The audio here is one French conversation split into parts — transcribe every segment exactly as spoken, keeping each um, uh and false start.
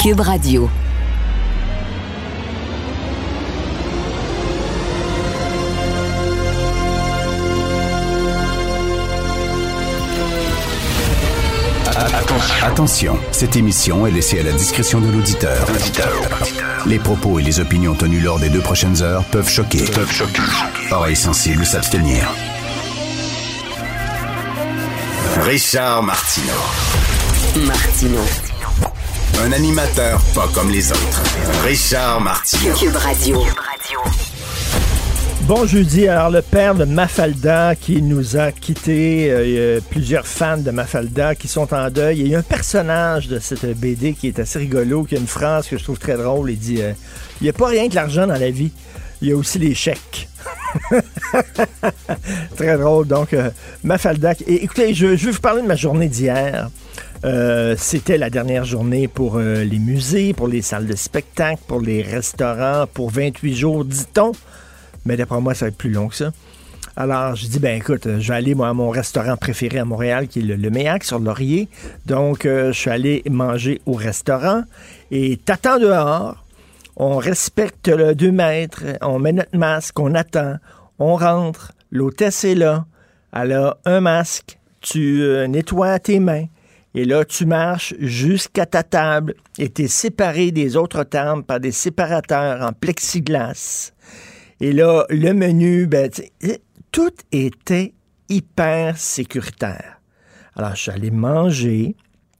Cube Radio. Attention, cette émission est laissée à la discrétion de l'auditeur. Les propos et les opinions tenues lors des deux prochaines heures peuvent choquer. Peuvent choquer. Oreilles sensibles s'abstenir. Richard Martineau. Martineau. Un animateur pas comme les autres. Richard Martineau. Cube Radio. Bon jeudi. Alors, le père de Mafalda qui nous a quittés, euh, il y a plusieurs fans de Mafalda qui sont en deuil. Il y a un personnage de cette B D qui est assez rigolo, qui a une phrase que je trouve très drôle. Il dit euh, il n'y a pas rien que l'argent dans la vie, il y a aussi les chèques. Très drôle. Donc, euh, Mafalda. Et, écoutez, je, je vais vous parler de ma journée d'hier. Euh, c'était la dernière journée pour euh, les musées, pour les salles de spectacle, pour les restaurants, pour vingt-huit jours, dit-on. Mais d'après moi, ça va être plus long que ça. Alors, je dis, ben écoute, je vais aller moi, à mon restaurant préféré à Montréal, qui est le, le Méac, sur Laurier. Donc, euh, je suis allé manger au restaurant. Et t'attends dehors. On respecte le deux mètres. On met notre masque. On attend. On rentre. L'hôtesse est là. Elle a un masque. Tu euh, nettoies tes mains. Et là, tu marches jusqu'à ta table. Et t'es séparé des autres tables par des séparateurs en plexiglas. Et là, le menu, ben, tout était hyper sécuritaire. Alors, je suis allé manger,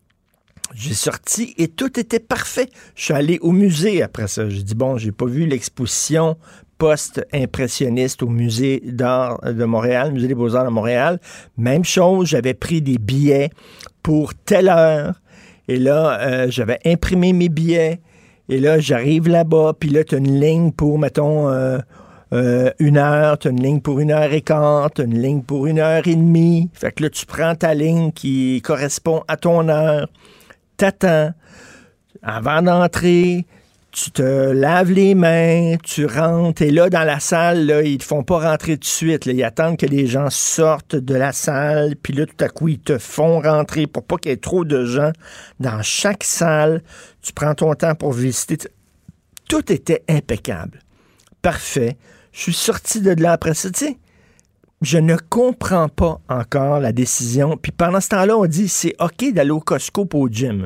j'ai sorti et tout était parfait. Je suis allé au musée après ça. J'ai dit, bon, j'ai pas vu l'exposition post-impressionniste au musée d'art de Montréal, musée des Beaux-Arts de Montréal. Même chose, j'avais pris des billets pour telle heure. Et là, euh, j'avais imprimé mes billets. Et là, j'arrive là-bas, puis là, tu as une ligne pour, mettons... Euh, Euh, une heure, tu as une ligne pour une heure et quart, tu as une ligne pour une heure et demie. Fait que là, tu prends ta ligne qui correspond à ton heure, t'attends. Avant d'entrer, tu te laves les mains, tu rentres. Et là, dans la salle, là, ils te font pas rentrer tout de suite. Là. Ils attendent que les gens sortent de la salle. Puis là, tout à coup, ils te font rentrer pour pas qu'il y ait trop de gens dans chaque salle. Tu prends ton temps pour visiter. Tout était impeccable. Parfait. Je suis sorti de là après ça, tu sais. Je ne comprends pas encore la décision. Puis pendant ce temps-là, on dit c'est OK d'aller au Costco pour au gym.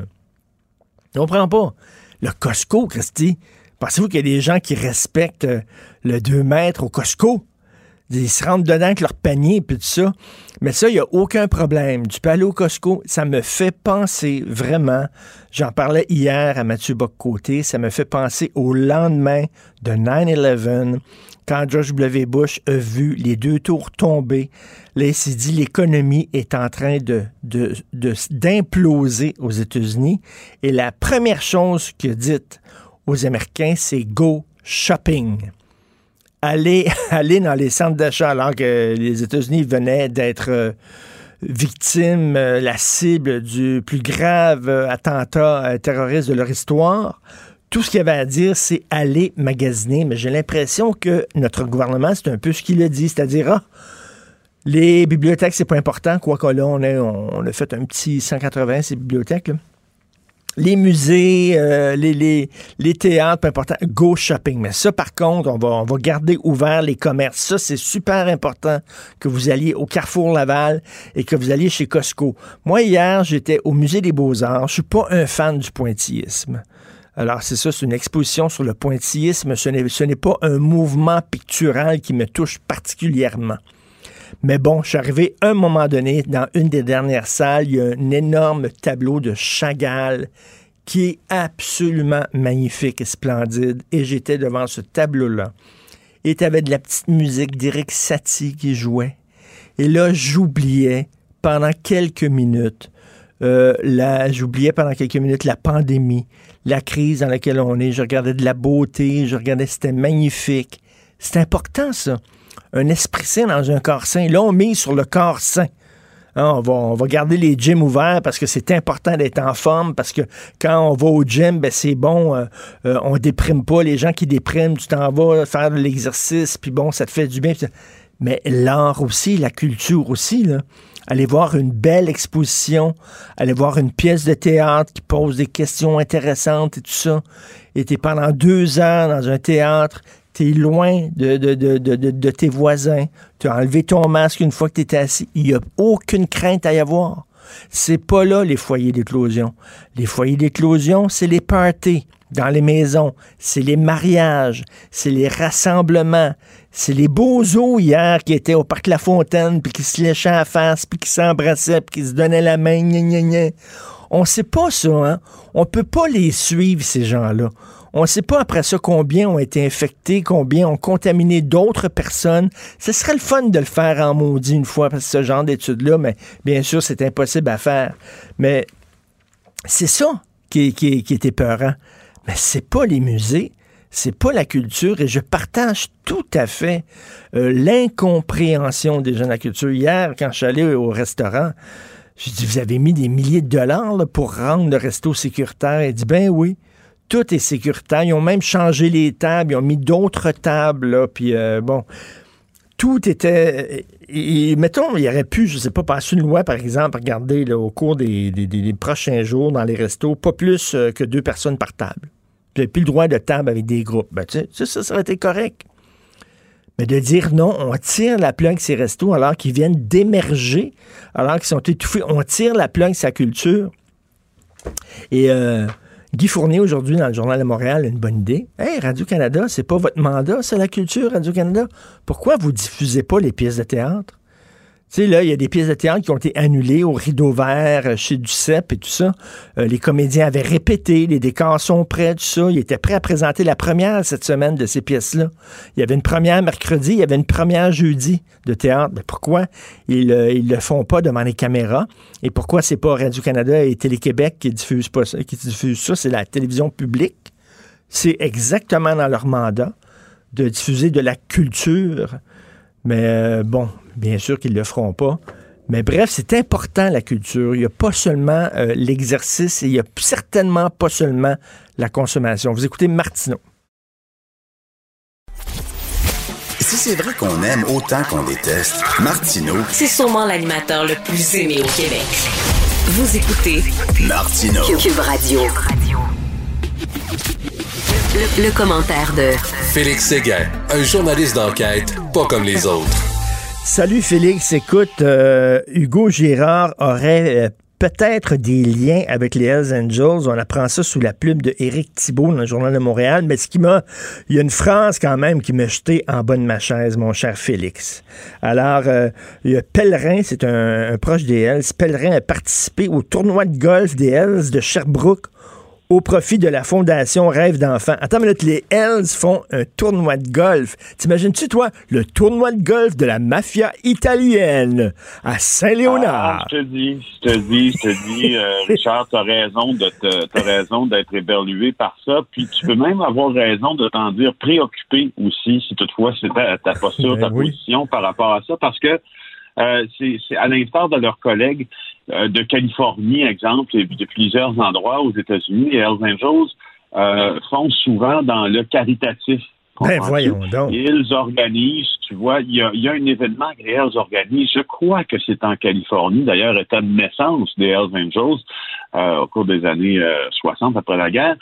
Je comprends pas. Le Costco, Christy, pensez-vous qu'il y a des gens qui respectent le deux mètres au Costco? Ils se rentrent dedans avec leur panier et tout ça. Mais ça, il n'y a aucun problème. Tu peux aller au Costco. Ça me fait penser vraiment, j'en parlais hier à Mathieu Bock-Côté, ça me fait penser au lendemain de nine eleven, quand George W. Bush a vu les deux tours tomber. Là, il s'est dit l'économie est en train de, de, de, d'imploser aux États-Unis. Et la première chose qu'il a dite aux Américains, c'est « go shopping ». Aller, aller dans les centres d'achat alors que les États-Unis venaient d'être euh, victimes, euh, la cible du plus grave euh, attentat euh, terroriste de leur histoire. Tout ce qu'il y avait à dire, c'est aller magasiner. Mais j'ai l'impression que notre gouvernement, c'est un peu ce qu'il a dit, c'est-à-dire, ah, les bibliothèques, c'est pas important, quoique là, on a, on a fait un petit cent quatre-vingts, ces bibliothèques, là. Les musées, euh, les, les, les théâtres, peu importe, go shopping. Mais ça, par contre, on va, on va garder ouvert les commerces. Ça, c'est super important que vous alliez au Carrefour Laval et que vous alliez chez Costco. Moi, hier, j'étais au Musée des Beaux-Arts. Je suis pas un fan du pointillisme. Alors, c'est ça, c'est une exposition sur le pointillisme. Ce n'est, ce n'est pas un mouvement pictural qui me touche particulièrement. Mais bon, je suis arrivé à un moment donné, dans une des dernières salles, il y a un énorme tableau de Chagall qui est absolument magnifique et splendide. Et j'étais devant ce tableau-là. Et tu avais de la petite musique d'Éric Satie qui jouait. Et là, j'oubliais pendant quelques minutes, euh, la, j'oubliais pendant quelques minutes la pandémie, la crise dans laquelle on est. Je regardais de la beauté, je regardais, c'était magnifique. C'est important, ça. Un esprit sain dans un corps sain. Là, on mise sur le corps sain. Hein, on, va, on va garder les gyms ouverts parce que c'est important d'être en forme, parce que quand on va au gym, ben c'est bon, euh, euh, on déprime pas. Les gens qui dépriment, tu t'en vas faire de l'exercice, puis bon, ça te fait du bien. Mais l'art aussi, la culture aussi, là. aller voir une belle exposition, aller voir une pièce de théâtre qui pose des questions intéressantes et tout ça. Et t'es pendant deux heures dans un théâtre, t'es loin de, de, de, de, de, de tes voisins, tu as enlevé ton masque une fois que t'étais assis, il n'y a aucune crainte à y avoir. C'est pas là les foyers d'éclosion. Les foyers d'éclosion, c'est les parties dans les maisons, c'est les mariages, c'est les rassemblements, c'est les bozos hier qui étaient au Parc La Fontaine, puis qui se léchaient à la face, puis qui s'embrassaient, puis qui se donnaient la main, gna gna gna. On sait pas ça, hein? On peut pas les suivre, ces gens-là. On ne sait pas après ça combien ont été infectés, combien ont contaminé d'autres personnes. Ce serait le fun de le faire en maudit une fois, parce que ce genre d'études-là, mais bien sûr, c'est impossible à faire. Mais c'est ça qui, qui, qui est épeurant. Mais c'est pas les musées, c'est pas la culture, et je partage tout à fait euh, l'incompréhension des gens de la culture. Hier, quand je suis allé au restaurant, j'ai dit, vous avez mis des milliers de dollars là, pour rendre le resto sécuritaire. Il dit, ben oui. Tout est sécuritaire. Ils ont même changé les tables. Ils ont mis d'autres tables, là. Puis, euh, bon, tout était... Et, et, mettons, il aurait pu, je sais pas, passer une loi, par exemple, regarder là, au cours des, des, des prochains jours dans les restos, pas plus euh, que deux personnes par table. Vous n'avez plus le droit de table avec des groupes. Ben, tu sais, ça, ça, ça aurait été correct. Mais de dire non, on tire la plug ces restos alors qu'ils viennent d'émerger, alors qu'ils sont étouffés. On tire la plug sa culture. Et... Euh, Guy Fournier, aujourd'hui, dans le Journal de Montréal, a une bonne idée. Hey, Radio-Canada, c'est pas votre mandat, c'est la culture, Radio-Canada. Pourquoi vous diffusez pas les pièces de théâtre? Tu sais, là, il y a des pièces de théâtre qui ont été annulées au Rideau Vert, chez Duceppe et tout ça. Euh, les comédiens avaient répété, les décors sont prêts, tout ça. Ils étaient prêts à présenter la première cette semaine de ces pièces-là. Il y avait une première mercredi, il y avait une première jeudi de théâtre. Mais pourquoi ils euh, ils le font pas devant les caméras? Et pourquoi c'est pas Radio-Canada et Télé-Québec qui diffusent pas ça, qui diffusent ça? C'est la télévision publique. C'est exactement dans leur mandat de diffuser de la culture. Mais euh, bon, bien sûr qu'ils ne le feront pas. Mais bref, c'est important, la culture. Il n'y a pas seulement euh, l'exercice et il n'y a certainement pas seulement la consommation. Vous écoutez Martineau. Si c'est vrai qu'on aime autant qu'on déteste, Martineau, c'est sûrement l'animateur le plus aimé au Québec. Vous écoutez Martineau. Cube Radio. Le, le commentaire de Félix Séguin, un journaliste d'enquête pas comme les autres. Salut Félix, écoute, euh, Hugo Girard aurait euh, peut-être des liens avec les Hells Angels. On apprend ça sous la plume de Éric Thibault dans le Journal de Montréal. Mais ce qui m'a... Il y a une phrase quand même qui m'a jeté en bas de ma chaise, mon cher Félix. Alors, euh, il y a Pellerin, c'est un, un proche des Hells. Pellerin a participé au tournoi de golf des Hells de Sherbrooke au profit de la Fondation Rêve d'enfants. Attends une minute, les Hells font un tournoi de golf. T'imagines-tu, toi, le tournoi de golf de la mafia italienne à Saint-Léonard? Ah, je te dis, je te dis, je te dis, euh, Richard, t'as raison de te, t'as raison d'être éberlué par ça, puis tu peux même avoir raison de t'en dire préoccupé aussi, si toutefois c'est ta, ta posture, ben ta oui. position par rapport à ça, parce que euh, c'est, c'est à l'instar de leurs collègues euh, de Californie, exemple, et de plusieurs endroits aux États-Unis, les Hells Angels euh, font souvent dans le caritatif. Ben voyons donc. Ils organisent, tu vois, il y a, il y a un événement que les Hells organisent, je crois que c'est en Californie, d'ailleurs, état de naissance des Hells Angels euh, au cours des années euh, soixante, après la guerre.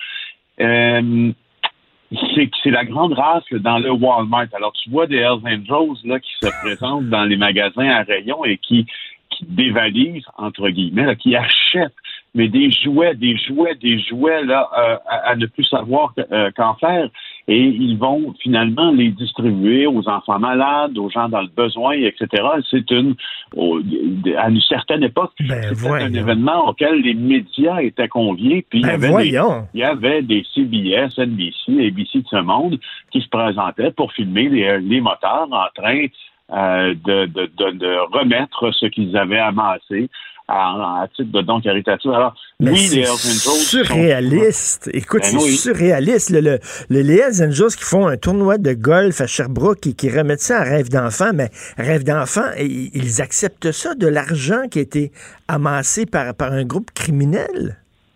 Euh, c'est, c'est la grande race dans le Walmart. Alors, tu vois des Hells Angels là, qui se présentent dans les magasins à rayons et qui, qui dévalisent, entre guillemets, là, qui achètent mais des jouets, des jouets, des jouets là euh, à, à ne plus savoir euh, qu'en faire. Et ils vont finalement les distribuer aux enfants malades, aux gens dans le besoin, et cetera. C'est une, au, à une certaine époque, ben, c'était voyons. un événement auquel les médias étaient conviés. Puis ben, il, y avait voyons. des, il y avait des C B S, N B C, A B C de ce monde qui se présentaient pour filmer les, les motards en train euh, de, de, de, de remettre ce qu'ils avaient amassé à, à titre de don caritatif. Alors, mais oui, c'est les Hells Angels surréaliste. Sont... Écoute, ben c'est oui. surréaliste. Le, le, le, les Hells Angels qui font un tournoi de golf à Sherbrooke et qui remettent ça à Rêve d'enfant, mais Rêve d'enfant, ils acceptent ça, de l'argent qui a été amassé par, par un groupe criminel.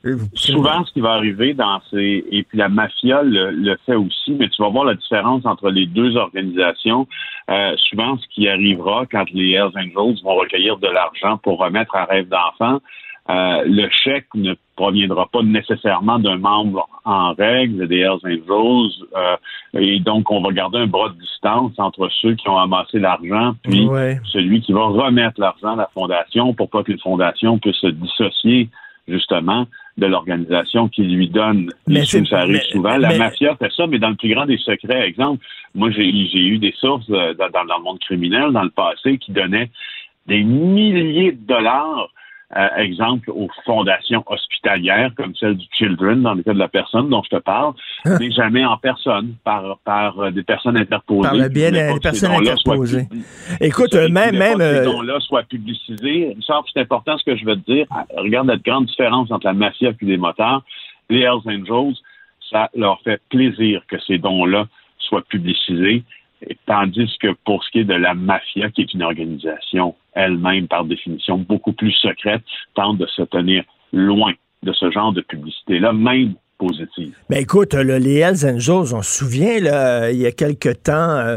Souvent, ce qui va arriver dans ces... Et puis la mafia le, le fait aussi, mais tu vas voir la différence entre les deux organisations. Euh, souvent, ce qui arrivera quand les Hells Angels vont recueillir de l'argent pour remettre un rêve d'enfant, euh, le chèque ne proviendra pas nécessairement d'un membre en règle des Hells Angels. Euh, et donc, on va garder un bras de distance entre ceux qui ont amassé l'argent puis ouais. celui qui va remettre l'argent à la fondation pour pas que les fondations puissent se dissocier justement de l'organisation qui lui donne les sous. Ça arrive mais, souvent. La mais... mafia fait ça, mais dans le plus grand des secrets. Exemple, moi, j'ai, j'ai eu des sources euh, dans, dans le monde criminel dans le passé qui donnaient des milliers de dollars, euh, exemple, aux fondations hospitalières, comme celle du Children, dans le cas de la personne dont je te parle, mais jamais en personne, par, par euh, des personnes interposées. Par le biais des personnes interposées. Écoute, euh, même... même euh... ces dons-là soient publicisés. Ça, c'est important ce que je veux te dire. Regarde la grande différence entre la mafia et les motards. Les Hells Angels, ça leur fait plaisir que ces dons-là soient publicisés. Et tandis que pour ce qui est de la mafia, qui est une organisation elle-même, par définition, beaucoup plus secrète, tente de se tenir loin de ce genre de publicité-là, même positive. Ben écoute, là, les Hells Angels, on se souvient, là, il y a quelque temps, euh,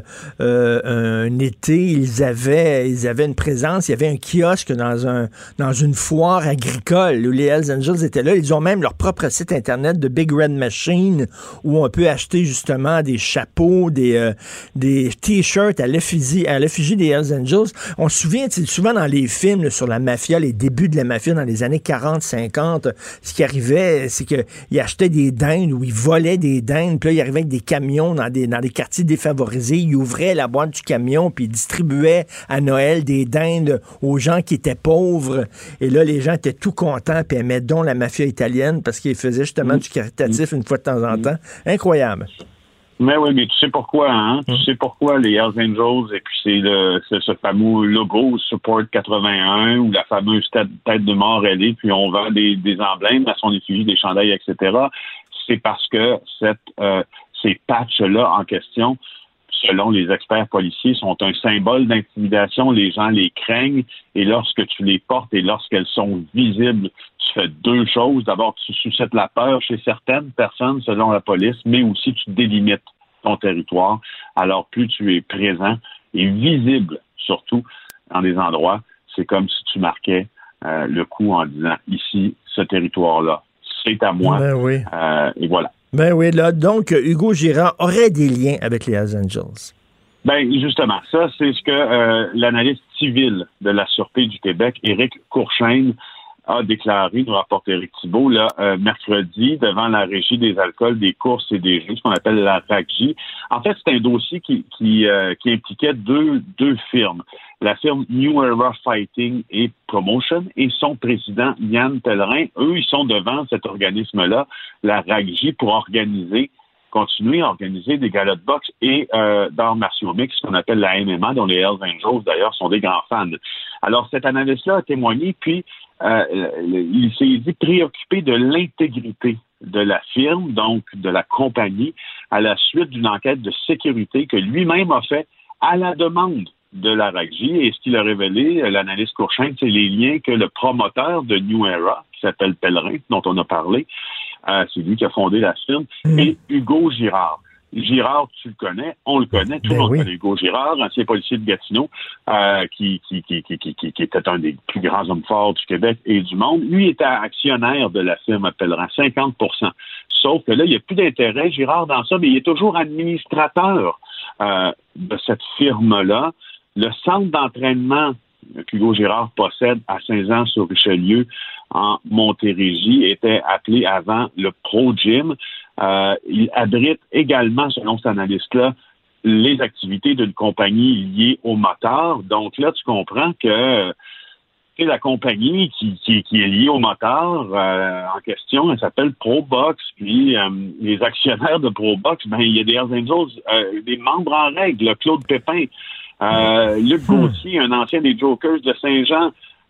euh, un été, ils avaient, ils avaient une présence, il y avait un kiosque dans un dans une foire agricole où les Hells Angels étaient là. Ils ont même leur propre site internet de Big Red Machine où on peut acheter justement des chapeaux, des euh, des t-shirts à l'effigie, à l'effigie des Hells Angels. On se souvient, souvent dans les films là, sur la mafia, les débuts de la mafia dans les années quarante, cinquante, ce qui arrivait, c'est qu'ils achetaient des dindes ou ils volaient des dindes, puis là, ils arrivaient avec des camions dans des, dans des quartiers défavorisés, ils ouvraient la boîte du camion, puis ils distribuaient à Noël des dindes aux gens qui étaient pauvres, et là, les gens étaient tout contents, puis aimaient donc la mafia italienne, parce qu'ils faisaient justement mmh. du caritatif une fois de temps en temps. Incroyable. Mais oui, mais tu sais pourquoi, hein? Mmh. Tu sais pourquoi les Hells Angels, et puis c'est le c'est ce fameux logo Support quatre-vingt-un, ou la fameuse tête, tête de mort L A, puis on vend des, des emblèmes à son effigie, des chandails, et cetera. C'est parce que cette euh, ces patchs-là en question, selon les experts policiers, sont un symbole d'intimidation. Les gens les craignent, et lorsque tu les portes et lorsqu'elles sont visibles, tu fais deux choses. D'abord, tu suscites la peur chez certaines personnes, selon la police, mais aussi tu délimites ton territoire. Alors, plus tu es présent et visible, surtout dans des endroits, c'est comme si tu marquais euh, le coup en disant, ici, ce territoire-là, c'est à moi. Ben oui. Euh, et voilà. Ben oui, là, donc, Hugo Girard aurait des liens avec les Hells Angels. Ben justement, ça, c'est ce que euh, l'analyste civil de la Sûreté du Québec, Éric Courchaine, a déclaré, nous rapporte Éric Thibault, là, euh, mercredi, devant la Régie des alcools, des courses et des jeux, ce qu'on appelle la R A C J. En fait, c'est un dossier qui qui, euh, qui impliquait deux, deux firmes. La firme New Era Fighting et Promotion et son président, Yann Pellerin. Eux, ils sont devant cet organisme-là, la R A C J, pour organiser continuer à organiser des galas de boxe et euh, d'arts martiaux mixtes, ce qu'on appelle la M M A, dont les Hells Angels, d'ailleurs, sont des grands fans. Alors, cet analyste-là a témoigné, puis euh, il s'est dit préoccupé de l'intégrité de la firme, donc de la compagnie, à la suite d'une enquête de sécurité que lui-même a fait à la demande de la R A C J. Et ce qu'il a révélé, l'analyste Courchaine, c'est les liens que le promoteur de New Era, qui s'appelle Pellerin, dont on a parlé, Euh, c'est lui qui a fondé la firme, mmh. et Hugo Girard. Girard, tu le connais, on le connaît, tout le monde oui. connaît Hugo Girard, ancien policier de Gatineau, euh, qui, qui, qui, qui, qui, qui était un des plus grands hommes forts du Québec et du monde. Lui était actionnaire de la firme Pellerin, cinquante pour cent. Sauf que là, il n'y a plus d'intérêt, Girard, dans ça, mais il est toujours administrateur euh, de cette firme-là. Le centre d'entraînement qu'Hugo Girard possède à Saint-Jean-sur-Richelieu, en Montérégie, était appelé avant le Pro Gym. Euh, il abrite également, selon cet analyste-là, les activités d'une compagnie liée au moteur. Donc là, tu comprends que c'est la compagnie qui, qui, qui est liée au moteur euh, en question, elle s'appelle ProBox. Puis euh, les actionnaires de ProBox, ben il y a des Hells Angels, euh, des membres en règle, Claude Pépin, euh, Luc Gauthier, un ancien des Jokers de Saint-Jean,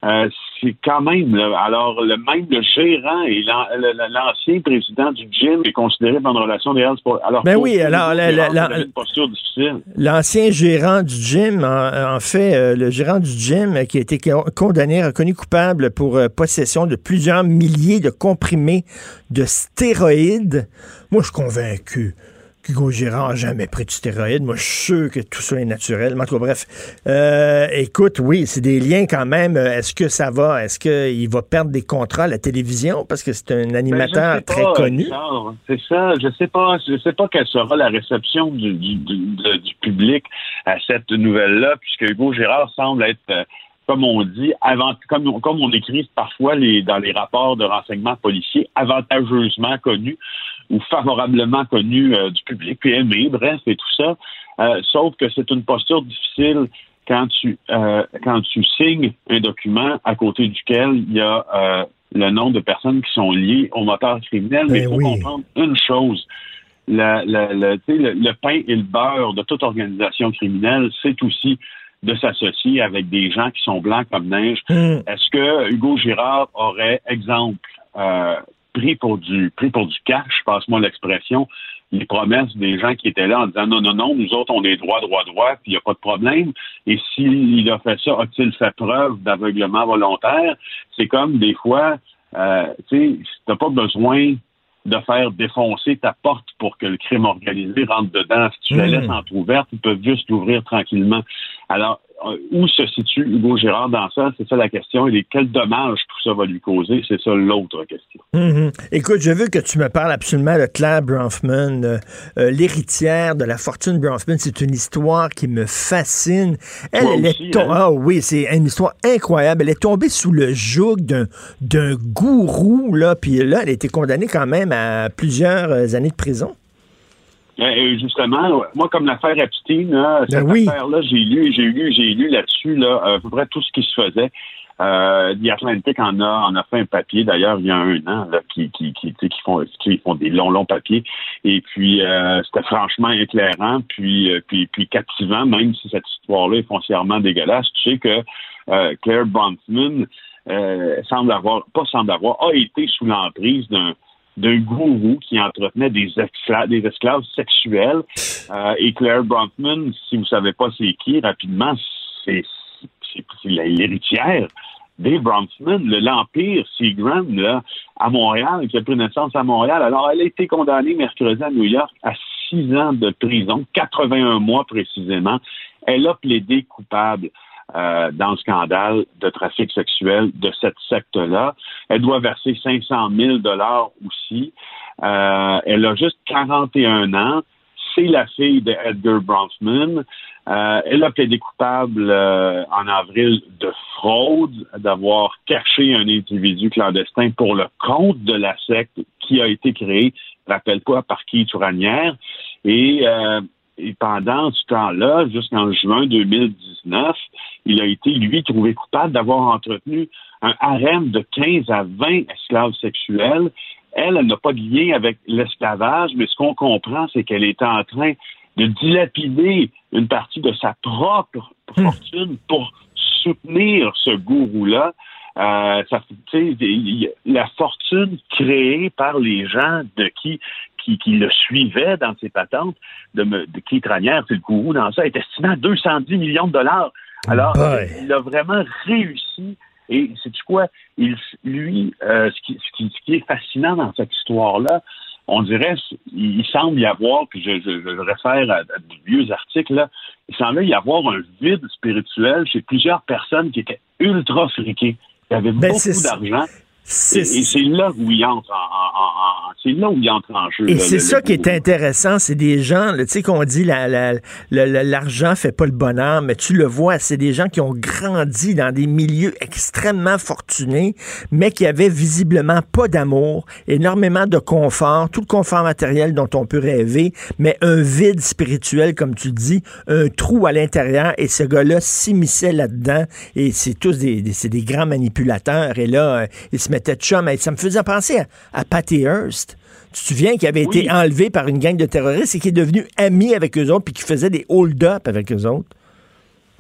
Euh, c'est quand même, là, alors le même le gérant et l'an, l'ancien président du gym est considéré dans une relation des Hells pour. Alors, ben oui, alors la, la, la, une posture difficile. L'ancien gérant du gym, en, en fait, euh, le gérant du gym euh, qui a été condamné, reconnu coupable pour euh, possession de plusieurs milliers de comprimés de stéroïdes. Moi, je suis convaincu qu'Hugo Girard n'a jamais pris de stéroïdes. Moi, je suis sûr que tout ça est naturel. Mais en tout cas, bref. Euh, écoute, oui, c'est des liens quand même. Est-ce que ça va? Est-ce qu'il va perdre des contrats à la télévision? Parce que c'est un animateur ben, très pas, connu. Richard, c'est ça. Je sais pas. Je sais pas quelle sera la réception du, du, du, du public à cette nouvelle-là, puisque Hugo Girard semble être... Euh, comme on dit, avant, comme, comme on écrit parfois les, dans les rapports de renseignement policiers, avantageusement connus ou favorablement connus euh, du public, puis aimés, bref, et tout ça. Euh, sauf que c'est une posture difficile quand tu euh, quand tu signes un document à côté duquel il y a euh, le nom de personnes qui sont liées au moteur criminel. Mais il faut oui. comprendre une chose. La, la, la, le, le pain et le beurre de toute organisation criminelle, c'est aussi de s'associer avec des gens qui sont blancs comme neige. Mm. Est-ce que Hugo Girard aurait, exemple, euh, pris pour du pris pour du cash, passe-moi l'expression, les promesses des gens qui étaient là en disant non, non, non, nous autres, on est droit, droit, droit, puis il n'y a pas de problème. Et s'il a fait ça, a-t-il fait preuve d'aveuglement volontaire? C'est comme des fois, euh, tu sais, t'as pas besoin de faire défoncer ta porte pour que le crime organisé rentre dedans. Si tu mmh. la laisses entrouverte, ils peuvent juste l'ouvrir tranquillement. Alors, où se situe Hugo Girard dans ça? C'est ça la question. Et quel dommage tout ça va lui causer? C'est ça l'autre question. Mm-hmm. Écoute, je veux que tu me parles absolument de Claire Bronfman, euh, euh, l'héritière de la fortune Bronfman. C'est une histoire qui me fascine. Elle, elle aussi, est tombée... hein? Ah oui, c'est une histoire incroyable. Elle est tombée sous le joug d'un, d'un gourou, là, puis là, elle a été condamnée quand même à plusieurs années de prison. Et justement, moi, comme l'affaire Epstein, là, cette ben oui. affaire-là, j'ai lu, j'ai lu, j'ai lu là-dessus, là, à peu près tout ce qui se faisait. Euh, The Atlantic en a, en a fait un papier, d'ailleurs, il y a un an, là, qui, qui, qui, qui font, qui font des longs, longs papiers. Et puis, euh, c'était franchement éclairant, puis, puis, puis captivant, même si cette histoire-là est foncièrement dégueulasse. Tu sais que euh, Claire Bronfman euh, semble avoir, pas semble avoir, a été sous l'emprise d'un d'un gourou qui entretenait des esclaves, des esclaves sexuels. Euh, et Claire Bronfman, si vous savez pas c'est qui, rapidement, c'est, c'est, c'est l'héritière des Bronfman, le, l'Empire Seagram, là, à Montréal, qui a pris naissance à Montréal. Alors, elle a été condamnée mercredi à New York à six ans de prison, quatre-vingt-un mois précisément. Elle a plaidé coupable Euh, dans le scandale de trafic sexuel de cette secte-là. Elle doit verser cinq cent mille dollars aussi. Euh, elle a juste quarante et un ans. C'est la fille de Edgar Bronfman. Euh, elle a plaidé coupable euh, en avril de fraude, d'avoir caché un individu clandestin pour le compte de la secte qui a été créée, rappelle pas, par Keith Raniere. Et euh, Et pendant ce temps-là, jusqu'en juin deux mille dix-neuf, il a été, lui, trouvé coupable d'avoir entretenu un harem de quinze à vingt esclaves sexuels. Elle, elle n'a pas de lien avec l'esclavage, mais ce qu'on comprend, c'est qu'elle était en train de dilapider une partie de sa propre fortune pour soutenir ce gourou-là. Euh, ça, tu sais, la fortune créée par les gens de qui qui, qui le suivaient dans ses patentes, de, de Keith Raniere, c'est le gourou dans ça, est estimé à deux cent dix millions de dollars. Alors, Boy. il a vraiment réussi. Et sais-tu quoi? Il, lui, euh, ce, qui, ce, qui, ce qui est fascinant dans cette histoire-là, on dirait, il, il semble y avoir, puis je, je, je réfère à, à de vieux articles, là, il semblait y avoir un vide spirituel chez plusieurs personnes qui étaient ultra friquées, qui avaient ben, beaucoup d'argent. C'est, et, et c'est là où il entre en, en, en c'est là où il entre en jeu. Et là, c'est le, ça le qui est intéressant, c'est des gens, tu sais qu'on dit la, la, la, la, l'argent fait pas le bonheur, mais tu le vois, c'est des gens qui ont grandi dans des milieux extrêmement fortunés, mais qui avaient visiblement pas d'amour, énormément de confort, tout le confort matériel dont on peut rêver, mais un vide spirituel, comme tu dis, un trou à l'intérieur, et ce gars-là s'immisçait là-dedans, et c'est tous des, des, c'est des grands manipulateurs, et là, euh, ils se mettaient de chum. Ça me faisait penser à, à Patty Hearst. Tu te souviens qu'il avait oui. été enlevé par une gang de terroristes et qui est devenu ami avec eux autres puis qui faisait des hold-up avec eux autres?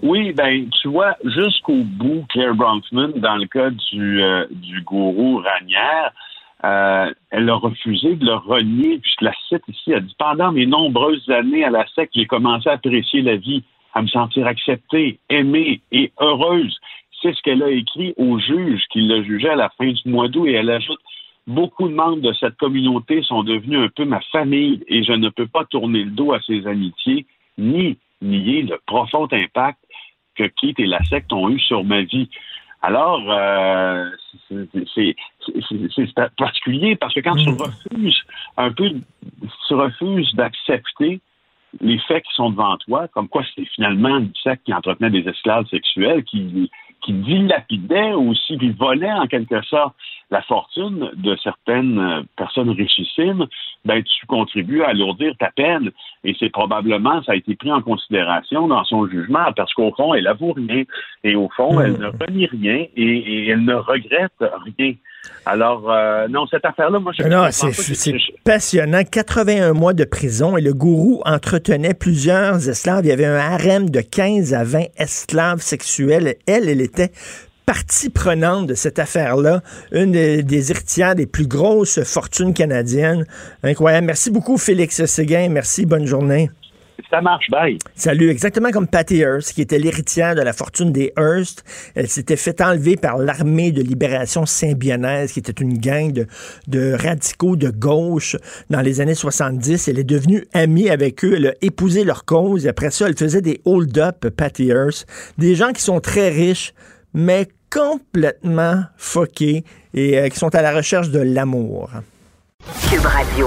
Oui, ben tu vois, jusqu'au bout, Claire Bronfman, dans le cas du, euh, du gourou Ranière, euh, elle a refusé de le renier, puis je la cite ici, elle dit « Pendant mes nombreuses années à la secte, j'ai commencé à apprécier la vie, à me sentir acceptée, aimée et heureuse. » C'est ce qu'elle a écrit au juge qui l'a jugé à la fin du mois d'août, et elle ajoute « Beaucoup de membres de cette communauté sont devenus un peu ma famille, et je ne peux pas tourner le dos à ces amitiés, ni nier le profond impact que Keith et la secte ont eu sur ma vie. » Alors, euh, c'est, c'est, c'est, c'est particulier parce que quand tu refuses un peu, tu refuses d'accepter les faits qui sont devant toi, comme quoi c'était finalement une secte qui entretenait des esclaves sexuels, qui, qui dilapidait aussi, qui volait en quelque sorte la fortune de certaines personnes richissimes, ben tu contribues à alourdir ta peine. Et c'est probablement, ça a été pris en considération dans son jugement, parce qu'au fond, elle avoue rien. Et au fond, mmh. elle ne renie rien et, et elle ne regrette rien. Alors, euh, non, cette affaire-là, moi, je... Non, c'est, c'est, c'est passionnant. quatre-vingt-un mois de prison et le gourou entretenait plusieurs esclaves. Il y avait un harem de quinze à vingt esclaves sexuels. Elle, elle était partie prenante de cette affaire-là, une des, des héritières des plus grosses fortunes canadiennes. Incroyable. Merci beaucoup, Félix Séguin. Merci, bonne journée. Ça marche, bye. Salut, exactement comme Patty Hearst, qui était l'héritière de la fortune des Hearst. Elle s'était fait enlever par l'armée de libération symbionnaise, qui était une gang de, de radicaux de gauche dans les années soixante-dix. Elle est devenue amie avec eux, elle a épousé leur cause, et après ça, elle faisait des hold-up, Patty Hearst. Des gens qui sont très riches, mais complètement fuckés et euh, qui sont à la recherche de l'amour. Cube Radio.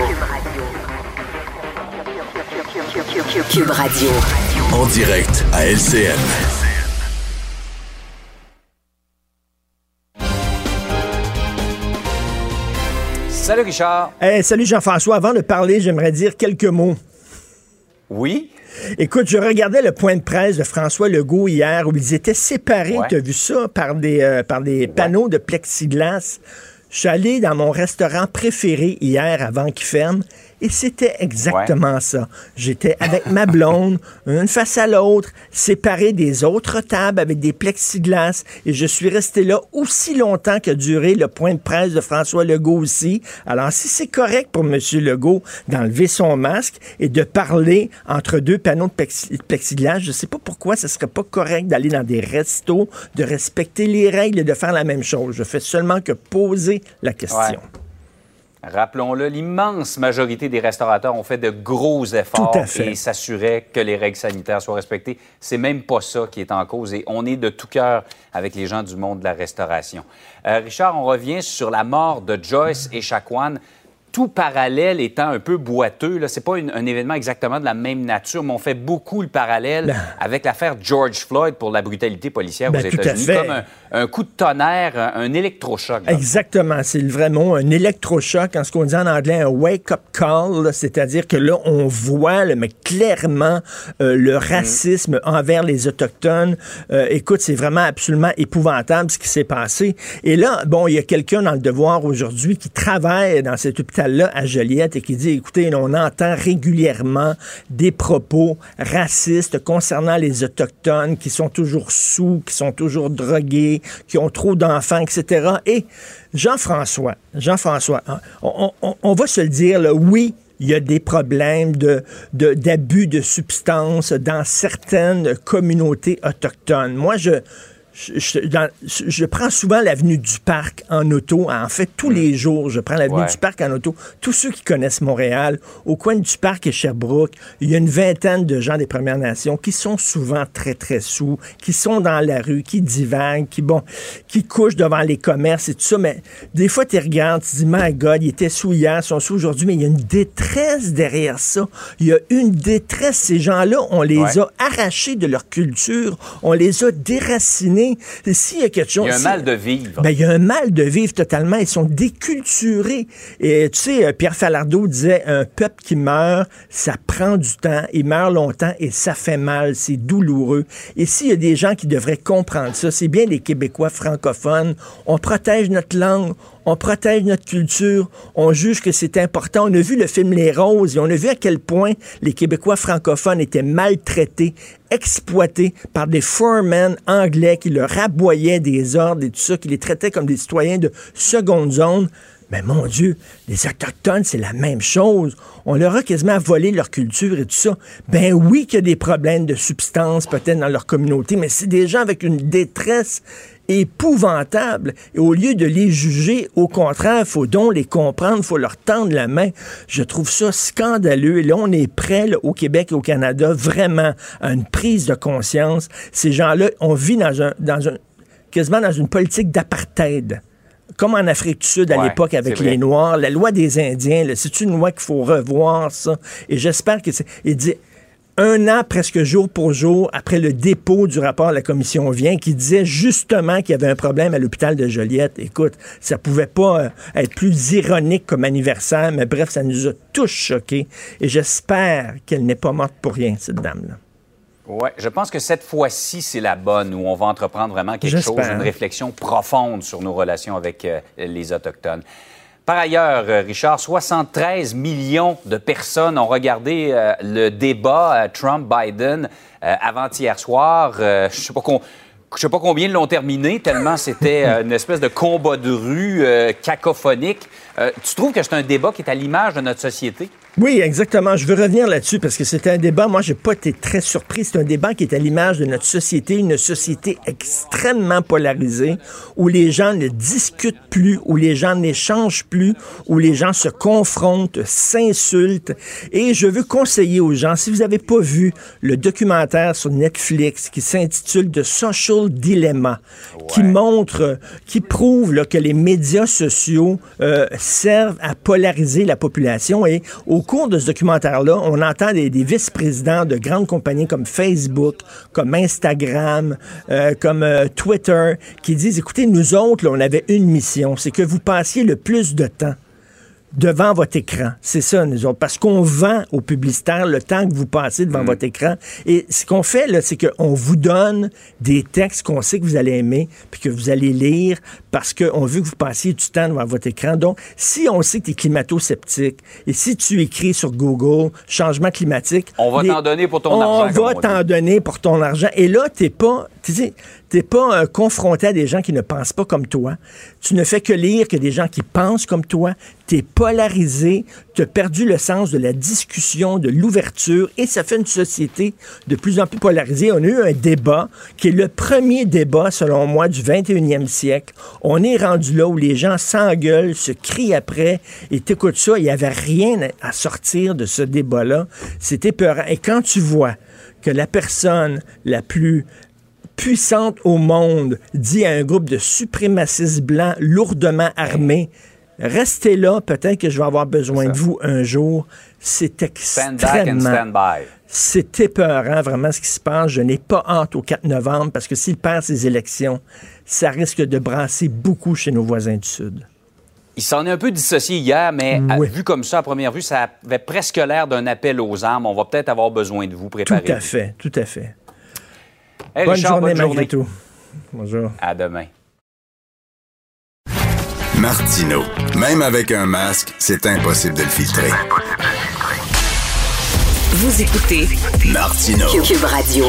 Cube Radio. En direct à L C N. Salut Richard. Hey, salut Jean-François. Avant de parler, j'aimerais dire quelques mots. Oui? Écoute, je regardais le point de presse de François Legault hier où ils étaient séparés, ouais. Tu as vu ça, par des, euh, par des ouais. panneaux de plexiglas. Je suis allé dans mon restaurant préféré hier avant qu'il ferme et c'était exactement ouais. ça. J'étais avec ma blonde, une face à l'autre, séparés des autres tables avec des plexiglas et je suis resté là aussi longtemps que duré le point de presse de François Legault aussi. Alors, si c'est correct pour M. Legault d'enlever son masque et de parler entre deux panneaux de plexiglas, je ne sais pas pourquoi ce ne serait pas correct d'aller dans des restos, de respecter les règles et de faire la même chose. Je fais seulement que poser la question. Ouais. Rappelons-le, l'immense majorité des restaurateurs ont fait de gros efforts et s'assuraient que les règles sanitaires soient respectées. C'est même pas ça qui est en cause et on est de tout cœur avec les gens du monde de la restauration. Euh, Richard, on revient sur la mort de Joyce Echaquan. Tout parallèle étant un peu boiteux, là, c'est pas une, un événement exactement de la même nature, mais on fait beaucoup le parallèle ben, avec l'affaire George Floyd pour la brutalité policière ben, aux États-Unis, comme un, un coup de tonnerre, un, un électrochoc. Exactement, c'est le vrai mot, un électrochoc, en ce qu'on dit en anglais, un wake-up call, là, c'est-à-dire que là, on voit, là, mais clairement, euh, le racisme mm. envers les Autochtones. Euh, écoute, c'est vraiment absolument épouvantable ce qui s'est passé. Et là, bon, il y a quelqu'un dans Le Devoir aujourd'hui qui travaille dans cet hôpital là à Joliette et qui dit, écoutez, on entend régulièrement des propos racistes concernant les Autochtones qui sont toujours sous, qui sont toujours drogués, qui ont trop d'enfants, et cetera. Et Jean-François, Jean-François, on, on, on va se le dire, là, oui, il y a des problèmes de, de, d'abus de substances dans certaines communautés autochtones. Moi, je... Je, je, dans, je prends souvent l'avenue du Parc en auto. En fait, tous mmh. les jours, je prends l'avenue ouais. du Parc en auto. Tous ceux qui connaissent Montréal, au coin du Parc et Sherbrooke, il y a une vingtaine de gens des Premières Nations qui sont souvent très, très sous, qui sont dans la rue, qui divaguent, qui, bon, qui couchent devant les commerces et tout ça. Mais des fois, tu regardes, tu te dis, my God, ils étaient sous hier, ils sont sous aujourd'hui, mais il y a une détresse derrière ça. Il y a une détresse. Ces gens-là, on les ouais. a arrachés de leur culture, on les a déracinés. S'il y a quelque chose, il y a un mal de vivre. Ben, il y a un mal de vivre totalement. Ils sont déculturés. Et tu sais, Pierre Falardeau disait, un peuple qui meurt, ça prend du temps. Il meurt longtemps et ça fait mal. C'est douloureux. Et s'il y a des gens qui devraient comprendre ça, c'est bien les Québécois francophones. On protège notre langue. on protège notre culture, on juge que c'est important. On a vu le film Les Roses et on a vu à quel point les Québécois francophones étaient maltraités, exploités par des foremen anglais qui leur aboyaient des ordres et tout ça, qui les traitaient comme des citoyens de seconde zone. Mais mon Dieu, les Autochtones, c'est la même chose. On leur a quasiment volé leur culture et tout ça. Ben oui qu'il y a des problèmes de substance peut-être dans leur communauté, mais c'est des gens avec une détresse épouvantable. Et au lieu de les juger, au contraire, il faut donc les comprendre, il faut leur tendre la main. Je trouve ça scandaleux. Et là, on est prêt, là, au Québec et au Canada, vraiment à une prise de conscience. Ces gens-là, on vit dans un, dans un, quasiment dans une politique d'apartheid. Comme en Afrique du Sud à ouais, l'époque avec les Noirs, la loi des Indiens, là, c'est une loi qu'il faut revoir, ça. Et j'espère que c'est... Il dit un an presque jour pour jour après le dépôt du rapport de la commission Vien qui disait justement qu'il y avait un problème à l'hôpital de Joliette. Écoute, ça pouvait pas euh, être plus ironique comme anniversaire, mais bref, ça nous a tous choqués. Et j'espère qu'elle n'est pas morte pour rien, cette dame-là. Oui, je pense que cette fois-ci, c'est la bonne, où on va entreprendre vraiment quelque J'espère. chose, une réflexion profonde sur nos relations avec euh, les Autochtones. Par ailleurs, euh, Richard, soixante-treize millions de personnes ont regardé euh, le débat euh, Trump-Biden euh, avant-hier soir. Euh, je ne sais pas qu'on... Je sais pas combien l'ont terminé, tellement c'était euh, une espèce de combat de rue euh, cacophonique. Euh, tu trouves que c'est un débat qui est à l'image de notre société? Oui, exactement. Je veux revenir là-dessus parce que c'était un débat, moi, j'ai pas été très surpris. C'est un débat qui est à l'image de notre société, une société extrêmement polarisée, où les gens ne discutent plus, où les gens n'échangent plus, où les gens se confrontent, s'insultent. Et je veux conseiller aux gens, si vous n'avez pas vu le documentaire sur Netflix qui s'intitule The Social Dilemma, ouais. qui montre, qui prouve là, que les médias sociaux euh, servent à polariser la population. Et au cours de ce documentaire-là, on entend des, des vice-présidents de grandes compagnies comme Facebook, comme Instagram, euh, comme euh, Twitter, qui disent, écoutez, nous autres, là, on avait une mission, c'est que vous passiez le plus de temps devant votre écran. C'est ça, nous autres. Parce qu'on vend aux publicitaires le temps que vous passez devant mmh. votre écran. Et ce qu'on fait, là, c'est qu'on vous donne des textes qu'on sait que vous allez aimer, puis que vous allez lire, parce qu'on veut que vous passiez du temps devant votre écran. Donc, si on sait que tu es climato-sceptique, et si tu écris sur Google « changement climatique », on va les... t'en donner pour ton on argent. On va t'en dit. donner pour ton argent. Et là, t'es pas... Tu sais, t'es pas euh, confronté à des gens qui ne pensent pas comme toi. Tu ne fais que lire que des gens qui pensent comme toi. T'es polarisé, t'as perdu le sens de la discussion, de l'ouverture, et ça fait une société de plus en plus polarisée. On a eu un débat qui est le premier débat, selon moi, du vingt et unième siècle. On est rendu là où les gens s'engueulent, se crient après, et t'écoutes ça, il n'y avait rien à sortir de ce débat-là. C'était peurant. Et quand tu vois que la personne la plus puissante au monde dit à un groupe de suprémacistes blancs lourdement armés, restez là, peut-être que je vais avoir besoin de vous un jour. C'est extrêmement... Stand back and stand by. C'est épeurant, vraiment, ce qui se passe. Je n'ai pas hâte au quatre novembre, parce que s'il perd ses élections, ça risque de brasser beaucoup chez nos voisins du Sud. Il s'en est un peu dissocié hier, mais oui. à, vu comme ça, à première vue, ça avait presque l'air d'un appel aux armes. On va peut-être avoir besoin de vous, préparer. Tout à fait, tout à fait. Hey, bonne Richard, journée, bonne malgré journée. tout. Bonjour. À demain. Martineau, même avec un masque, c'est impossible de le filtrer. Vous écoutez Martineau. Cube Radio.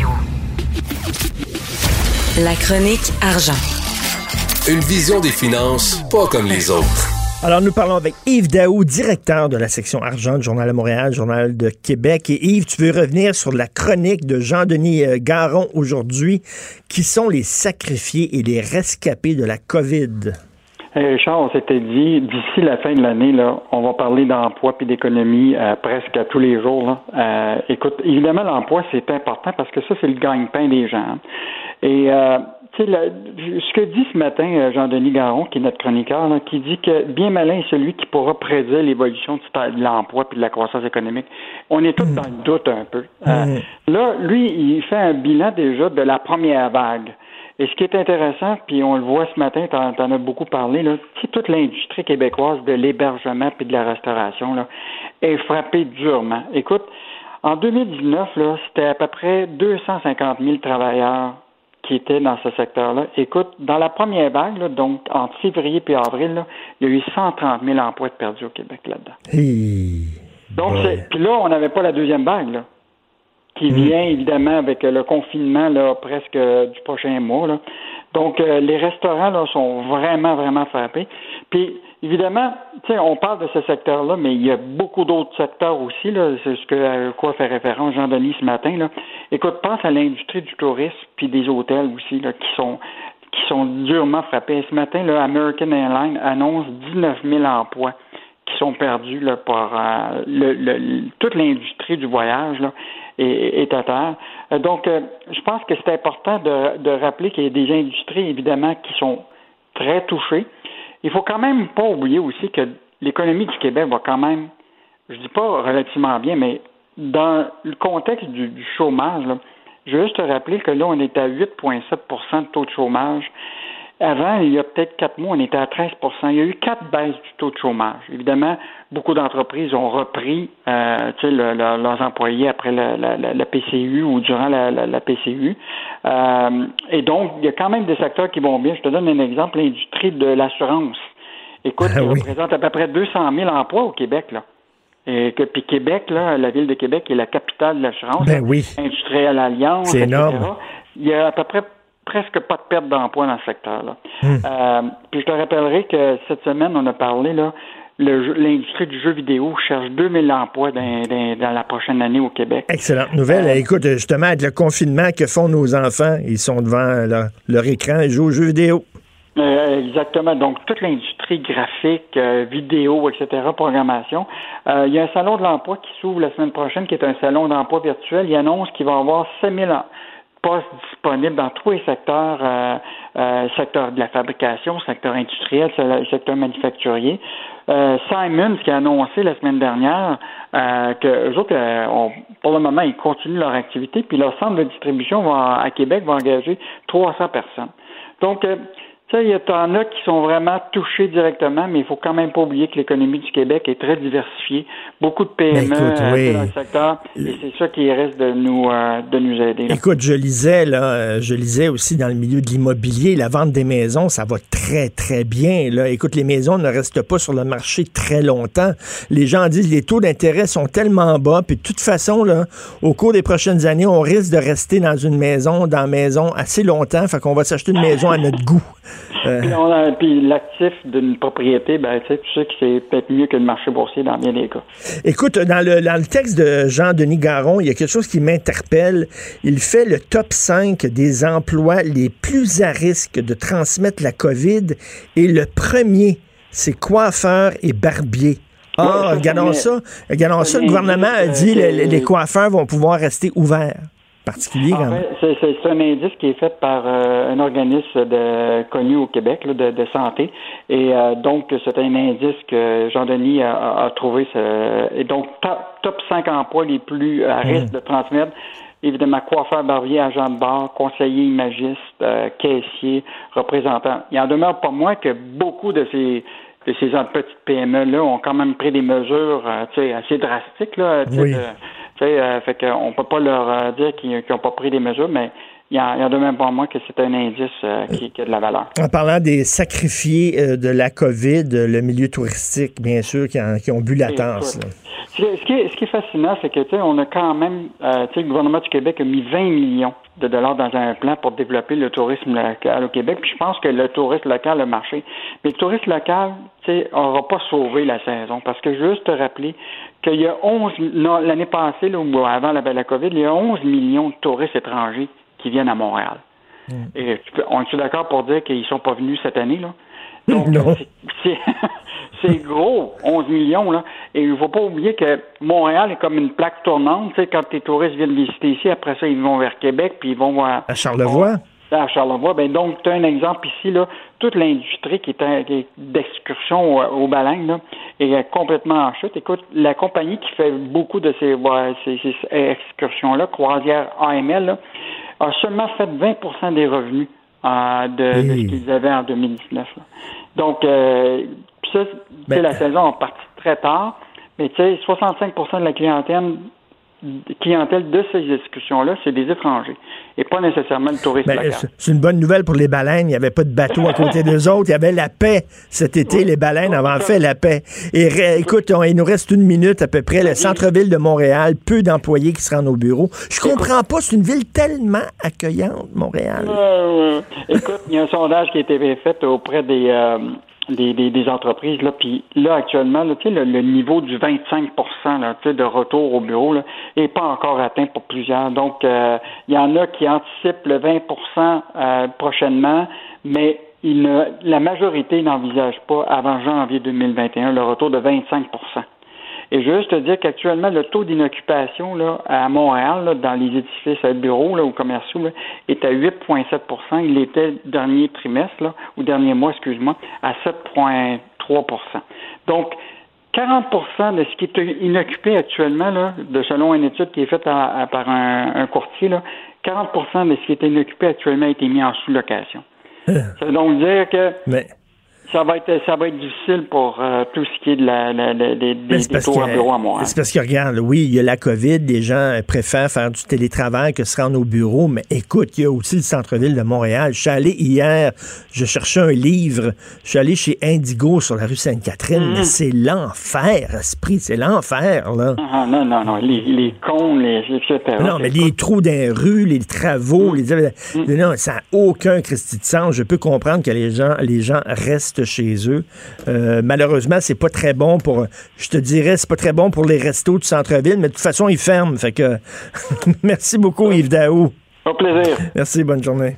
La chronique argent. Une vision des finances pas comme les autres. Alors, nous parlons avec Yves Daou, directeur de la section argent du Journal de Montréal, Journal de Québec. Et Yves, tu veux revenir sur la chronique de Jean-Denis Garon aujourd'hui, qui sont les sacrifiés et les rescapés de la COVID. Hey Richard, on s'était dit, d'ici la fin de l'année, là, on va parler d'emploi puis d'économie euh, presque à tous les jours. Là. Euh, écoute, évidemment, l'emploi, c'est important parce que ça, c'est le gagne-pain des gens. Et... Euh, Tu sais, la, ce que dit ce matin Jean-Denis Garon, qui est notre chroniqueur, là, qui dit que bien malin est celui qui pourra prédire l'évolution du, de l'emploi puis de la croissance économique. On est tous mmh. dans le doute un peu. Mmh. Euh, là, lui, il fait un bilan déjà de la première vague. Et ce qui est intéressant, puis on le voit ce matin, t'en, t'en as beaucoup parlé, là, toute l'industrie québécoise de l'hébergement puis de la restauration là, est frappée durement. Écoute, en deux mille dix-neuf, là, c'était à peu près deux cent cinquante mille travailleurs qui étaient dans ce secteur-là. Écoute, dans la première vague, là, donc entre février et avril, là, il y a eu cent trente mille emplois de perdus au Québec là-dedans. Hey. Donc, ouais. puis là, on n'avait pas la deuxième vague, là, qui vient mmh. évidemment avec le confinement là, presque euh, du prochain mois. Là. Donc, euh, les restaurants là, sont vraiment, vraiment frappés. Puis, évidemment, tu sais, on parle de ce secteur-là, mais il y a beaucoup d'autres secteurs aussi, là. C'est ce que à quoi fait référence Jean-Denis ce matin, là. Écoute, pense à l'industrie du tourisme puis des hôtels aussi, là, qui sont qui sont durement frappés. Ce matin, là, American Airlines annonce dix-neuf mille emplois qui sont perdus là, par euh, le, le, toute l'industrie du voyage là, est, est à terre. Donc, euh, je pense que c'est important de, de rappeler qu'il y a des industries, évidemment, qui sont très touchées. Il faut quand même pas oublier aussi que l'économie du Québec va quand même, je dis pas relativement bien, mais dans le contexte du, du chômage, là, je veux juste te rappeler que là, on est à huit virgule sept pour cent de taux de chômage. Avant, il y a peut-être quatre mois, on était à treize pour cent. Il y a eu quatre baisses du taux de chômage. Évidemment, beaucoup d'entreprises ont repris euh, tu sais, le, le, leurs employés après la, la, la, la P C U ou durant la, la, la P C U. Euh, et donc, il y a quand même des secteurs qui vont bien. Je te donne un exemple, l'industrie de l'assurance. Écoute, ah, oui. représente à peu près deux cent mille emplois au Québec, là. Et que, puis Québec, là, la ville de Québec est la capitale de l'assurance. Ben oui. Industrielle Alliance, c'est et cetera. Énorme. Il y a à peu près presque pas de perte d'emploi dans ce secteur-là. Hum. Euh, puis je te rappellerai que cette semaine, on a parlé, là, le, l'industrie du jeu vidéo cherche deux mille emplois dans, dans, dans la prochaine année au Québec. Excellente nouvelle. Euh, Écoute, justement, avec le confinement que font nos enfants, ils sont devant leur, leur écran, ils jouent aux jeux vidéo. Euh, exactement. Donc, toute l'industrie graphique, euh, vidéo, et cetera, programmation. Euh, il y a un salon de l'emploi qui s'ouvre la semaine prochaine, qui est un salon d'emploi virtuel. Il annonce qu'il va y avoir cinq mille postes disponibles dans tous les secteurs, euh, euh, secteur de la fabrication, secteur industriel, secteur manufacturier. Euh, Simons, qui a annoncé la semaine dernière euh, que eux autres, euh, ont, pour le moment, ils continuent leur activité, puis leur centre de distribution va, à Québec va engager trois cents personnes. Donc, euh, tu sais, il y en a qui sont vraiment touchés directement, mais il faut quand même pas oublier que l'économie du Québec est très diversifiée. Beaucoup de P M E écoute, oui. dans le secteur, et c'est ça qui reste de nous euh, de nous aider. Là. Écoute, je lisais là, je lisais aussi dans le milieu de l'immobilier, la vente des maisons, ça va très très bien. Là, écoute, les maisons ne restent pas sur le marché très longtemps. Les gens disent les taux d'intérêt sont tellement bas, puis de toute façon là, au cours des prochaines années, on risque de rester dans une maison, dans une maison assez longtemps, fait qu'on va s'acheter une maison à notre goût. Euh... Puis, on a, puis l'actif d'une propriété, ben, tu sais, tu sais que c'est peut-être mieux que le marché boursier dans bien des cas. Écoute, dans le, dans le texte de Jean-Denis Garon, il y a quelque chose qui m'interpelle. Il fait le top cinq des emplois les plus à risque de transmettre la COVID et le premier, c'est coiffeur et barbier. Ah, ouais, regardons ça. Regardons ça. Le gouvernement a dit que les, les coiffeurs vont pouvoir rester ouverts. Particulier, en fait, c'est, c'est, c'est un indice qui est fait par euh, un organisme de, connu au Québec là, de, de santé. Et euh, donc, c'est un indice que Jean-Denis a, a, a trouvé. Ce, et donc, top, top cinq emplois les plus à risque mmh. de transmettre. Évidemment, coiffeur, barbier, agent de bar, conseiller imagiste, euh, caissier, représentant. Il en demeure pas moins que beaucoup de ces de ces petites P M E-là ont quand même pris des mesures euh, assez drastiques. Là, oui. de, Euh, fait qu'on peut pas leur euh, dire qu'ils n'ont pas pris des mesures, mais il y en a de même pas moins que c'est un indice euh, qui, qui a de la valeur. En parlant des sacrifiés euh, de la COVID, le milieu touristique, bien sûr, qui, en, qui ont bu la tasse. Ce qui, est, ce qui est fascinant, c'est que on a quand même, euh, le gouvernement du Québec a mis vingt millions de dollars dans un plan pour développer le tourisme local au Québec. Puis je pense que le tourisme local a marché. Mais le tourisme local, n'aura pas sauvé la saison. Parce que juste te rappeler qu'il y a onze, non, l'année passée, là, ou avant la, la COVID, il y a onze millions de touristes étrangers qui viennent à Montréal. Mmh. Et on est d'accord pour dire qu'ils sont pas venus cette année, là? Donc, non. C'est, c'est, c'est gros, onze millions, là. Et il ne faut pas oublier que Montréal est comme une plaque tournante. Tu sais, quand les touristes viennent visiter ici, après ça, ils vont vers Québec, puis ils vont à... À Charlevoix? À Charlevoix. Ben donc, tu as un exemple ici, là. Toute l'industrie qui est, un, qui est d'excursion au, au baleines, là, est complètement en chute. Écoute, la compagnie qui fait beaucoup de ces, ouais, ces, ces excursions-là, Croisière A M L, là, a seulement fait vingt pour cent des revenus euh, de, de ce qu'ils avaient en deux mille dix-neuf. Là. Donc, euh, puis ça, ben, la saison est partie très tard, mais tu sais, soixante-cinq pour cent de la clientèle clientèle de ces excursions-là, c'est des étrangers et pas nécessairement le tourisme ben, local. C'est une bonne nouvelle pour les baleines. Il n'y avait pas de bateau à côté d'eux autres. Il y avait la paix cet été. Oui. Les baleines avaient fait la paix. Et ré, écoute, on, il nous reste une minute à peu près. Le centre-ville de Montréal, peu d'employés qui se rendent au bureau. Je comprends pas. C'est une ville tellement accueillante, Montréal. Euh, écoute, il y a un sondage qui a été fait auprès des... Euh, Des, des, des entreprises, là, puis là, actuellement, là, le, le niveau du vingt-cinq pour cent là, de retour au bureau là, est pas encore atteint pour plusieurs. Donc, il euh, y en a qui anticipent le vingt pour cent euh, prochainement, mais il ne, la majorité n'envisage pas, avant janvier deux mille vingt et un, le retour de vingt-cinq pour cent. Et je veux juste te dire qu'actuellement, le taux d'inoccupation là, à Montréal, là, dans les édifices à bureaux là, ou commerciaux, là, est à huit virgule sept pour cent. Il était le dernier trimestre, là, ou dernier mois, excuse-moi, à sept virgule trois pour cent. Donc, quarante pour cent de ce qui est inoccupé actuellement, là, de selon une étude qui est faite à, à, par un, un courtier, là, quarante pour cent de ce qui est inoccupé actuellement a été mis en sous-location. Ça veut donc dire que... Mais... Ça va être ça va être difficile pour euh, tout ce qui est de la, la, la des, des tours en bureau à Montréal. C'est parce que regarde, oui, il y a la COVID, les gens préfèrent faire du télétravail que se rendre au bureau, mais écoute, il y a aussi le centre-ville de Montréal. Je suis allé hier, je cherchais un livre, je suis allé chez Indigo sur la rue Sainte-Catherine, mmh. mais c'est l'enfer, esprit, c'est l'enfer, là. Ah, non, non, non, les, les cons, les et cetera. Non, mais les trous dans les rues, les travaux, mmh. les mmh. non, ça n'a aucun Christi de sens. Je peux comprendre que les gens, les gens restent chez eux. Euh, malheureusement, c'est pas très bon pour, je te dirais, c'est pas très bon pour les restos du centre-ville, mais de toute façon, ils ferment. Fait que, merci beaucoup, Yves Daou. Au plaisir. Merci, bonne journée.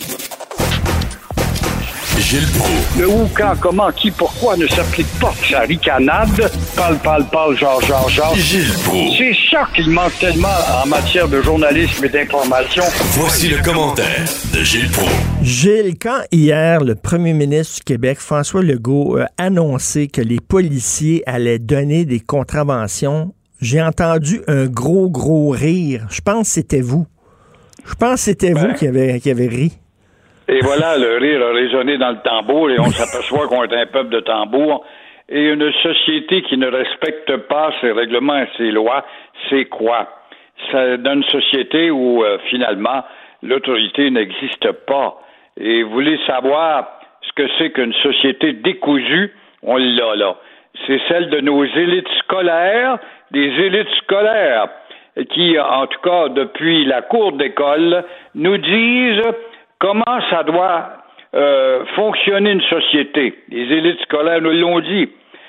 Gilles Proulx. Le où, quand, comment, qui, pourquoi ne s'applique pas sa ricanade. Parle, parle, parle, genre, genre, genre. Gilles Proulx. C'est ça qu'il manque tellement en matière de journalisme et d'information. Voici le commentaire de Gilles Proulx. Gilles, quand hier, le premier ministre du Québec, François Legault, a annoncé que les policiers allaient donner des contraventions, j'ai entendu un gros, gros rire. Je pense que c'était vous. Je pense que c'était ben. vous qui avez, qui avez ri. Et voilà, le rire a résonné dans le tambour et on s'aperçoit qu'on est un peuple de tambour. Et une société qui ne respecte pas ses règlements et ses lois, c'est quoi? C'est dans une société où, euh, finalement, l'autorité n'existe pas. Et vous voulez savoir ce que c'est qu'une société décousue? On l'a là. C'est celle de nos élites scolaires, des élites scolaires, qui, en tout cas, depuis la cour d'école, nous disent comment ça doit euh, fonctionner une société. Les élites scolaires nous l'ont dit.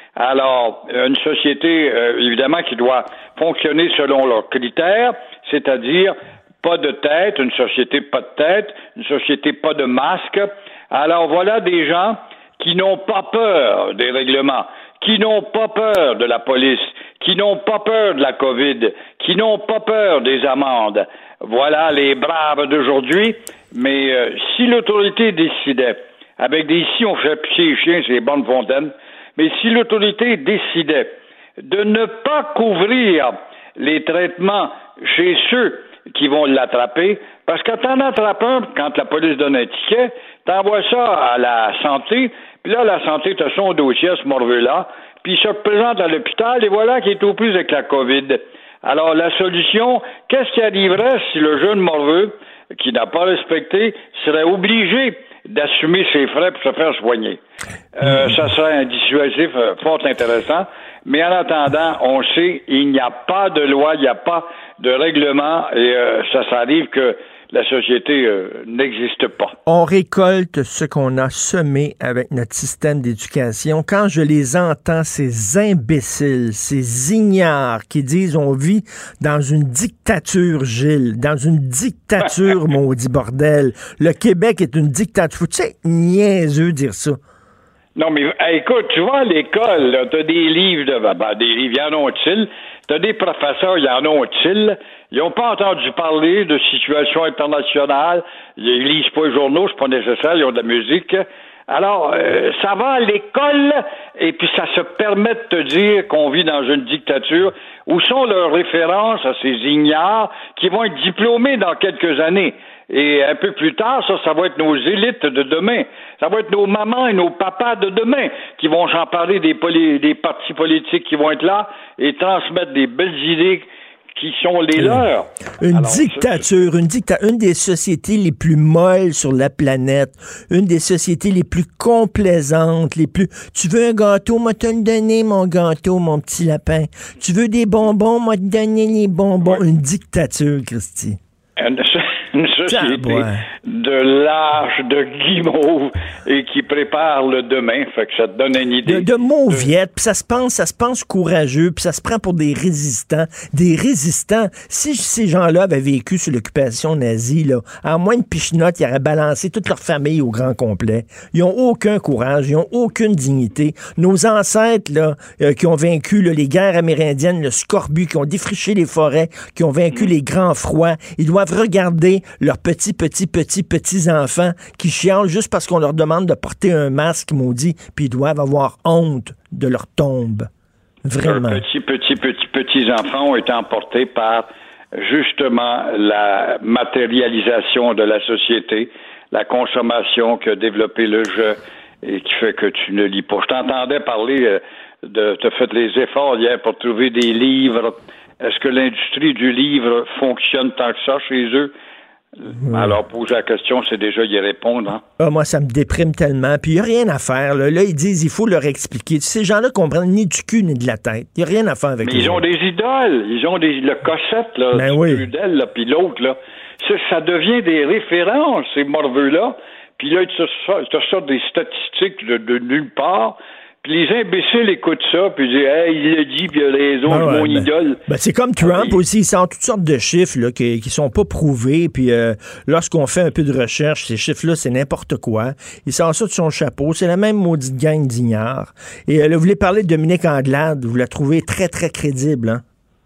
Alors, une société, euh, évidemment, qui doit fonctionner selon leurs critères, c'est-à-dire pas de tête, une société pas de tête, une société pas de masque. Alors, voilà des gens qui n'ont pas peur des règlements, qui n'ont pas peur de la police, qui n'ont pas peur de la COVID, qui n'ont pas peur des amendes. Voilà les braves d'aujourd'hui. Mais euh, si l'autorité décidait, avec des si on fait pisser les chiens, c'est les bonnes fontaines, mais si l'autorité décidait de ne pas couvrir les traitements chez ceux qui vont l'attraper, parce que t'en attrapes un, quand la police donne un ticket, t'envoies ça à la santé, puis là, la santé, t'as son dossier à ce morveux-là, puis il se représente à l'hôpital, et voilà qu'il est aux prises avec la COVID. Alors, la solution, qu'est-ce qui arriverait si le jeune morveux, qui n'a pas respecté, serait obligé d'assumer ses frais pour se faire soigner? Euh, ça serait un dissuasif euh, fort intéressant. Mais en attendant, on sait, il n'y a pas de loi, il n'y a pas de règlement, et euh, ça, ça arrive que la société euh, n'existe pas. On récolte ce qu'on a semé avec notre système d'éducation. Quand je les entends, ces imbéciles, ces ignares qui disent on vit dans une dictature, Gilles, dans une dictature, maudit bordel. Le Québec est une dictature. Tu sais, niaiseux dire ça. Non, mais hey, écoute, tu vois, à l'école, t'as des livres, de, ben, des livres, y en ont-ils? T'as des professeurs, y en ont-ils? Ils n'ont pas entendu parler de situation internationale. Ils lisent pas les journaux, c'est pas nécessaire, ils ont de la musique. Alors, euh, ça va à l'école, et puis ça se permet de te dire qu'on vit dans une dictature. Où sont leurs références à ces ignares qui vont être diplômés dans quelques années? Et un peu plus tard, ça, ça va être nos élites de demain. Ça va être nos mamans et nos papas de demain qui vont s'emparer des, poli- des partis politiques qui vont être là et transmettre des belles idées qui sont les oui. leurs. Une Alors, dictature, une dictature, une des sociétés les plus molles sur la planète, une des sociétés les plus complaisantes, les plus... Tu veux un gâteau, moi te le donner, mon gâteau, mon petit lapin. Tu veux des bonbons, moi te donner les bonbons. Oui. Une dictature, Christy. Une, une société de lâches, de guimauves et qui prépare le demain. Fait que ça te donne une idée. De, de mauviettes, puis ça se pense, ça se pense courageux, puis ça se prend pour des résistants. Des résistants. Si ces gens-là avaient vécu sous l'occupation nazie, là, en moins de pichenottes, ils auraient balancé toute leur famille au grand complet. Ils n'ont aucun courage, ils n'ont aucune dignité. Nos ancêtres, là, euh, qui ont vaincu là, les guerres amérindiennes, le scorbut, qui ont défriché les forêts, qui ont vaincu mmh. les grands froids, ils doivent regarder leurs petits, petits, petits, petits-enfants qui chialent juste parce qu'on leur demande de porter un masque maudit, puis ils doivent avoir honte de leur tombe. Vraiment. Leurs petits, petits, petits, petits-enfants ont été emportés par, justement, la matérialisation de la société, la consommation qui a développé le jeu et qui fait que tu ne lis pas. Je t'entendais parler de... Tu as fait les efforts hier pour trouver des livres. Est-ce que l'industrie du livre fonctionne tant que ça chez eux? Oui. Alors, poser la question, c'est déjà y répondre. Hein? Ah, moi, ça me déprime tellement. Puis, il n'y a rien à faire. Là. là, ils disent, il faut leur expliquer. Ces gens-là comprennent ni du cul ni de la tête. Il n'y a rien à faire avec eux. Mais ils ont des idoles. Ils ont des, le Cossette, là, ben oui. Trudel, là, puis l'autre, là. Ça, ça devient des références, ces morveux-là. Puis là, tu as ça des statistiques de, de nulle part. Puis les imbéciles écoutent ça, puis ils disent « Hey, il l'a dit, puis il a raison, ben ouais, mon ben, idole. » Ben c'est comme Trump ah, aussi, il sort toutes sortes de chiffres là, qui, qui sont pas prouvés, puis euh, lorsqu'on fait un peu de recherche, ces chiffres-là, c'est n'importe quoi. Il sort ça de son chapeau, c'est la même maudite gang d'ignards. Et euh, là, vous voulez parler de Dominique Anglade, vous la trouvez très, très crédible, hein?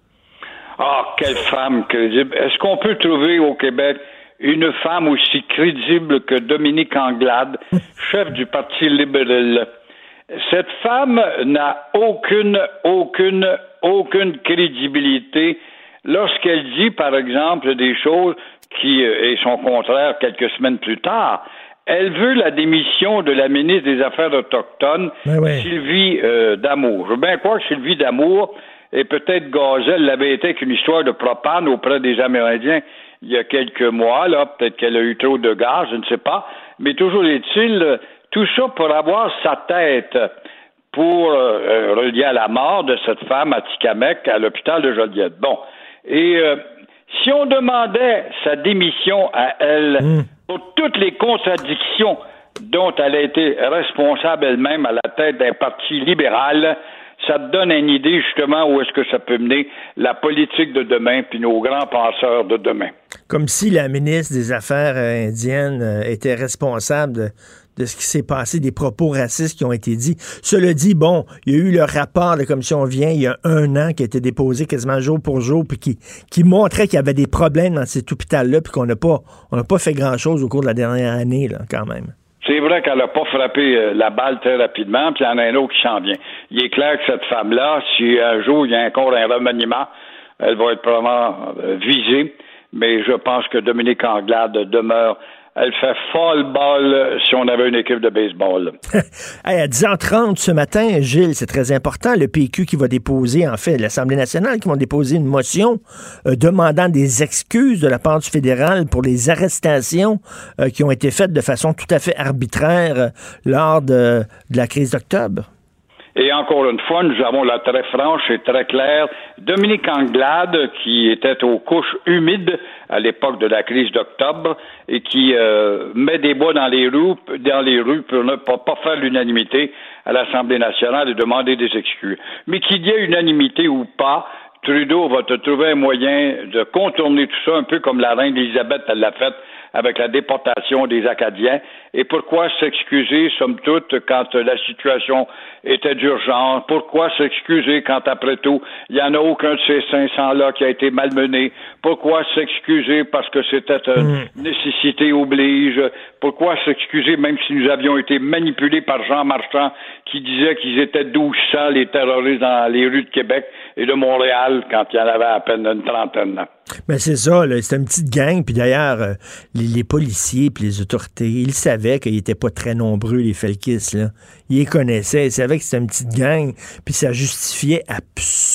Ah, quelle femme crédible. Est-ce qu'on peut trouver au Québec une femme aussi crédible que Dominique Anglade, chef du Parti libéral? Cette femme n'a aucune, aucune, aucune crédibilité lorsqu'elle dit, par exemple, des choses qui et son contraire quelques semaines plus tard. Elle veut la démission de la ministre des Affaires autochtones, ouais. Sylvie euh, Damour. Je veux bien croire que Sylvie Damour et peut-être Gazelle l'avait été avec une histoire de propane auprès des Amérindiens il y a quelques mois, là. Peut-être qu'elle a eu trop de gaz, je ne sais pas. Mais toujours est-il... Tout ça pour avoir sa tête pour euh, relier à la mort de cette femme à Tikamek, à l'hôpital de Joliette. Bon. Et euh, si on demandait sa démission à elle mmh. pour toutes les contradictions dont elle a été responsable elle-même à la tête d'un parti libéral, ça te donne une idée justement où est-ce que ça peut mener la politique de demain puis nos grands penseurs de demain. Comme si la ministre des Affaires indiennes euh, était responsable de... de ce qui s'est passé, des propos racistes qui ont été dits. Cela dit, bon, il y a eu le rapport de la commission Vient il y a un an qui a été déposé quasiment jour pour jour, puis qui, qui montrait qu'il y avait des problèmes dans cet hôpital-là, puis qu'on n'a pas, on n'a pas fait grand-chose au cours de la dernière année, là, quand même. C'est vrai qu'elle n'a pas frappé euh, la balle très rapidement, puis il y en a un autre qui s'en vient. Il est clair que cette femme-là, si un jour il y a encore un remaniement, elle va être probablement euh, visée, mais je pense que Dominique Anglade demeure. Elle fait folle balle si on avait une équipe de baseball. Hey, à dix heures trente ce matin, Gilles, c'est très important, le P Q qui va déposer, en fait, l'Assemblée nationale qui va déposer une motion euh, demandant des excuses de la part du fédéral pour les arrestations euh, qui ont été faites de façon tout à fait arbitraire euh, lors de, de la crise d'octobre. Et encore une fois, nous avons la très franche et très claire Dominique Anglade, qui était aux couches humides à l'époque de la crise d'octobre et qui euh, met des bois dans les rues, dans les rues pour ne pas, pas faire l'unanimité à l'Assemblée nationale et demander des excuses. Mais qu'il y ait unanimité ou pas, Trudeau va te trouver un moyen de contourner tout ça, un peu comme la reine Élisabeth elle l'a fait avec la déportation des Acadiens. Et pourquoi s'excuser, somme toute, quand la situation était d'urgence? Pourquoi s'excuser quand, après tout, il n'y en a aucun de ces cinq cents-là qui a été malmené? Pourquoi s'excuser parce que c'était une mmh. nécessité oblige? Pourquoi s'excuser même si nous avions été manipulés par Jean Marchand qui disait qu'ils étaient douze cents les terroristes dans les rues de Québec et de Montréal quand il y en avait à peine une trentaine? Ben c'est ça, là, c'était une petite gang, puis d'ailleurs, euh, les, les policiers puis les autorités, ils savaient qu'ils n'étaient pas très nombreux, les Felkis, là. Ils les connaissaient, ils savaient que c'était une petite gang, puis ça justifiait absolument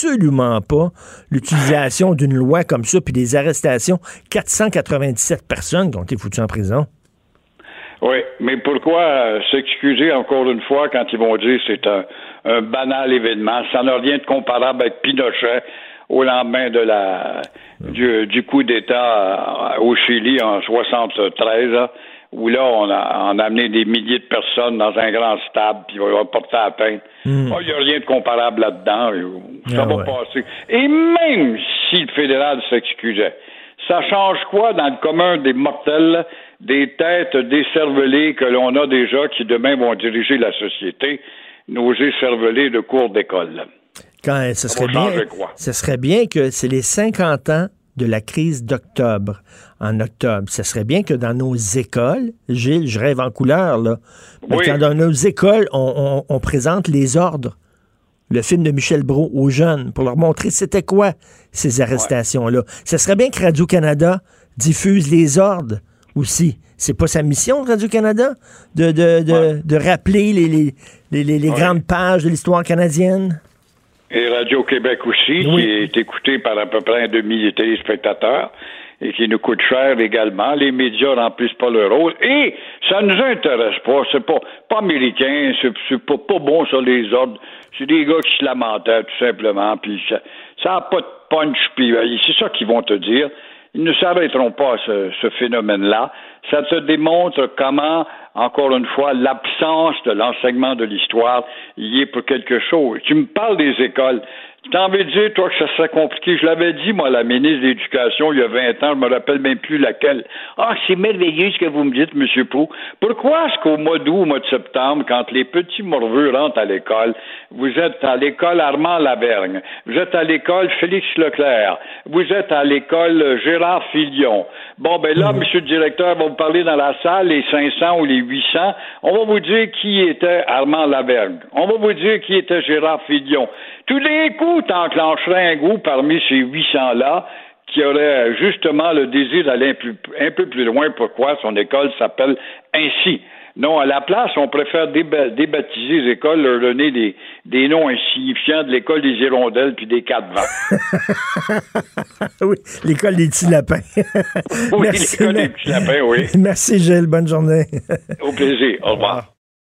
absolument pas l'utilisation d'une loi comme ça, puis des arrestations. quatre cent quatre-vingt-dix-sept personnes qui ont été foutues en prison. Oui, mais pourquoi euh, s'excuser encore une fois quand ils vont dire que c'est un, un banal événement? Ça n'a rien de comparable avec Pinochet au lendemain de la du, du coup d'État au Chili en soixante-treize, là, où là, on a, on a amené des milliers de personnes dans un grand stade, puis on va porter atteinte. Mm. Oh, il n'y a rien de comparable là-dedans. Ça ah, va ouais. passer. Et même si le fédéral s'excusait, ça change quoi dans le commun des mortels, des têtes décervelées que l'on a déjà, qui demain vont diriger la société, nos écervelés de cours d'école? Quand, ce, serait bien, ce serait bien que c'est les cinquante ans de la crise d'octobre, en octobre. Ce serait bien que dans nos écoles, Gilles, je rêve en couleur, là, mais oui. Quand dans nos écoles, on, on, on présente les ordres, le film de Michel Brault aux jeunes, pour leur montrer c'était quoi ces arrestations-là. Ouais. Ce serait bien que Radio-Canada diffuse les ordres aussi. C'est pas sa mission, Radio-Canada, de, de, de, ouais. de rappeler les, les, les, les, les ouais. grandes pages de l'histoire canadienne? Et Radio-Québec aussi, oui. qui est écouté par à peu près un demi téléspectateurs et qui nous coûte cher également. Les médias remplissent pas leur rôle et ça nous intéresse pas. C'est pas, pas américain, c'est, c'est pas, pas bon sur les ordres. C'est des gars qui se lamentaient tout simplement, puis ça, ça a pas de punch, puis c'est ça qu'ils vont te dire. Ils ne s'arrêteront pas à ce, ce phénomène-là. Ça te démontre comment, encore une fois, l'absence de l'enseignement de l'histoire y est pour quelque chose. Tu me parles des écoles. Tu as envie de dire, toi, que ça serait compliqué. Je l'avais dit, moi, à la ministre de l'Éducation, il y a vingt ans, je me rappelle même plus laquelle. Ah, c'est merveilleux ce que vous me dites, M. Proulx. Pourquoi est-ce qu'au mois d'août, au mois de septembre, quand les petits morveux rentrent à l'école, vous êtes à l'école Armand Lavergne, vous êtes à l'école Félix Leclerc, vous êtes à l'école Gérard Filion. Bon, ben là, M. le directeur va vous parler dans la salle, les cinq cents ou les huit cents, on va vous dire qui était Armand Lavergne. On va vous dire qui était Gérard Filion. Tout d'un coup, t'enclencherais un groupe parmi ces huit cents-là qui aurait justement le désir d'aller un, plus, un peu plus loin. Pourquoi son école s'appelle ainsi? Non, à la place, on préfère déba- débaptiser les écoles, leur donner des, des noms insignifiants de l'école des hirondelles puis des quatre vents. Oui, l'école des petits lapins. Oui, Merci, l'école mais... des petits lapins, oui. Merci, Gilles. Bonne journée. Au plaisir. Au revoir.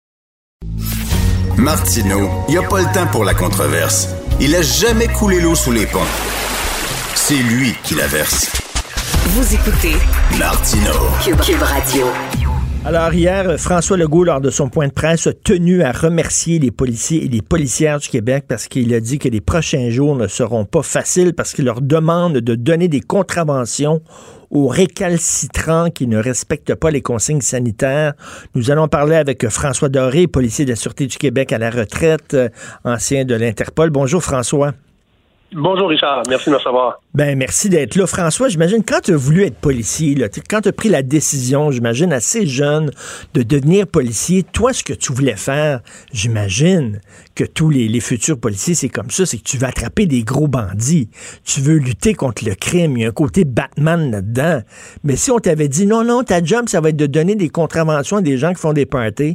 Martineau, il n'y a pas le temps pour la controverse. Il a jamais coulé l'eau sous les ponts. C'est lui qui la verse. Vous écoutez Martineau. Cube, Cube Radio. Alors hier, François Legault, lors de son point de presse, a tenu à remercier les policiers et les policières du Québec parce qu'il a dit que les prochains jours ne seront pas faciles parce qu'il leur demande de donner des contraventions aux récalcitrants qui ne respectent pas les consignes sanitaires. Nous allons parler avec François Doré, policier de la Sûreté du Québec à la retraite, ancien de l'Interpol. Bonjour François. Bonjour Richard, merci de me recevoir. Ben merci d'être là. François, j'imagine quand tu as voulu être policier, là, quand tu as pris la décision, j'imagine assez jeune, de devenir policier, toi ce que tu voulais faire, j'imagine que tous les, les futurs policiers, c'est comme ça, c'est que tu veux attraper des gros bandits. Tu veux lutter contre le crime. Il y a un côté Batman là-dedans. Mais si on t'avait dit non, non, ta job, ça va être de donner des contraventions à des gens qui font des parties.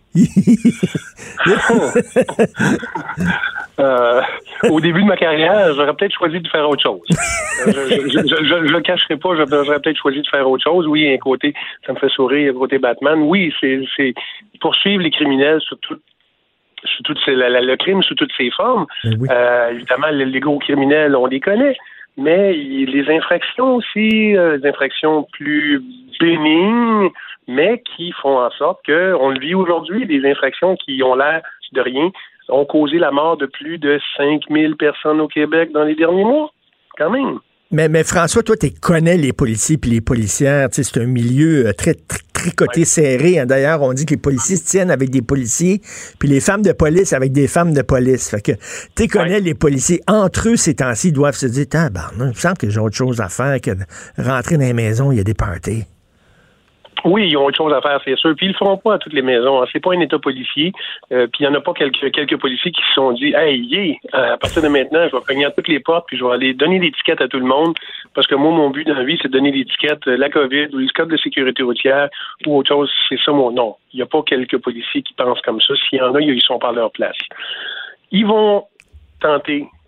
euh, au début de ma carrière, j'aurais peut-être choisi de faire autre chose. je ne le cacherai pas, j'aurais peut-être choisi de faire autre chose. Oui, un côté, ça me fait sourire, un côté Batman. Oui, c'est, c'est poursuivre les criminels sur tout, sur toute, la, la, le crime sous toutes ses formes. Oui. Euh, évidemment, les, les gros criminels, on les connaît. Mais les infractions aussi, euh, les infractions plus bénignes, mais qui font en sorte que, on le vit aujourd'hui, des infractions qui ont l'air de rien, ont causé la mort de plus de cinq mille personnes au Québec dans les derniers mois, quand même. Mais, mais François, toi, tu connais les policiers puis les policières. Tu sais, c'est un milieu très, très tricoté, ouais. serré. Hein. D'ailleurs, on dit que les policiers se tiennent avec des policiers, puis les femmes de police avec des femmes de police. Fait que tu connais ouais. les policiers. Entre eux, ces temps-ci, ils doivent se dire, ah, ben, il me semble que j'ai autre chose à faire que de rentrer dans les maisons, il y a des parties. Oui, ils ont autre chose à faire, c'est sûr. Puis ils le feront pas à toutes les maisons. Hein. C'est pas un État policier. Euh, puis il y en a pas quelques quelques policiers qui se sont dit, hey, yeah, à partir de maintenant, je vais cogner à toutes les portes, puis je vais aller donner l'étiquette à tout le monde, parce que moi, mon but dans la vie, c'est de donner l'étiquette la COVID ou le code de sécurité routière ou autre chose. C'est ça mon nom. Il y a pas quelques policiers qui pensent comme ça. S'il y en a, ils sont pas à leur place. Ils vont tenter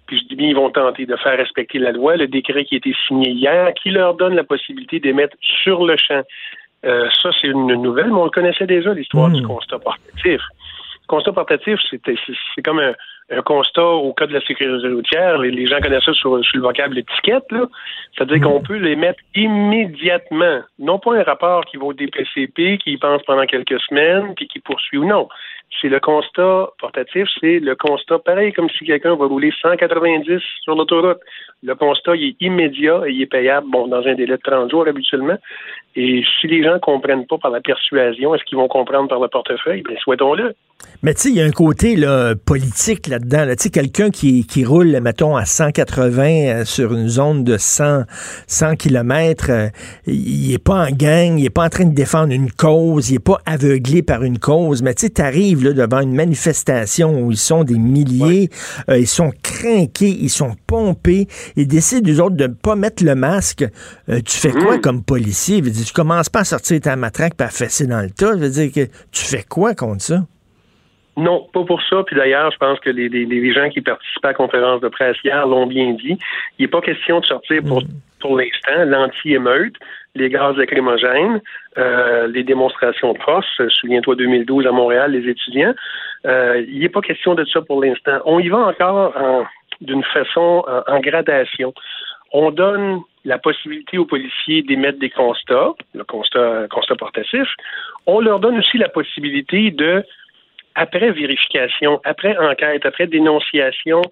puis je dis bien ils vont tenter de faire respecter la loi, le décret qui a été signé hier, qui leur donne la possibilité d'émettre sur le champ. Euh, ça, c'est une nouvelle, mais on le connaissait déjà, l'histoire mmh. du constat portatif. Le constat portatif, c'est, c'est, c'est comme un, un constat au cas de la sécurité routière. Les, les gens connaissent ça sur, sur le vocable étiquette, là. C'est-à-dire mmh. qu'on peut les mettre immédiatement. Non pas un rapport qui va au D P C P, qui y pense pendant quelques semaines, puis qui poursuit ou non. C'est le constat portatif, c'est le constat pareil comme si quelqu'un va rouler cent quatre-vingt-dix sur l'autoroute. Le constat, il est immédiat et il est payable, bon, dans un délai de trente jours habituellement. Et si les gens ne comprennent pas par la persuasion, est-ce qu'ils vont comprendre par le portefeuille? Bien, souhaitons-le. Mais tu sais, il y a un côté là, politique là-dedans. Là. Tu sais, quelqu'un qui, qui roule, mettons, à cent quatre-vingts euh, sur une zone de cent, cent kilomètres, euh, il est pas en gang, il est pas en train de défendre une cause, il est pas aveuglé par une cause. Mais tu sais, t'arrives là, devant une manifestation où ils sont des milliers, ouais. euh, ils sont crinqués, ils sont pompés, ils décident, eux autres, de ne pas mettre le masque. Euh, tu fais quoi mmh. comme policier? Je veux dire, tu commences pas à sortir ta matraque et à fesser dans le tas. Je veux dire, que tu fais quoi contre ça? Non, pas pour ça. Puis d'ailleurs, je pense que les, les, les gens qui participaient à la conférence de presse hier l'ont bien dit. Il n'est pas question de sortir pour, pour l'instant l'anti-émeute, les gaz lacrymogènes, euh, les démonstrations de force. Souviens-toi deux mille douze à Montréal, les étudiants. Euh, il n'est pas question de ça pour l'instant. On y va encore en, d'une façon en, en gradation. On donne la possibilité aux policiers d'émettre des constats, le constat, constat portatif. On leur donne aussi la possibilité de, après vérification, après enquête, après dénonciation,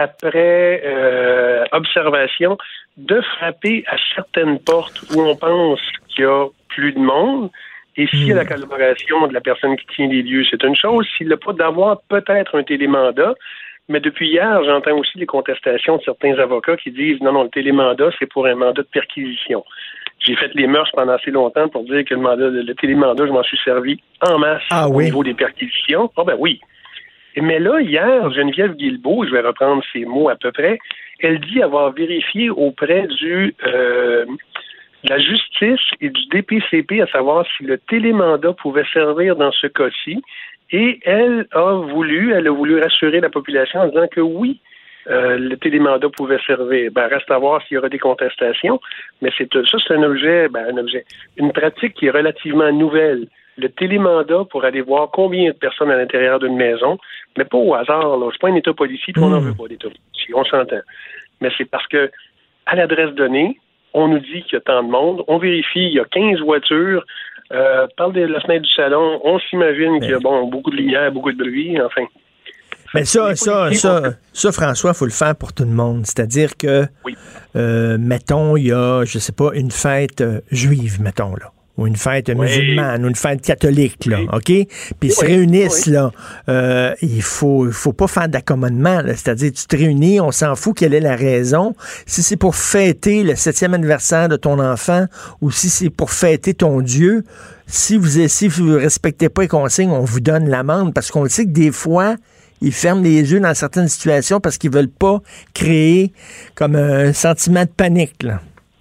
après euh, observation, de frapper à certaines portes où on pense qu'il y a plus de monde. Et s'il y a la collaboration de la personne qui tient les lieux, c'est une chose. S'il n'a pas d'avoir peut-être un télémandat, mais depuis hier, j'entends aussi les contestations de certains avocats qui disent non, non, le télémandat, c'est pour un mandat de perquisition. J'ai fait les mœurs pendant assez longtemps pour dire que le mandat, le télémandat, je m'en suis servi en masse ah, au oui. niveau des perquisitions. Ah ben oui. Mais là, hier, Geneviève Guilbeault, je vais reprendre ses mots à peu près, elle dit avoir vérifié auprès du euh, de la justice et du D P C P à savoir si le télémandat pouvait servir dans ce cas-ci. Et elle a voulu, elle a voulu rassurer la population en disant que oui, euh, le télémandat pouvait servir. Ben, reste à voir s'il y aura des contestations, mais c'est ça, c'est un objet, ben, un objet, une pratique qui est relativement nouvelle. Le télémandat pour aller voir combien de personnes à l'intérieur d'une maison, mais pas au hasard, là. C'est pas un état policier, puis on n'en veut pas d'état policier, on s'entend. Mais c'est parce que, à l'adresse donnée, on nous dit qu'il y a tant de monde, on vérifie, il y a quinze voitures. Euh, parle de la fenêtre du salon, on s'imagine mais... qu'il y a bon, beaucoup de lumière, beaucoup de bruit, enfin. Mais ça, ça, ça, ça, François, il faut le faire pour tout le monde. C'est-à-dire que, oui. euh, mettons, il y a, je sais pas, une fête euh, juive, mettons, là. Ou une fête oui. musulmane, ou une fête catholique, là, oui. OK? Puis ils oui. se réunissent, oui. là. Euh, il faut, il faut pas faire d'accommodement, là. C'est-à-dire, tu te réunis, on s'en fout quelle est la raison. Si c'est pour fêter le septième anniversaire de ton enfant, ou si c'est pour fêter ton Dieu, si vous, si vous respectez pas les consignes, on vous donne l'amende, parce qu'on sait que des fois, ils ferment les yeux dans certaines situations parce qu'ils veulent pas créer comme un sentiment de panique, là.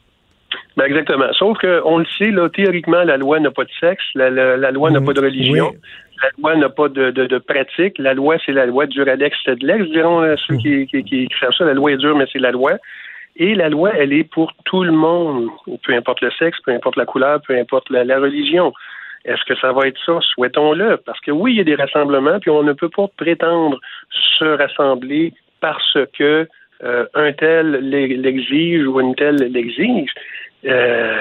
Ben exactement. Sauf qu'on le sait, là, théoriquement, la loi n'a pas de sexe, la, la, la loi mmh, n'a pas de religion, oui. la loi n'a pas de, de, de pratique. La loi, c'est la loi Duralex, c'est de l'ex, diront euh, ceux mmh. qui, qui, qui savent ça. La loi est dure, mais c'est la loi. Et la loi, elle est pour tout le monde, peu importe le sexe, peu importe la couleur, peu importe la, la religion. Est-ce que ça va être ça? Souhaitons-le. Parce que oui, il y a des rassemblements, puis on ne peut pas prétendre se rassembler parce que euh, un tel l'exige ou une telle l'exige. Euh,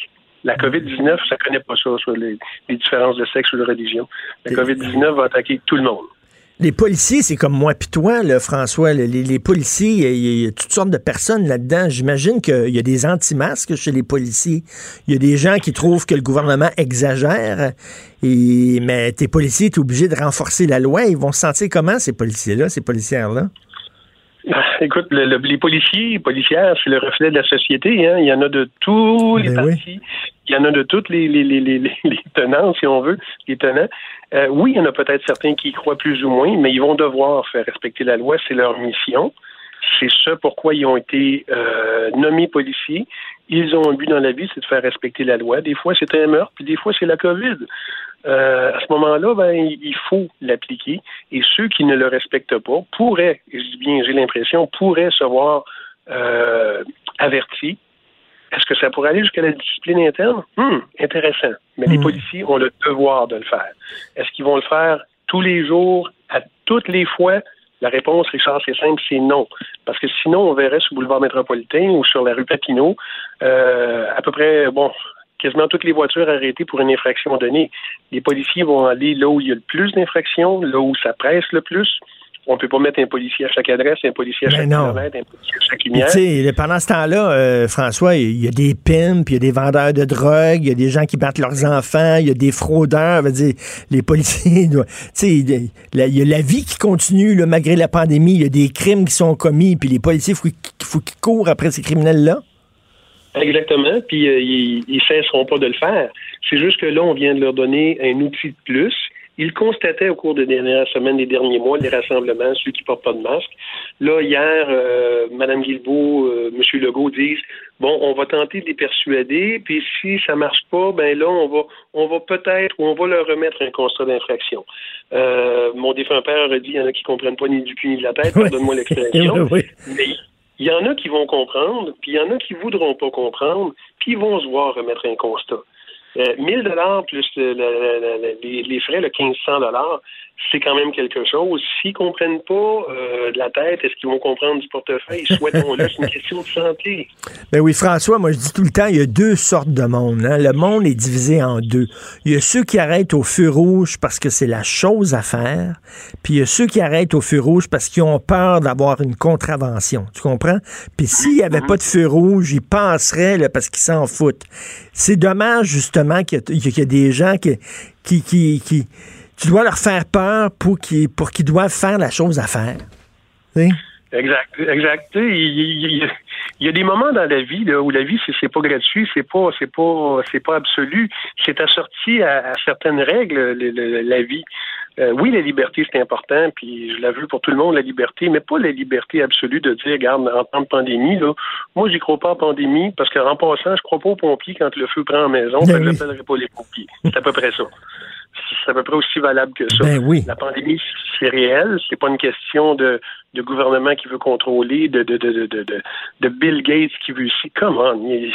la covid dix-neuf, ça ne connaît pas ça, sur les, les différences de sexe ou de religion. La covid dix-neuf va attaquer tout le monde. Les policiers, c'est comme moi puis toi, là, François. Les, les policiers, il y, y a toutes sortes de personnes là-dedans. J'imagine qu'il y a des anti-masques chez les policiers. Il y a des gens qui trouvent que le gouvernement exagère. Et, mais tes policiers, tu es obligé de renforcer la loi. Ils vont se sentir comment, ces policiers-là, ces policières-là? Écoute, le, le, les policiers, les policières, c'est le reflet de la société. Hein. Il y en a de tous les ben partis. Oui. Il y en a de toutes les, les, les, les, les tenants, si on veut, les tenants. Euh, oui, il y en a peut-être certains qui y croient plus ou moins, mais ils vont devoir faire respecter la loi. C'est leur mission. C'est ce pourquoi ils ont été euh, nommés policiers. Ils ont un but dans la vie, c'est de faire respecter la loi. Des fois, c'est un meurtre, puis des fois, c'est la COVID. Euh, à ce moment-là, ben, il faut l'appliquer. Et ceux qui ne le respectent pas pourraient, et je dis bien, j'ai l'impression, pourraient se voir euh, avertis. Est-ce que ça pourrait aller jusqu'à la discipline interne? Hum, intéressant. Mais mmh. les policiers ont le devoir de le faire. Est-ce qu'ils vont le faire tous les jours, à toutes les fois? La réponse, Richard, c'est simple, c'est non. Parce que sinon, on verrait sur le boulevard métropolitain ou sur la rue Papineau, euh, à peu près, bon, quasiment toutes les voitures arrêtées pour une infraction donnée. Les policiers vont aller là où il y a le plus d'infractions, là où ça presse le plus. On ne peut pas mettre un policier à chaque adresse, un policier à chaque kilomètre, un policier à chaque lumière. Tu sais, pendant ce temps-là, euh, François, il y a des pimps, il y a des vendeurs de drogue, il y a des gens qui battent leurs enfants, il y a des fraudeurs. Veut dire, les policiers, tu sais, il y a la vie qui continue là, malgré la pandémie. Il y a des crimes qui sont commis, puis les policiers, il faut, faut qu'ils courent après ces criminels-là. Exactement, puis euh, ils ne cesseront pas de le faire. C'est juste que là, on vient de leur donner un outil de plus. Ils constataient au cours des dernières semaines, des derniers mois, les rassemblements, ceux qui ne portent pas de masque. Là, hier, euh, Mme Guilbeault, euh, M. Legault disent, bon, on va tenter de les persuader, puis si ça marche pas, ben là, on va on va peut-être, ou on va leur remettre un constat d'infraction. Euh, mon défunt père a dit, il y en a qui ne comprennent pas ni du cul ni de la tête, oui. Pardonne-moi l'expression. Oui. Mais il y en a qui vont comprendre, puis il y en a qui ne voudront pas comprendre, puis ils vont se voir remettre un constat. Euh, mille dollars plus le, le, le, les, les frais, le quinze cents dollars, c'est quand même quelque chose. S'ils ne comprennent pas euh, de la tête, est-ce qu'ils vont comprendre du portefeuille? Souhaitons-le, c'est une question de santé. Ben oui, François, moi je dis tout le temps, il y a deux sortes de monde. Hein? Le monde est divisé en deux. Il y a ceux qui arrêtent au feu rouge parce que c'est la chose à faire, puis il y a ceux qui arrêtent au feu rouge parce qu'ils ont peur d'avoir une contravention. Tu comprends? Puis s'il n'y avait pas de feu rouge, ils passeraient là, parce qu'ils s'en foutent. C'est dommage, justement, qu'il y a, qu'il y a des gens qui... qui, qui, qui tu dois leur faire peur pour qu'ils, pour qu'ils doivent faire la chose à faire. Oui? Exact, exact. Il, il, il y a des moments dans la vie là, où la vie c'est, c'est pas gratuit, c'est pas c'est pas c'est pas absolu, c'est assorti à, à certaines règles le, le, la vie. Euh, oui, la liberté c'est important, puis je la veux pour tout le monde la liberté, mais pas la liberté absolue de dire regarde en temps de pandémie là, moi j'y crois pas en pandémie parce qu'en passant je crois pas aux pompiers quand le feu prend en maison, fait que oui. J'appellerai pas les pompiers. C'est à peu près ça. C'est à peu près aussi valable que ça. Ben oui. La pandémie, c'est réel. C'est pas une question de, de gouvernement qui veut contrôler, de, de, de, de, de, de Bill Gates qui veut ici. Comment?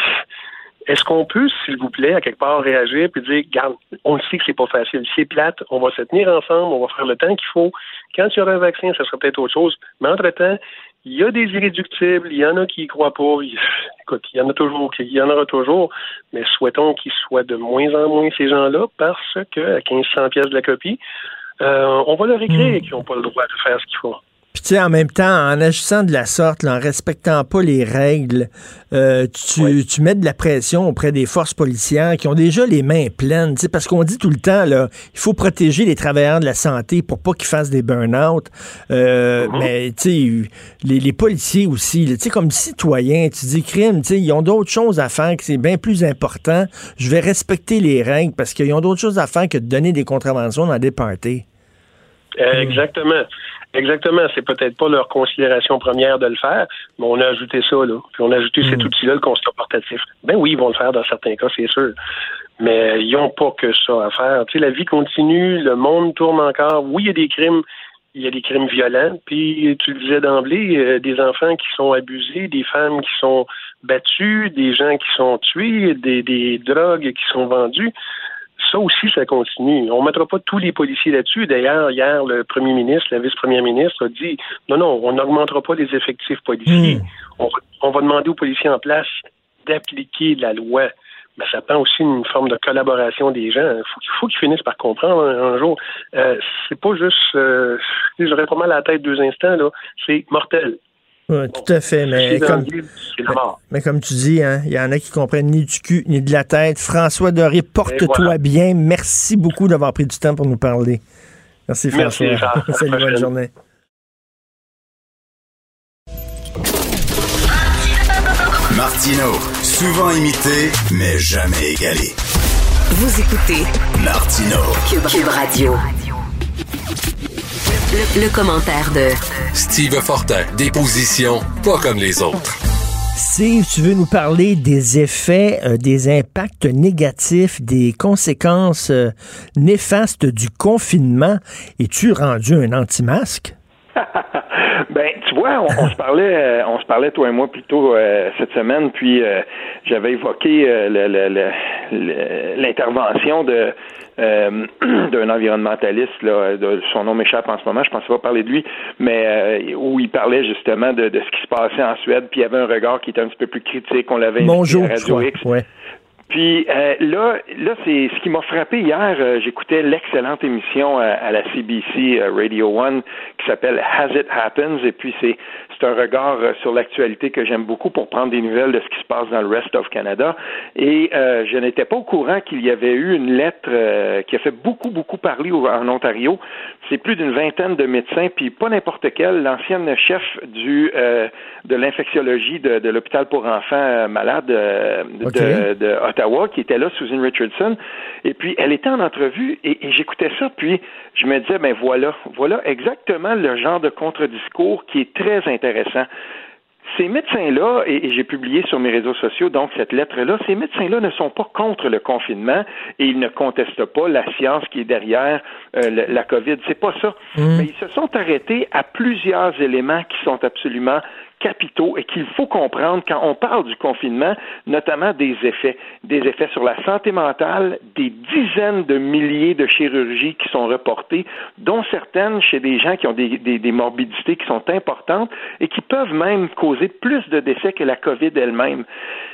Est-ce qu'on peut, s'il vous plaît, à quelque part réagir et dire, regarde, on le sait que c'est pas facile, c'est plate, on va se tenir ensemble, on va faire le temps qu'il faut. Quand il y aura un vaccin, ça sera peut-être autre chose. Mais entre-temps, il y a des irréductibles, il y en a qui y croient pas. Il, écoute, il y en a toujours, il y en aura toujours, mais souhaitons qu'ils soient de moins en moins ces gens-là parce que à quinze cents pièces de la copie, euh, on va leur écrire mmh. qu'ils n'ont pas le droit de faire ce qu'il faut. Puis tu sais, en même temps, en agissant de la sorte, là, en respectant pas les règles, euh, tu, oui. tu mets de la pression auprès des forces policières qui ont déjà les mains pleines, tu sais, parce qu'on dit tout le temps, là, il faut protéger les travailleurs de la santé pour pas qu'ils fassent des burn-out. Euh, mm-hmm. Mais tu sais, les, les policiers aussi, tu sais, comme citoyens, tu dis crime, tu sais, ils ont d'autres choses à faire que c'est bien plus important. Je vais respecter les règles parce qu'ils ont d'autres choses à faire que de donner des contraventions dans des parties. Euh, exactement. Exactement. C'est peut-être pas leur considération première de le faire, mais on a ajouté ça, là. Puis on a ajouté mmh. cet outil-là, le constat portatif. Ben oui, ils vont le faire dans certains cas, c'est sûr. Mais ils n'ont pas que ça à faire. Tu sais, la vie continue, le monde tourne encore. Oui, il y a des crimes, il y a des crimes violents. Puis tu le disais d'emblée, euh, des enfants qui sont abusés, des femmes qui sont battues, des gens qui sont tués, des, des drogues qui sont vendues. Ça aussi, ça continue. On ne mettra pas tous les policiers là-dessus. D'ailleurs, hier, le premier ministre, la vice-première ministre a dit non, non, on n'augmentera pas les effectifs policiers. Mmh. On, on va demander aux policiers en place d'appliquer la loi. Mais ça prend aussi une forme de collaboration des gens. Il faut, faut qu'ils finissent par comprendre un, un jour. Euh, c'est pas juste... Euh, j'aurais pas mal à la tête deux instants, là. C'est mortel. Oui, tout à fait, mais comme, mais, mais comme tu dis, il hein, y en a qui comprennent ni du cul ni de la tête. François Doré, porte-toi voilà. bien. Merci beaucoup d'avoir pris du temps pour nous parler. Merci, François. Merci, Salut, bonne journée. Martino, souvent imité, mais jamais égalé. Vous écoutez Martino. Cube, Cube Radio. Le, le commentaire de Steve Fortin, des positions pas comme les autres. Steve, tu veux nous parler des effets, euh, des impacts négatifs, des conséquences euh, néfastes du confinement. Es-tu rendu un anti-masque? Ben, tu vois, on, on se parlait, euh, on se parlait toi et moi plus tôt euh, cette semaine, puis euh, j'avais évoqué euh, le, le, le, le, l'intervention de euh, d'un environnementaliste, là, de, son nom m'échappe en ce moment, je pensais pas parler de lui, mais euh, où il parlait justement de, de ce qui se passait en Suède, puis il y avait un regard qui était un petit peu plus critique, on l'avait invité à Radio X. Ouais. Puis euh, là, là, c'est ce qui m'a frappé hier. Euh, j'écoutais l'excellente émission euh, à la C B C euh, Radio One qui s'appelle Has It Happens, et puis c'est c'est un regard euh, sur l'actualité que j'aime beaucoup pour prendre des nouvelles de ce qui se passe dans le rest of Canada. Et euh, je n'étais pas au courant qu'il y avait eu une lettre euh, qui a fait beaucoup beaucoup parler au, en Ontario. C'est plus d'une vingtaine de médecins, puis pas n'importe quel, l'ancienne chef du euh, de l'infectiologie de, de l'hôpital pour enfants euh, malades euh, okay. de, de Ottawa, qui était là, Susan Richardson, et puis elle était en entrevue, et, et j'écoutais ça, puis je me disais, ben voilà, voilà exactement le genre de contre-discours qui est très intéressant. Ces médecins-là, et, et j'ai publié sur mes réseaux sociaux donc cette lettre-là, ces médecins-là ne sont pas contre le confinement et ils ne contestent pas la science qui est derrière euh, le, la COVID. C'est pas ça. Mmh. Mais ils se sont arrêtés à plusieurs éléments qui sont absolument capitaux et qu'il faut comprendre quand on parle du confinement, notamment des effets, des effets sur la santé mentale, des dizaines de milliers de chirurgies qui sont reportées, dont certaines chez des gens qui ont des, des, des morbidités qui sont importantes et qui peuvent même causer plus de décès que la COVID elle-même.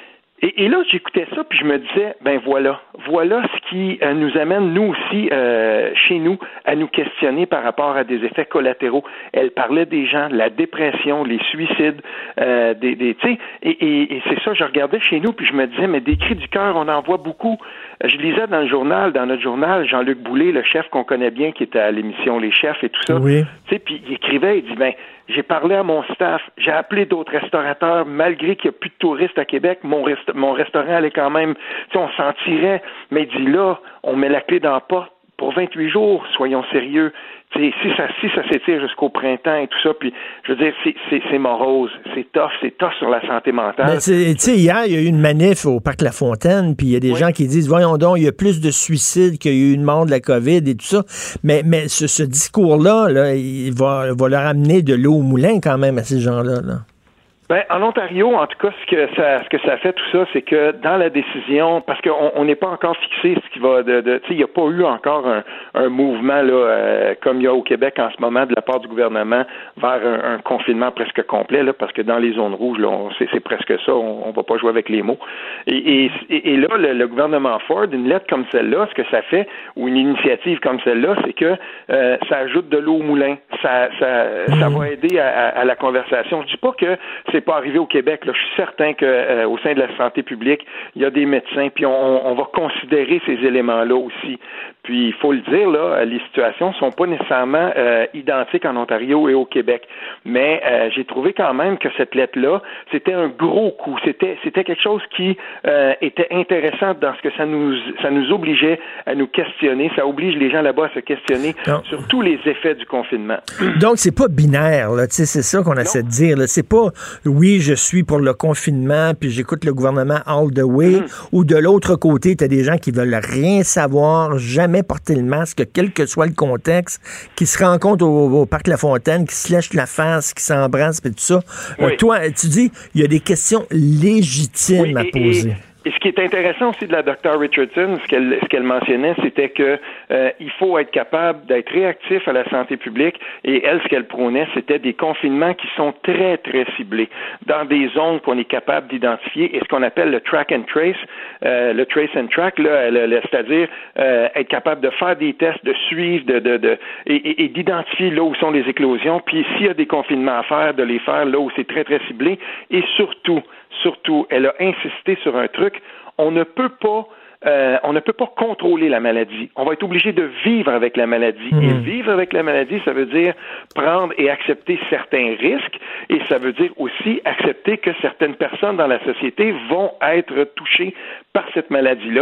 Et, et là, j'écoutais ça, puis je me disais, ben voilà, voilà ce qui euh, nous amène, nous aussi, euh, chez nous, à nous questionner par rapport à des effets collatéraux. Elle parlait des gens, la dépression, les suicides, euh, des, des tu sais, et, et, et c'est ça, je regardais chez nous, puis je me disais, mais des cris du cœur, on en voit beaucoup. Je lisais dans le journal, dans notre journal, Jean-Luc Boulay, le chef qu'on connaît bien, qui était à l'émission Les Chefs et tout ça. Oui. Tu sais, puis il écrivait, il dit, ben, j'ai parlé à mon staff, j'ai appelé d'autres restaurateurs, malgré qu'il n'y a plus de touristes à Québec, mon, resta- mon restaurant allait quand même, tu sais, on s'en tirait, mais il dit là, on met la clé dans la porte pour vingt-huit jours, soyons sérieux. T'sais, si ça si ça s'étire jusqu'au printemps et tout ça, puis je veux dire, c'est, c'est, c'est morose, c'est tough, c'est tough sur la santé mentale. Tu sais, hier, il y a eu une manif au Parc La Fontaine, puis il y a des oui. gens qui disent, voyons donc, il y a plus de suicides qu'il y a eu une mort de la COVID et tout ça. Mais, mais ce, ce discours-là, là, il va, va leur amener de l'eau au moulin quand même à ces gens-là, là. Ben, en Ontario, en tout cas, ce que ça, ce que ça fait tout ça, c'est que dans la décision, parce qu'on on n'est pas encore fixé ce qui va de, de tu sais, il n'y a pas eu encore un, un mouvement là, euh, comme il y a au Québec en ce moment de la part du gouvernement vers un, un confinement presque complet là, parce que dans les zones rouges, là, on, c'est, c'est presque ça, on, on va pas jouer avec les mots. Et, et, et là, le, le gouvernement Ford, une lettre comme celle-là, ce que ça fait, ou une initiative comme celle-là, c'est que euh, ça ajoute de l'eau au moulin, ça, ça, ça va aider à, à, à la conversation. Je dis pas que c'est pas arrivé au Québec. Là. Je suis certain que euh, au sein de la santé publique, il y a des médecins, puis on, on va considérer ces éléments-là aussi. Puis il faut le dire, là, les situations sont pas nécessairement euh, identiques en Ontario et au Québec. Mais euh, j'ai trouvé quand même que cette lettre-là, c'était un gros coup. C'était c'était quelque chose qui euh, était intéressant dans ce que ça nous ça nous obligeait à nous questionner. Ça oblige les gens là-bas à se questionner non. sur tous les effets du confinement. Donc c'est pas binaire, là. Tu sais, c'est ça qu'on essaie de dire. Là. C'est pas oui, je suis pour le confinement, puis j'écoute le gouvernement all the way, mmh. ou de l'autre côté, tu as des gens qui veulent rien savoir, jamais porter le masque, quel que soit le contexte, qui se rencontrent au, au Parc La Fontaine, qui se lèchent la face, qui s'embrassent, puis tout ça. Oui. Euh, toi, tu dis, il y a des questions légitimes oui, à poser. Et, et... Et ce qui est intéressant aussi de la docteure Richardson, ce qu'elle, ce qu'elle mentionnait, c'était que euh, il faut être capable d'être réactif à la santé publique. Et elle, ce qu'elle prônait, c'était des confinements qui sont très, très ciblés dans des zones qu'on est capable d'identifier et ce qu'on appelle le track and trace, euh, le trace and track, là, le, le, c'est-à-dire euh, être capable de faire des tests, de suivre, de, de, de et, et, et d'identifier là où sont les éclosions. Puis s'il y a des confinements à faire, de les faire là où c'est très, très ciblé. Et surtout, Surtout, elle a insisté sur un truc, on ne peut pas euh, on ne peut pas contrôler la maladie. On va être obligé de vivre avec la maladie. Mmh. Et vivre avec la maladie, ça veut dire prendre et accepter certains risques et ça veut dire aussi accepter que certaines personnes dans la société vont être touchées par cette maladie-là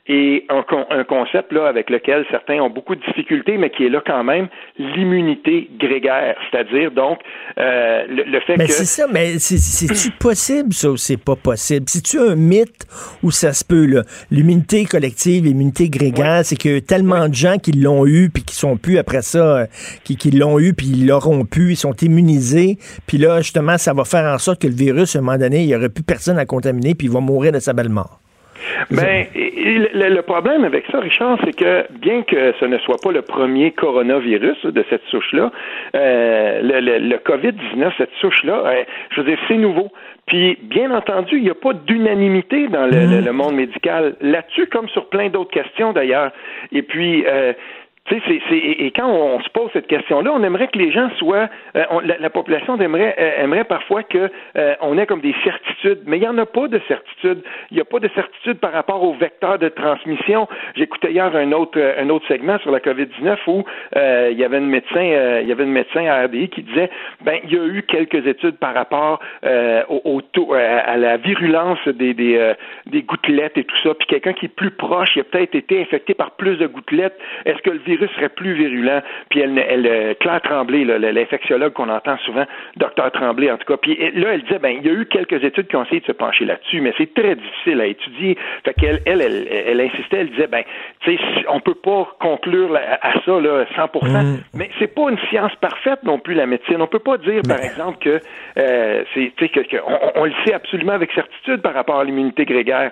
et un, un concept là avec lequel certains ont beaucoup de difficultés, mais qui est là quand même, l'immunité grégaire, c'est-à-dire donc euh, le, le fait mais que... c'est ça, mais c'est, c'est-tu possible, ça, ou c'est pas possible? C'est-tu un mythe où ça se peut, là? L'immunité collective, l'immunité grégaire, ouais. c'est qu'il y a tellement ouais. de gens qui l'ont eu, puis qui sont plus après ça, euh, qui, qui l'ont eu, puis ils l'auront pu, ils sont immunisés, puis là, justement, ça va faire en sorte que le virus, à un moment donné, il n'y aurait plus personne à contaminer, puis il va mourir de sa belle mort. Ben, le, le problème avec ça, Richard, c'est que bien que ce ne soit pas le premier coronavirus de cette souche-là, euh, le, le, le covid dix-neuf, cette souche-là, euh, je veux dire, c'est nouveau. Puis, bien entendu, il n'y a pas d'unanimité dans le, mmh. le, le monde médical là-dessus, comme sur plein d'autres questions d'ailleurs. Et puis, euh, tu sais, c'est, c'est, et quand on se pose cette question-là, on aimerait que les gens soient, euh, on, la, la population aimerait, euh, aimerait parfois que euh, on ait comme des certitudes, mais il n'y en a pas de certitude. Il n'y a pas de certitude par rapport aux vecteurs de transmission. J'écoutais hier un autre, un autre segment sur la covid dix-neuf où euh, il y avait une médecin, euh, il y avait une médecin à R D I qui disait, ben il y a eu quelques études par rapport euh, au, au taux, euh, à la virulence des des, euh, des gouttelettes et tout ça. Puis quelqu'un qui est plus proche, il a peut-être été infecté par plus de gouttelettes. Est-ce que le virus serait plus virulent? Puis elle, elle Claire Tremblay, là, l'infectiologue qu'on entend souvent, docteur Tremblay en tout cas, puis là elle disait, ben il y a eu quelques études qui ont essayé de se pencher là-dessus, mais c'est très difficile à étudier. Fait qu'elle, elle, elle, elle, elle insistait, elle disait, ben tu sais, on peut pas conclure à, à ça là cent pour cent, mmh. mais c'est pas une science parfaite non plus la médecine. On peut pas dire par exemple que euh, c'est, tu sais, que, que on, on le sait absolument avec certitude par rapport à l'immunité grégaire.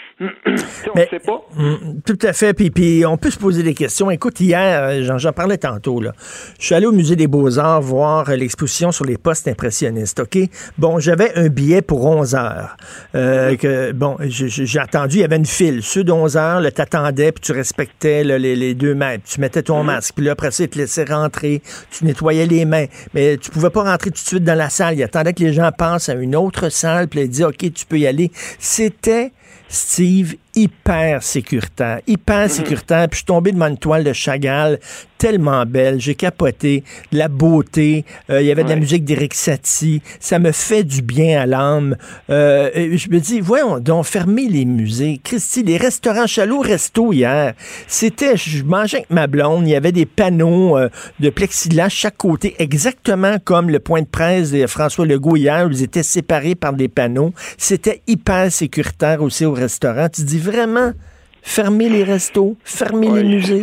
on Mais, sait pas. Tout à fait. Puis, puis on peut se poser des questions. Écoute, hier, j'en, j'en parlais tantôt, là. Je suis allé au Musée des Beaux-Arts voir l'exposition sur les postes impressionnistes, OK? Bon, j'avais un billet pour onze heures. Euh, que, bon, j'ai, j'ai attendu, il y avait une file. Ceux d'onze heures, là, t'attendais, puis tu respectais là, les, les deux mètres. Tu mettais ton mm-hmm. masque. Puis là, après ça, ils te laissaient rentrer. Tu nettoyais les mains. Mais tu pouvais pas rentrer tout de suite dans la salle. Il attendait que les gens passent à une autre salle, puis ils disaient, OK, tu peux y aller. C'était... Steve, hyper sécuritaire, hyper mm-hmm. sécuritaire, puis je suis tombé devant une toile de Chagall tellement belle, j'ai capoté, de la beauté, euh, il y avait de ouais. la musique d'Éric Satie, ça me fait du bien à l'âme. Euh, je me dis, voyons donc, fermer les musées. Christy, les restaurants Chaloux Resto hier, c'était, je mangeais avec ma blonde, il y avait des panneaux euh, de plexiglas chaque côté, exactement comme le point de presse de François Legault hier, où ils étaient séparés par des panneaux. C'était hyper sécuritaire aussi au restaurant. Tu dis vraiment, fermer les restos, fermer ouais. les musées.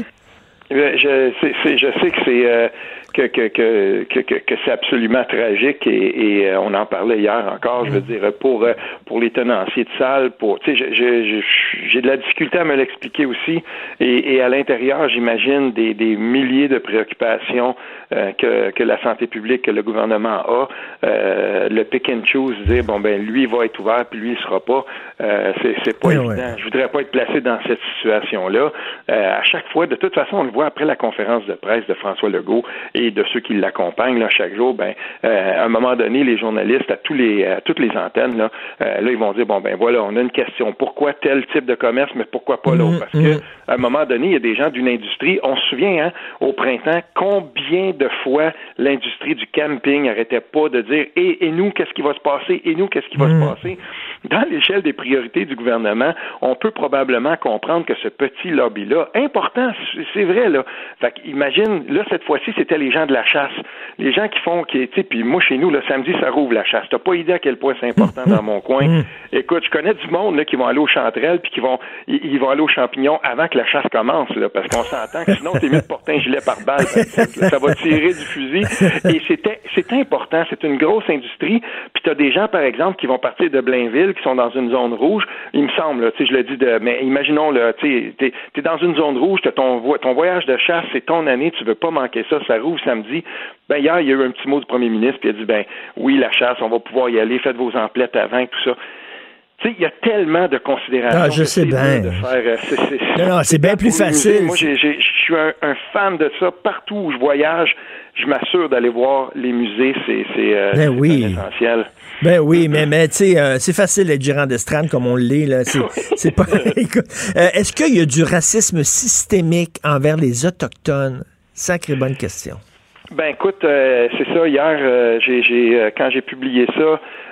Je, c'est, c'est, je sais que c'est euh, que, que, que, que, que c'est absolument tragique et, et euh, on en parlait hier encore, je veux dire, pour pour les tenanciers de salle, pour tu sais, j'ai, j'ai de la difficulté à me l'expliquer aussi et, et à l'intérieur, j'imagine des, des milliers de préoccupations euh, que, que la santé publique, que le gouvernement a, euh, le pick and choose, dire bon ben lui il va être ouvert puis lui il sera pas, euh, c'est, c'est pas oui, évident. Ouais. Je voudrais pas être placé dans cette situation-là. Euh, à chaque fois, de toute façon, on le voit après la conférence de presse de François Legault et de ceux qui l'accompagnent là, chaque jour, ben euh, à un moment donné, les journalistes à tous les à toutes les antennes, là, euh, là, ils vont dire bon ben voilà, on a une question. Pourquoi tel type de commerce, mais pourquoi pas l'autre? Parce que à un moment donné, il y a des gens d'une industrie. On se souvient, hein, au printemps, combien de fois l'industrie du camping n'arrêtait pas de dire et, et nous, qu'est-ce qui va se passer? Et nous, qu'est-ce qui va mmh. se passer? Dans l'échelle des priorités du gouvernement, on peut probablement comprendre que ce petit lobby-là, important, c'est vrai, là. Fait qu'imagine, là, cette fois-ci, c'était les gens de la chasse. Les gens qui font, qui, tu sais, puis moi, chez nous, le samedi, ça rouvre la chasse. T'as pas idée à quel point c'est important dans mon coin. Écoute, je connais du monde, là, qui vont aller aux chanterelles puis qui vont, ils, ils vont aller aux champignons avant que la chasse commence, là, parce qu'on s'entend que sinon, t'es mieux de porter un gilet pare-balles, ça va tirer du fusil. Et c'était, c'est important, c'est une grosse industrie. Puis t'as des gens, par exemple, qui vont partir de Blainville, qui sont dans une zone rouge. Il me semble, tu sais, je le dis de, mais imaginons, là, tu sais, t'es, t'es dans une zone rouge, t'as ton, ton voyage de chasse, c'est ton année, tu veux pas manquer ça, ça rouvre samedi. Ben, hier, il y a eu un petit mot du premier ministre, puis il a dit, ben, oui, la chasse, on va pouvoir y aller, faites vos emplettes avant et tout ça. Tu sais, il y a tellement de considérations. Ah, je sais bien. De faire, c'est, c'est, non, non, c'est, c'est bien plus facile. Moi, je suis un, un fan de ça. Partout où je voyage, je m'assure d'aller voir les musées. C'est, c'est, euh, ben c'est oui. essentiel. Ben oui, mais, mais tu sais, euh, c'est facile d'être gérant d'estrade comme on l'est. Là. C'est, c'est pas... Écoute, euh, est-ce qu'il y a du racisme systémique envers les Autochtones? Sacrée bonne question. Ben écoute, euh, c'est ça. Hier, euh, j'ai, j'ai, euh, quand j'ai publié ça,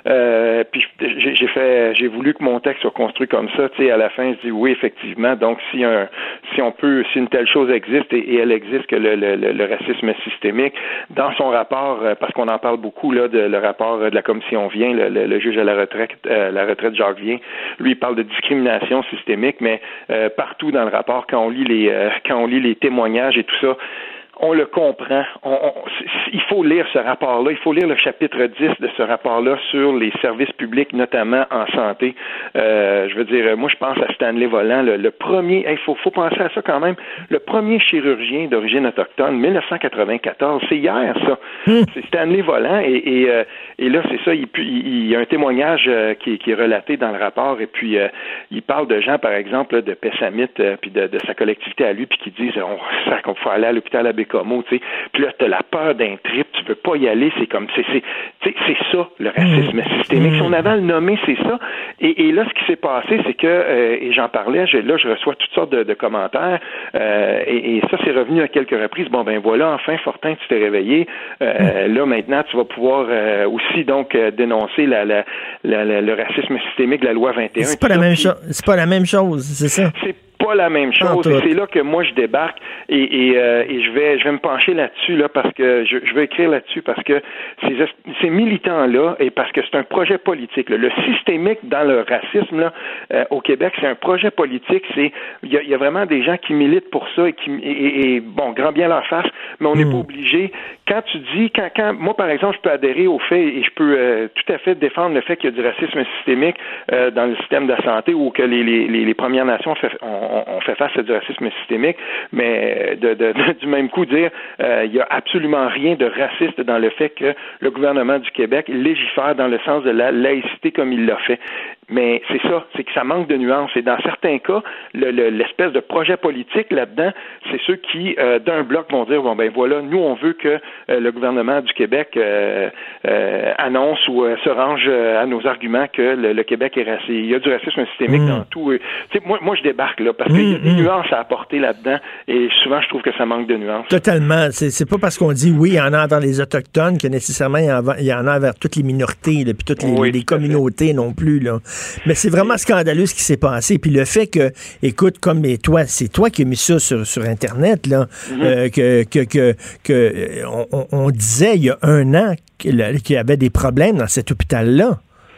Euh, puis j'ai, j'ai fait, j'ai voulu que mon texte soit construit comme ça. Tu sais, à la fin, je dis oui, effectivement. Donc, si un, si on peut, si une telle chose existe et, et elle existe, que le, le, le racisme systémique, dans son rapport, parce qu'on en parle beaucoup là, de le rapport de la commission Vien, le, le, le juge à la retraite, euh, la retraite Jacques Vien, lui il parle de discrimination systémique, mais euh, partout dans le rapport, quand on lit les, euh, quand on lit les témoignages et tout ça, on le comprend. On, on, il faut lire ce rapport-là. Il faut lire le chapitre dix de ce rapport-là sur les services publics, notamment en santé. Euh, je veux dire, moi, je pense à Stanley Volant, le, le premier, il hey, faut, faut penser à ça quand même, le premier chirurgien d'origine autochtone, dix-neuf cent quatre-vingt-quatorze, c'est hier, ça. Mm. C'est Stanley Volant, et, et, euh, et là, c'est ça, il, il, il y a un témoignage euh, qui, qui est relaté dans le rapport, et puis euh, il parle de gens, par exemple, là, de Pessamit, euh, puis de, de sa collectivité à lui, puis qui disent, on, ça, qu'on faut aller à l'hôpital à Bécomo, tu sais, puis là, t'as la peur d'un trip, tu veux pas y aller, c'est comme, c'est, c'est, c'est, c'est ça, le racisme mmh. systémique. Si on avait à le nommer, c'est ça. Et, et là, ce qui s'est passé, c'est que, euh, et j'en parlais, je, là, je reçois toutes sortes de, de commentaires, euh, et, et ça, c'est revenu à quelques reprises. Bon, ben voilà, enfin, Fortin, tu t'es réveillé. Euh, mmh. Là, maintenant, tu vas pouvoir euh, aussi, donc, euh, dénoncer la, la, la, la, le racisme systémique de la loi vingt et un. C'est pas la même chose. C'est pas la même chose, c'est ça. C'est pas la même chose. Et c'est là que moi je débarque et, et, euh, et je vais je vais me pencher là-dessus là parce que je, je vais écrire là-dessus parce que ces, ces militants là et parce que c'est un projet politique là. Le systémique dans le racisme là euh, au Québec, c'est un projet politique. C'est il y a, y a vraiment des gens qui militent pour ça et qui et, et, et bon grand bien leur face, mais on n'est mmh. pas obligé. Quand tu dis quand quand moi par exemple je peux adhérer au fait et je peux euh, tout à fait défendre le fait qu'il y a du racisme systémique euh, dans le système de la santé ou que les les, les, les Premières Nations fait, on, on fait face à du racisme systémique, mais de, de, de, du même coup dire euh, il n'y a absolument rien de raciste dans le fait que le gouvernement du Québec légifère dans le sens de la laïcité comme il l'a fait. Mais c'est ça, c'est que ça manque de nuances. Et dans certains cas, le, le, l'espèce de projet politique là-dedans, c'est ceux qui, euh, d'un bloc, vont dire, bon ben voilà, nous on veut que euh, le gouvernement du Québec euh, euh, annonce ou euh, se range euh, à nos arguments que le, le Québec est raciste. Il y a du racisme systémique mmh. dans tout. Tu sais, moi, moi je débarque là, parce mmh, qu'il y a des mmh. nuances à apporter là-dedans, et souvent je trouve que ça manque de nuances. Totalement. C'est, c'est pas parce qu'on dit oui, il y en a dans les Autochtones que nécessairement il y en a, il y en a vers toutes les minorités, puis toutes les, oui, les communautés non plus, là. Mais c'est vraiment scandaleux ce qui s'est passé. Puis le fait que, écoute, comme mais toi, c'est toi qui as mis ça sur, sur Internet, là, mm-hmm. euh, que, que, que, que on, on disait il y a un an qu'il y avait des problèmes dans cet hôpital-là.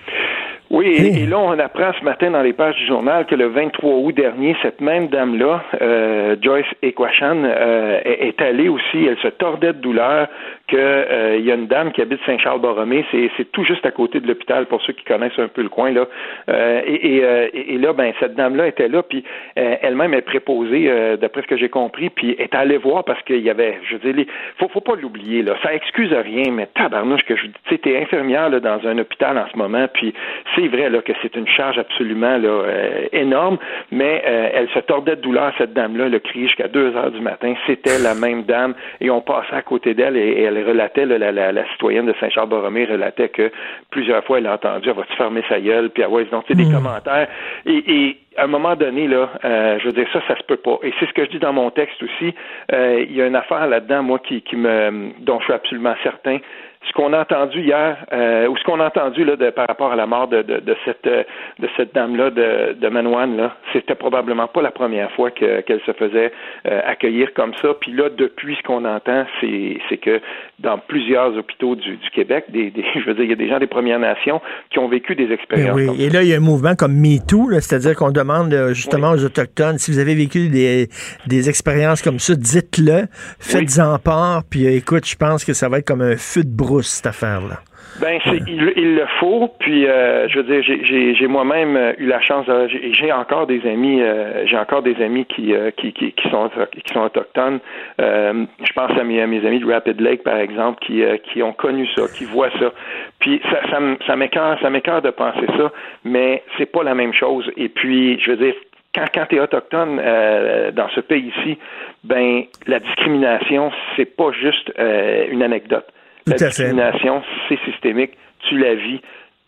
Oui, et, et là, on apprend ce matin dans les pages du journal que le vingt-trois août dernier, cette même dame-là, euh, Joyce Equachan, euh, est, est allée aussi, elle se tordait de douleur, qu'il euh, y a une dame qui habite Saint-Charles-Borromée, c'est, c'est tout juste à côté de l'hôpital, pour ceux qui connaissent un peu le coin, là. Euh, et, et, euh, et là, ben cette dame-là était là, puis euh, elle-même est préposée, euh, d'après ce que j'ai compris, puis est allée voir parce qu'il y avait, je veux dire, les, faut, faut pas l'oublier, là, ça excuse rien, mais tabarnouche que je dis, tu sais, t'es infirmière, là, dans un hôpital en ce moment, puis c'est vrai là que c'est une charge absolument là euh, énorme, mais euh, elle se tordait de douleur, cette dame-là, elle a crié jusqu'à deux heures du matin. C'était la même dame et on passait à côté d'elle et, et elle relatait, là, la, la, la citoyenne de Saint-Charles-Borromée relatait que plusieurs fois elle a entendu, elle va-tu fermer sa gueule, puis ouais, donc tu sais, des commentaires et, et à un moment donné, là, euh, je veux dire, ça, ça se peut pas. Et c'est ce que je dis dans mon texte aussi. Euh, il y a une affaire là-dedans, moi, qui, qui me, dont je suis absolument certain. Ce qu'on a entendu hier, euh, ou ce qu'on a entendu là de, par rapport à la mort de, de, de cette de cette dame-là de, de Manoine, là, c'était probablement pas la première fois que, qu'elle se faisait euh, accueillir comme ça. Puis là, depuis, ce qu'on entend, c'est, c'est que dans plusieurs hôpitaux du, du Québec, des, des, je veux dire, il y a des gens des Premières Nations qui ont vécu des expériences. Oui, comme et ça. là, il y a un mouvement comme MeToo, là, c'est-à-dire qu'on demande justement oui. aux Autochtones, si vous avez vécu des, des expériences comme ça, dites-le, faites-en oui. part, puis écoute, je pense que ça va être comme un feu de brousse, cette affaire-là. Ben, c'est, il, il le faut. Puis, euh, je veux dire, j'ai, j'ai, j'ai moi-même eu la chance. De, j'ai, j'ai encore des amis, euh, j'ai encore des amis qui, euh, qui, qui, qui sont, qui sont autochtones. Euh, je pense à mes, à mes amis de Rapid Lake, par exemple, qui, euh, qui ont connu ça, qui voient ça. Puis, ça, ça, ça m'écoeure, ça m'écoeure de penser ça, mais c'est pas la même chose. Et puis, je veux dire. Quand, quand tu es autochtone euh, dans ce pays-ci, ben la discrimination, c'est pas juste euh, une anecdote. La discrimination, c'est systémique. Tu la vis.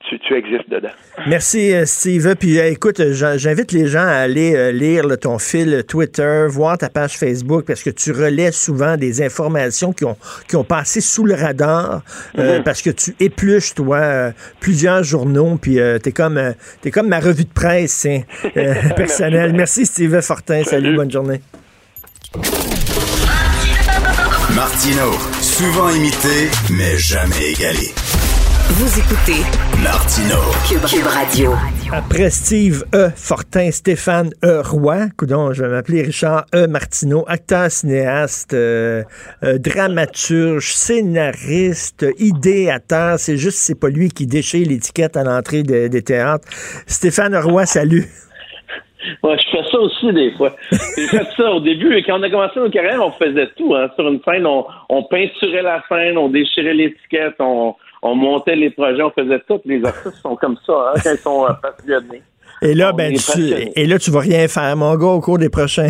tu, tu existes dedans. Merci, Steve. Puis euh, écoute, j'invite les gens à aller euh, lire là, ton fil Twitter, voir ta page Facebook, parce que tu relais souvent des informations qui ont, qui ont passé sous le radar, euh, mm-hmm. parce que tu épluches, toi, euh, plusieurs journaux, puis euh, t'es comme euh, t'es comme ma revue de presse hein, euh, personnelle. Merci, Steve Fortin. Salut. Salut, bonne journée. Martino, souvent imité, mais jamais égalé. Vous écoutez Martino, Cube, Cube Radio. Après Steve E. Fortin, Stéphane E. Roy, coudonc, je vais m'appeler Richard E. Martineau, acteur, cinéaste, euh, euh, dramaturge, scénariste, idéateur. C'est juste c'est pas lui qui déchire l'étiquette à l'entrée de, des théâtres. Stéphane E. Roy, salut. Ouais, je fais ça aussi des fois. J'ai fait ça au début. Et quand on a commencé nos carrières, on faisait tout. Hein. Sur une scène, on, on peinturait la scène, on déchirait l'étiquette, on, on montait les projets, on faisait tout. Les artistes sont comme ça, hein, quand ils sont euh, passionnés. Et là, ben, tu, et là, tu vas rien faire, mon gars, au cours des prochains.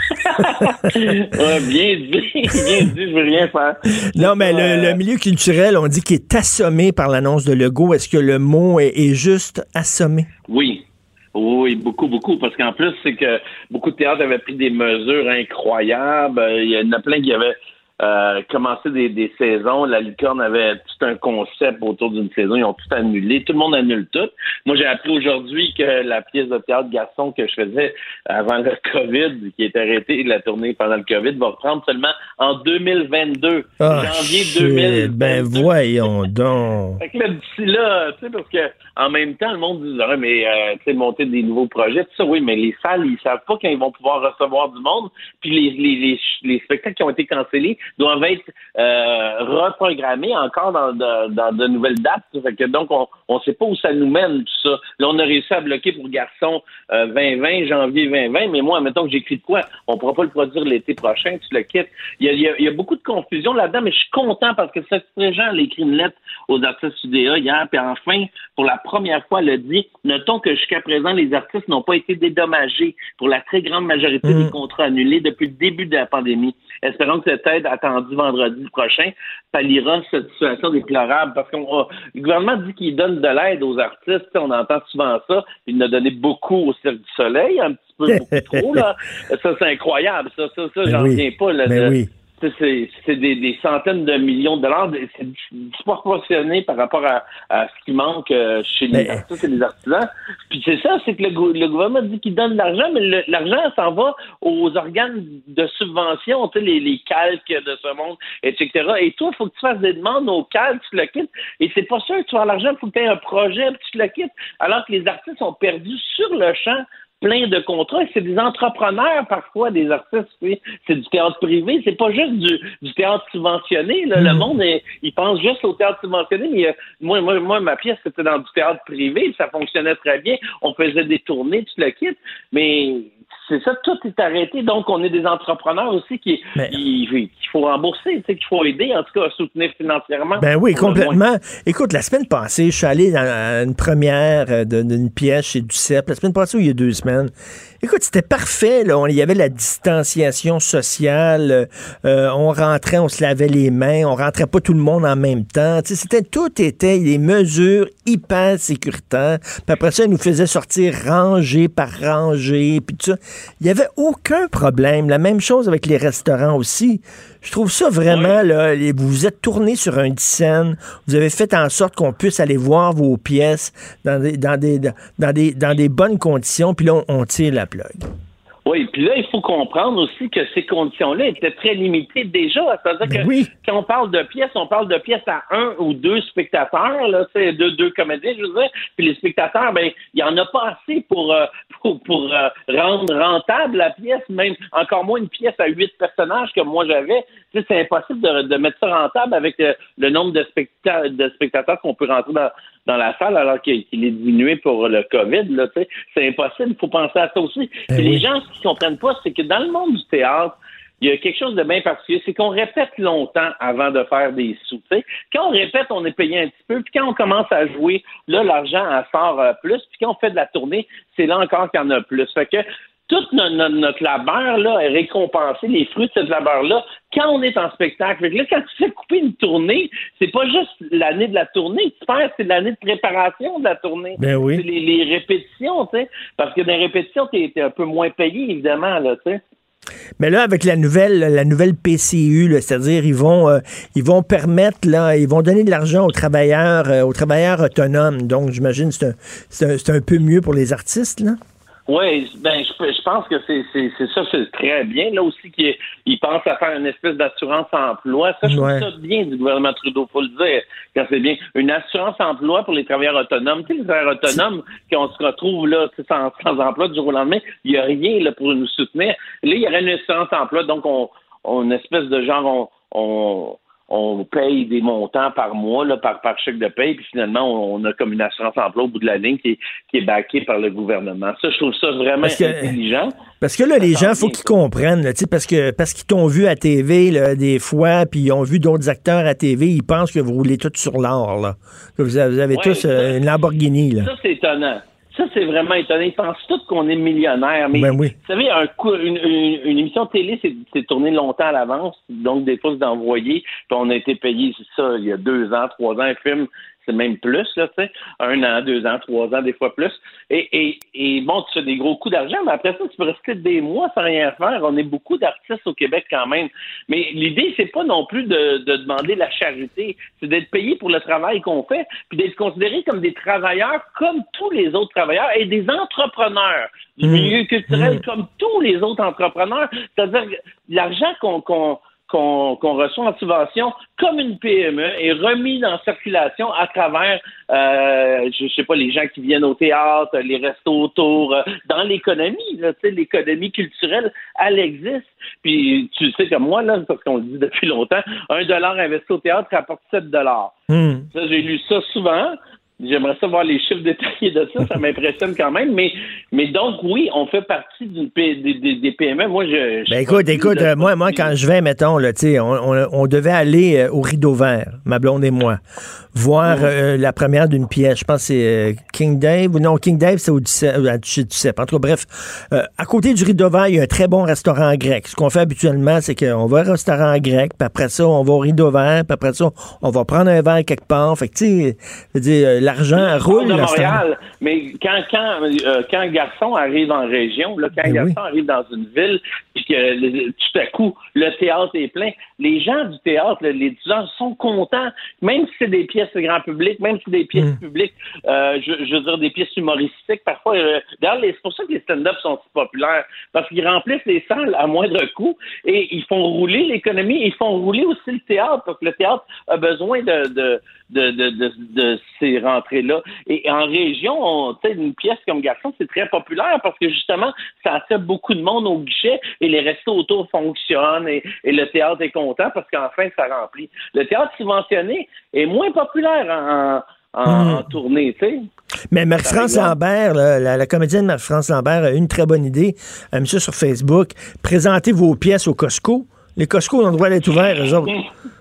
Ouais, bien dit, bien dit, je veux rien faire. Non, mais euh... le, le milieu culturel, on dit qu'il est assommé par l'annonce de Legault. Est-ce que le mot est, est juste assommé? Oui. Oui, beaucoup, beaucoup, parce qu'en plus, c'est que beaucoup de théâtres avaient pris des mesures incroyables. Il y en a plein qui avaient euh, commencé des, des saisons. La Licorne avait tout un concept autour d'une saison. Ils ont tout annulé. Tout le monde annule tout. Moi, j'ai appris aujourd'hui que la pièce de théâtre Garçon que je faisais avant le COVID, qui est arrêtée de la tournée pendant le COVID, va reprendre seulement en deux mille vingt-deux. Oh, janvier deux mille vingt-deux. Ben, voyons donc. Fait que là, d'ici là, tu sais, parce que en même temps, le monde dit, ah, mais, euh, tu sais, monter des nouveaux projets, tout ça, oui, mais les salles, ils savent pas quand ils vont pouvoir recevoir du monde, puis les, les, les, les spectacles qui ont été cancellés doivent être euh, reprogrammés encore dans de, dans de nouvelles dates. Fait que donc, on on sait pas où ça nous mène, tout ça. Là, on a réussi à bloquer pour Garçon euh, vingt vingt, janvier vingt vingt, mais moi, mettons que j'écris de quoi, on pourra pas le produire l'été prochain, tu le quittes. Il y a, il y a, il y a beaucoup de confusion là-dedans, mais je suis content parce que Sophie Jean a écrit une lettre aux artistes U D A hier, puis enfin, pour la première fois, elle a dit, notons que jusqu'à présent, les artistes n'ont pas été dédommagés pour la très grande majorité mmh. des contrats annulés depuis le début de la pandémie. Espérons que cette aide attendue vendredi prochain palliera cette situation déplorable, parce que le gouvernement dit qu'il donne de l'aide aux artistes, on entend souvent ça, il en a donné beaucoup au Cirque du Soleil, un petit peu beaucoup trop, là. Ça, c'est incroyable, ça, ça, ça, j'en oui. reviens pas, là. Ben de, oui. C'est, c'est des, des centaines de millions de dollars. C'est disproportionné par rapport à, à ce qui manque chez les mais... artistes et les artisans. Puis c'est ça, c'est que le, le gouvernement dit qu'il donne de l'argent, mais le, l'argent s'en va aux organes de subvention, tu sais, les, les calques de ce monde, et cetera. Et toi, il faut que tu fasses des demandes aux calques, tu le quittes. Et c'est pas sûr que tu vas l'argent, il faut que tu aies un projet, puis tu le quittes. Alors que les artistes ont perdu sur le champ plein de contrats. C'est des entrepreneurs, parfois, des artistes. Oui. C'est du théâtre privé. C'est pas juste du, du théâtre subventionné. Là. Mmh. Le monde, est, il pense juste au théâtre subventionné. Mais euh, moi, moi, moi, ma pièce, c'était dans du théâtre privé. Ça fonctionnait très bien. On faisait des tournées, tu le quittes. Mais c'est ça, tout est arrêté. Donc, on est des entrepreneurs aussi qui mais... il, qu'il faut rembourser, tu sais, qu'il faut aider, en tout cas, à soutenir financièrement. Ben oui, complètement. Écoute, la semaine passée, je suis allé dans une première d'une pièce chez Duceppe. La semaine passée, ou il y a deux semaines. Écoute, c'était parfait, là. On, il y avait la distanciation sociale. Euh, on rentrait, on se lavait les mains. On rentrait pas tout le monde en même temps. Tu sais, c'était, tout était des mesures hyper sécuritaires. Puis après ça, ils nous faisaient sortir rangée par rangée. Puis tout ça. Il y avait aucun problème. La même chose avec les restaurants aussi. Je trouve ça vraiment, là, vous vous êtes tourné sur un scène, vous avez fait en sorte qu'on puisse aller voir vos pièces dans des, dans des, dans des, dans des bonnes conditions, puis là, on, on tire la plug. Oui, puis là, il faut comprendre aussi que ces conditions-là étaient très limitées déjà. C'est-à-dire ben que oui. quand on parle de pièces, on parle de pièces à un ou deux spectateurs, là, c'est deux, deux comédiens, je veux dire. Puis les spectateurs, ben, il y en a pas assez pour, euh, pour, pour euh, rendre rentable la pièce, même encore moins une pièce à huit personnages que moi j'avais. Tu sais, c'est impossible de, de mettre ça rentable avec le, le nombre de, specta- de spectateurs qu'on peut rentrer dans, dans la salle alors qu'il, qu'il est diminué pour le COVID. Là, tu sais. C'est impossible, il faut penser à ça aussi. Ben Puis oui. Les gens, ce qu'ils comprennent pas, c'est que dans le monde du théâtre, il y a quelque chose de bien particulier, c'est qu'on répète longtemps avant de faire des sous. T'sais. Quand on répète, on est payé un petit peu, puis quand on commence à jouer, là, l'argent en sort euh, plus, puis quand on fait de la tournée, c'est là encore qu'il y en a plus. Fait que tout notre, notre, notre labeur là, est récompensé, les fruits de ce labeur-là, quand on est en spectacle. Fait que là, quand tu fais couper une tournée, c'est pas juste l'année de la tournée, tu perds, c'est l'année de préparation de la tournée. Ben oui. C'est les, les répétitions, tu sais. Parce que dans les répétitions, t'es, t'es un peu moins payé, évidemment, là, tu sais. Mais là, avec la nouvelle, la nouvelle P C U, là, c'est-à-dire ils vont, euh, ils vont permettre, là, ils vont donner de l'argent aux travailleurs, euh, aux travailleurs autonomes. Donc, j'imagine que c'est un, c'est un, c'est un peu mieux pour les artistes, là. Oui, ben je, je pense que c'est, c'est, c'est ça, c'est très bien. Là aussi, qu'ils ils pensent à faire une espèce d'assurance-emploi. Ça, je trouve ouais. ça bien du gouvernement Trudeau, faut le dire, quand c'est bien. Une assurance-emploi pour les travailleurs autonomes. Tu sais, les travailleurs autonomes, qu'on se retrouve là, sans, sans emploi du jour au lendemain, il n'y a rien là pour nous soutenir. Là, il y aurait une assurance-emploi, donc on, on une espèce de genre, on, on on paye des montants par mois, là, par, par chèque de paye, puis finalement, on, on a comme une assurance-emploi au bout de la ligne qui est, qui est backée par le gouvernement. Ça, je trouve ça vraiment parce que, intelligent. Parce que là, les gens, il faut qu'ils comprennent, là, parce que parce qu'ils t'ont vu à T V là, des fois, puis ils ont vu d'autres acteurs à T V, ils pensent que vous roulez tous sur l'or, là. Que vous avez, vous avez ouais, tous euh, une Lamborghini, là. Ça, c'est étonnant. Ça, c'est vraiment étonnant. Ils pensent tous qu'on est millionnaire. Mais ben oui. Vous savez, un coup, une, une, une émission de télé, c'est, c'est tourné longtemps à l'avance. Donc, des fois, c'est d'envoyer. Puis on a été payé, c'est ça, il y a deux ans, trois ans, un film. C'est même plus, là, tu sais. Un an, deux ans, trois ans, des fois plus. Et, et, et bon, tu fais des gros coups d'argent, mais après ça, tu peux rester des mois sans rien faire. On est beaucoup d'artistes au Québec quand même. Mais l'idée, c'est pas non plus de, de demander la charité. C'est d'être payé pour le travail qu'on fait, puis d'être considérés comme des travailleurs comme tous les autres travailleurs et des entrepreneurs du mmh. milieu culturel mmh. comme tous les autres entrepreneurs. C'est-à-dire que l'argent qu'on... qu'on Qu'on, qu'on reçoit en subvention comme une P M E est remis en circulation à travers, euh, je sais pas, les gens qui viennent au théâtre, les restos autour, euh, dans l'économie, là, tu sais, l'économie culturelle, elle existe. Puis tu sais comme moi, là, parce qu'on le dit depuis longtemps, un dollar investi au théâtre rapporte sept dollars. Mm. Ça, j'ai lu ça souvent. J'aimerais savoir les chiffres détaillés de ça, ça m'impressionne quand même. Mais, mais donc, oui, on fait partie d'une P, des, des, des P M E. Moi, je. je ben écoute, écoute, euh, moi, moi, quand je vais, mettons, là, tu sais, on, on, on devait aller euh, au Rideau Vert, ma blonde et moi, voir mmh. euh, la première d'une pièce. Je pense que c'est euh, King Dave. Non, King Dave, c'est au Duceppe. En tout cas, bref, euh, à côté du Rideau Vert, il y a un très bon restaurant grec. Ce qu'on fait habituellement, c'est qu'on va au restaurant grec, puis après ça, on va au Rideau Vert, puis après ça, on va prendre un verre quelque part. Fait que, tu sais, je veux dire, l'argent roule. De Montréal, mais quand quand euh, quand un garçon arrive en région, là, quand ben un garçon oui. arrive dans une ville, puis que le, tout à coup le théâtre est plein, les gens du théâtre, là, les étudiants sont contents, même si c'est des pièces grand public, même si c'est des pièces mmh. publiques, euh, je, je veux dire des pièces humoristiques. Parfois, euh, d'ailleurs, les, c'est pour ça que les stand-up sont si populaires, parce qu'ils remplissent les salles à moindre coût et ils font rouler l'économie, ils font rouler aussi le théâtre, parce que le théâtre a besoin de de de de, de, de ces rentrées-là. Et en région, on, tu sais, une pièce comme Garçon, c'est très populaire parce que justement, ça attire beaucoup de monde au guichet et les restos autour fonctionnent et, et le théâtre est content parce qu'enfin, ça remplit. Le théâtre subventionné est moins populaire en, en, mmh. en tournée, tu sais. Mais Marie-France Lambert, là, la, la comédienne Marie-France Lambert a eu une très bonne idée. Elle a mis ça sur Facebook. Présentez vos pièces au Costco. Les Costco ont le droit d'être ouverts, eux autres.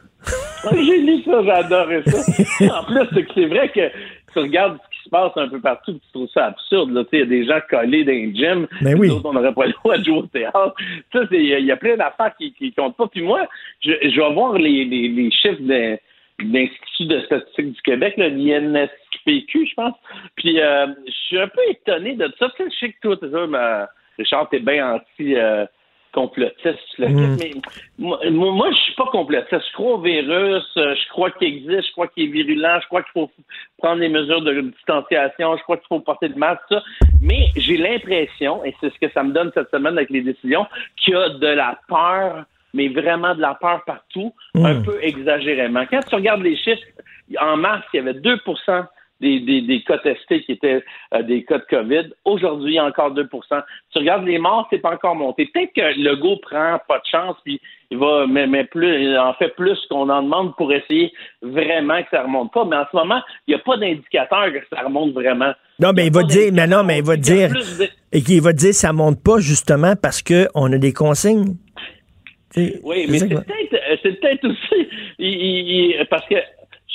J'ai lu ça, j'ai adoré ça. En plus, c'est que c'est vrai que tu regardes ce qui se passe un peu partout, tu trouves ça absurde. Il y a des gens collés dans les gyms, mais oui. D'autres, on n'aurait pas le droit de jouer au théâtre. Il y, y a plein d'affaires qui ne comptent pas. Puis moi, je, je vais voir les, les, les chiffres de, de l'Institut de statistique du Québec, là, l'I N S P Q, je pense. Puis euh, je suis un peu étonné de ça. Tu sais, je sais que toi, t'es ça, mais Richard, t'es bien anti... Euh, complotiste, mmh. mais moi, moi, je suis pas complotiste. Je crois au virus, je crois qu'il existe, je crois qu'il est virulent, je crois qu'il faut prendre des mesures de distanciation, je crois qu'il faut porter de masque, ça. Mais j'ai l'impression, et c'est ce que ça me donne cette semaine avec les décisions, qu'il y a de la peur, mais vraiment de la peur partout, mmh. un peu exagérément. Quand tu regardes les chiffres, en mars, il y avait deux pour cent Des, des, des cas testés qui étaient euh, des cas de COVID. Aujourd'hui, il y a encore deux pour cent. Tu regardes les morts, c'est pas encore monté. Peut-être que Legault prend pas de chance, puis il va, mais, mais plus, il en fait plus qu'on en demande pour essayer vraiment que ça remonte pas. Mais en ce moment, il n'y a pas d'indicateur que ça remonte vraiment. Non, mais il, il va dire, mais non, mais il va dire, de... et qu'il va dire, ça monte pas justement parce que on a des consignes. T'sais, oui, mais c'est, c'est peut-être, c'est peut-être aussi, il, il, parce que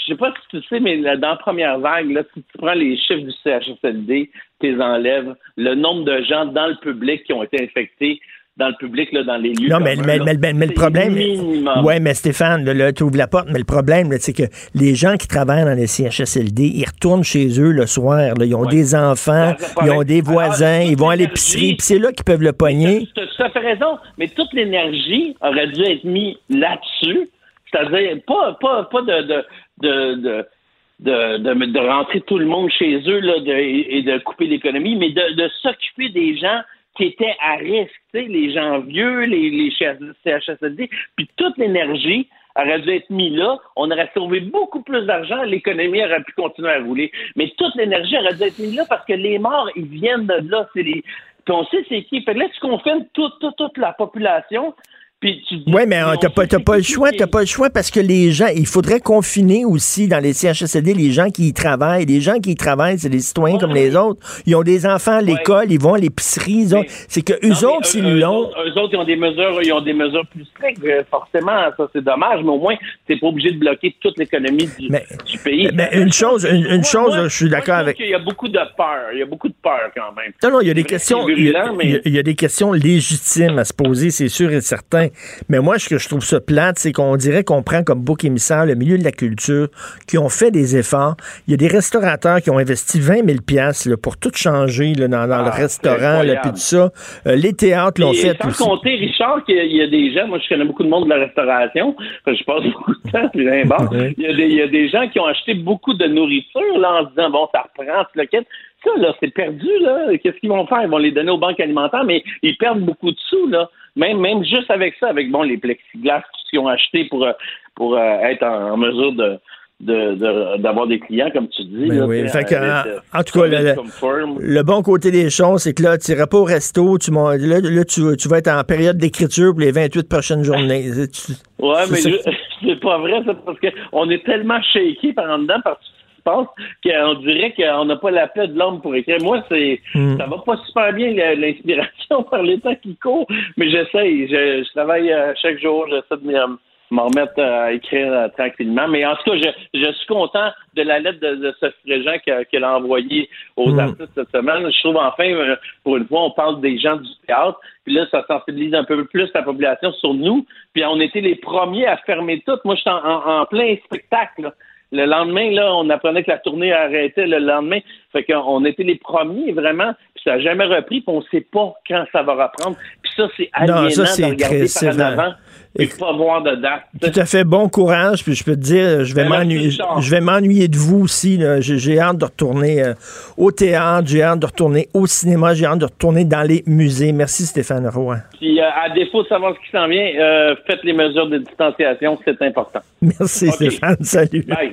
je sais pas si tu sais, mais là, dans la première vague, là, si tu prends les chiffres du C H S L D, tu les enlèves, le nombre de gens dans le public qui ont été infectés, dans le public, là, dans les lieux. Non, mais, communs, mais, là, mais, mais, mais le problème. Oui, mais Stéphane, là, là tu ouvres la porte, mais le problème, là, c'est que les gens qui travaillent dans les C H S L D, ils retournent chez eux le soir. Là, ils ont ouais. des enfants, ils ont des voisins, Alors, ils vont à l'épicerie, puis c'est là qu'ils peuvent le pogner. Tu as tout à fait raison, mais toute l'énergie aurait dû être mise là-dessus. C'est-à-dire, pas, pas, pas de. de, de, de De, de, de rentrer tout le monde chez eux là, de, et de couper l'économie, mais de, de s'occuper des gens qui étaient à risque, tu sais, les gens vieux, les, les C H S L D, puis toute l'énergie aurait dû être mise là, on aurait sauvé beaucoup plus d'argent, l'économie aurait pu continuer à rouler, mais toute l'énergie aurait dû être mise là parce que les morts, ils viennent de là, c'est les... Puis on sait c'est qui, fait que là, tu confines toute, toute, toute la population. Oui, mais t'as pas, t'as pas le choix, t'as pas le choix parce que les gens, il faudrait confiner aussi dans les C H S L D les gens qui y travaillent. Les gens qui y travaillent, c'est des citoyens ouais, comme les autres. Ils ont des enfants à l'école, ouais. ils vont à l'épicerie. Ont... C'est que eux non, autres, s'ils l'ont. Eux autres, ils ont des mesures, ils ont des mesures plus strictes, forcément. Ça, c'est dommage, mais au moins, t'es pas obligé de bloquer toute l'économie du, mais, du pays. Mais une chose, une, une moi, chose, moi, je suis d'accord avec. Il y a beaucoup de peur. Il y a beaucoup de peur quand même. Non, non, il y a des questions. Il y a, mais... il y a des questions légitimes à se poser, c'est sûr et certain. Mais moi, ce que je trouve ça plate, c'est qu'on dirait qu'on prend comme bouc émissaire le milieu de la culture, qui ont fait des efforts. Il y a des restaurateurs qui ont investi vingt mille dollars là, pour tout changer là, dans, dans ah, le restaurant, là, puis tout ça. Euh, les théâtres l'ont fait sans aussi. Sans compter, Richard, qu'il y a des gens, moi je connais beaucoup de monde de la restauration, je passe beaucoup de temps, puis un bar. il, y a des, il y a des gens qui ont acheté beaucoup de nourriture là, en se disant, bon, ça reprend, tu le quittes. Ça, là, c'est perdu, là. Qu'est-ce qu'ils vont faire? Ils vont les donner aux banques alimentaires, mais ils perdent beaucoup de sous, là. Même, même juste avec ça, avec, bon, les plexiglas qu'ils ont achetés pour, pour euh, être en, en mesure de, de, de, d'avoir des clients, comme tu dis. Ben là, oui, fait que, euh, en, en tout cas, le, le bon côté des choses, c'est que là, tu n'iras pas au resto, tu, là, là tu, tu vas être en période d'écriture pour les vingt-huit prochaines journées. Tu, ouais, mais je, c'est pas vrai, ça, parce qu'on est tellement shaky par en dedans, parce que pense qu'on dirait qu'on n'a pas la plaie de l'homme pour écrire. Moi, c'est mm. ça va pas super bien l'inspiration par les temps qui courent, mais j'essaye. Je, je travaille chaque jour, j'essaie de m'en remettre à écrire euh, tranquillement. Mais en tout cas, je, je suis content de la lettre de, de Sophie Régent qu'elle a envoyée aux mm. artistes cette semaine. Je trouve enfin, pour une fois, on parle des gens du théâtre, puis là, ça sensibilise un peu plus la population sur nous. Puis on était les premiers à fermer tout. Moi, je suis en, en, en plein spectacle, là. Le lendemain, là, on apprenait que la tournée arrêtait le lendemain. Fait qu'on était les premiers, vraiment. Puis ça n'a jamais repris, puis on ne sait pas quand ça va reprendre. Puis ça, c'est aliénant non, ça, c'est de regarder très, par en avant et de ne pas voir de date. Tout à fait, bon courage. Puis je peux te dire, je vais, m'ennuyer, je vais m'ennuyer de vous aussi. Là. J'ai, j'ai hâte de retourner euh, au théâtre, j'ai hâte de retourner au cinéma, j'ai hâte de retourner dans les musées. Merci, Stéphane Roy. Puis euh, à défaut de savoir ce qui s'en vient, euh, faites les mesures de distanciation, c'est important. Merci, okay. Stéphane. Salut. Bye.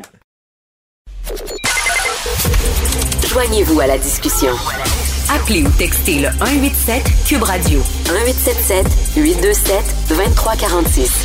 Joignez-vous à la discussion. Appelez ou textez le un huit sept Cube Radio un huit sept sept huit deux sept deux trois quatre six.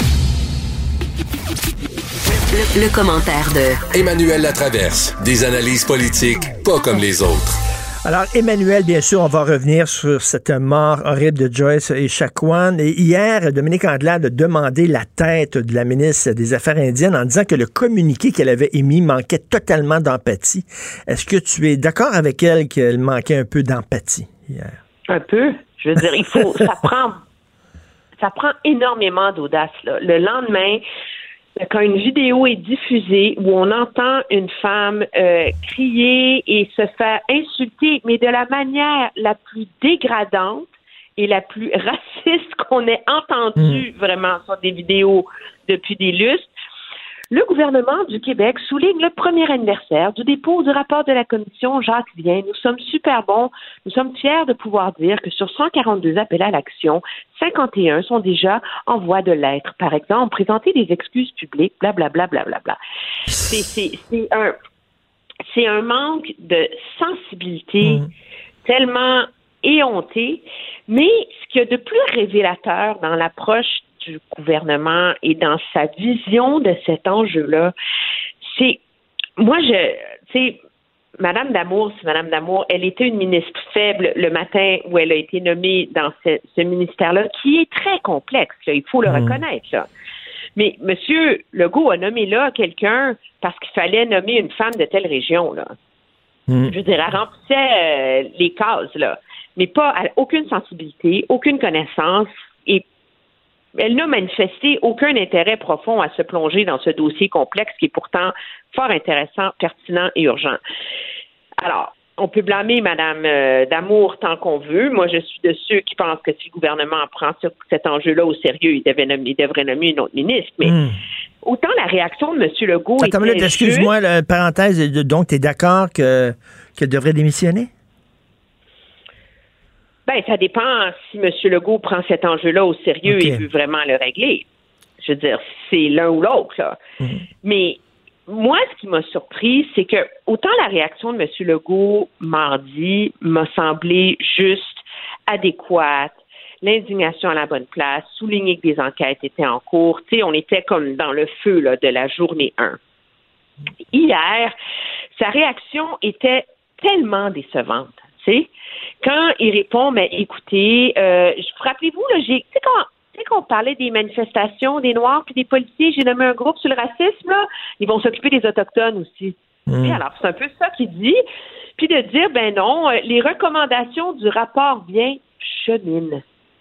Le, le commentaire de Emmanuel Latraverse. Des analyses politiques pas comme les autres. Alors, Emmanuel, bien sûr, on va revenir sur cette mort horrible de Joyce Echaquan. Et hier, Dominique Anglade a demandé la tête de la ministre des Affaires indiennes en disant que le communiqué qu'elle avait émis manquait totalement d'empathie. Est-ce que tu es d'accord avec elle qu'elle manquait un peu d'empathie hier? Un peu. Je veux dire, il faut, ça prend, ça prend énormément d'audace, là. Le lendemain, quand une vidéo est diffusée où on entend une femme euh, crier et se faire insulter, mais de la manière la plus dégradante et la plus raciste qu'on ait entendu mmh. vraiment sur des vidéos depuis des lustres, le gouvernement du Québec souligne le premier anniversaire du dépôt du rapport de la commission Jacques Vien. Nous sommes super bons. Nous sommes fiers de pouvoir dire que sur cent quarante-deux appels à l'action, cinquante et un sont déjà en voie de l'être. Par exemple, présenter des excuses publiques, blablabla, blablabla. C'est, c'est, c'est un, c'est un manque de sensibilité mmh. tellement éhonté. Mais ce qu'il y a de plus révélateur dans l'approche du gouvernement et dans sa vision de cet enjeu-là, c'est, moi, je, tu sais, Madame Damour, c'est Madame Damour, elle était une ministre faible le matin où elle a été nommée dans ce, ce ministère-là, qui est très complexe, là, il faut le mmh. reconnaître, là. Mais M. Legault a nommé là quelqu'un parce qu'il fallait nommer une femme de telle région, là. Mm. Je veux dire, elle remplissait euh, les cases, là. Mais pas à, aucune sensibilité, aucune connaissance, et elle n'a manifesté aucun intérêt profond à se plonger dans ce dossier complexe qui est pourtant fort intéressant, pertinent et urgent. Alors, on peut blâmer Mme euh, Damour tant qu'on veut. Moi, je suis de ceux qui pensent que si le gouvernement prend cet enjeu-là au sérieux, il devrait nommer, il devrait nommer une autre ministre. Mais mm. autant la réaction de M. Legault Attends, était... Attends, excuse-moi, la parenthèse, donc tu es d'accord que, qu'elle devrait démissionner? Ben, ça dépend si M. Legault prend cet enjeu-là au sérieux okay. et veut vraiment le régler. Je veux dire, c'est l'un ou l'autre, là. Mm. Mais moi, ce qui m'a surpris, c'est que autant la réaction de M. Legault mardi m'a semblé juste, adéquate, l'indignation à la bonne place, souligner que des enquêtes étaient en cours. Tu sais, on était comme dans le feu là, de la journée un. Hier, sa réaction était tellement décevante. Tu sais, quand il répond, mais écoutez, euh, rappelez-vous, là, j'ai, tu sais, quand, tu sais, qu'on parlait des manifestations des Noirs puis des policiers, j'ai nommé un groupe sur le racisme, là, ils vont s'occuper des Autochtones aussi. Mmh. Et alors, c'est un peu ça qu'il dit. Puis de dire, ben non, les recommandations du rapport bien cheminent.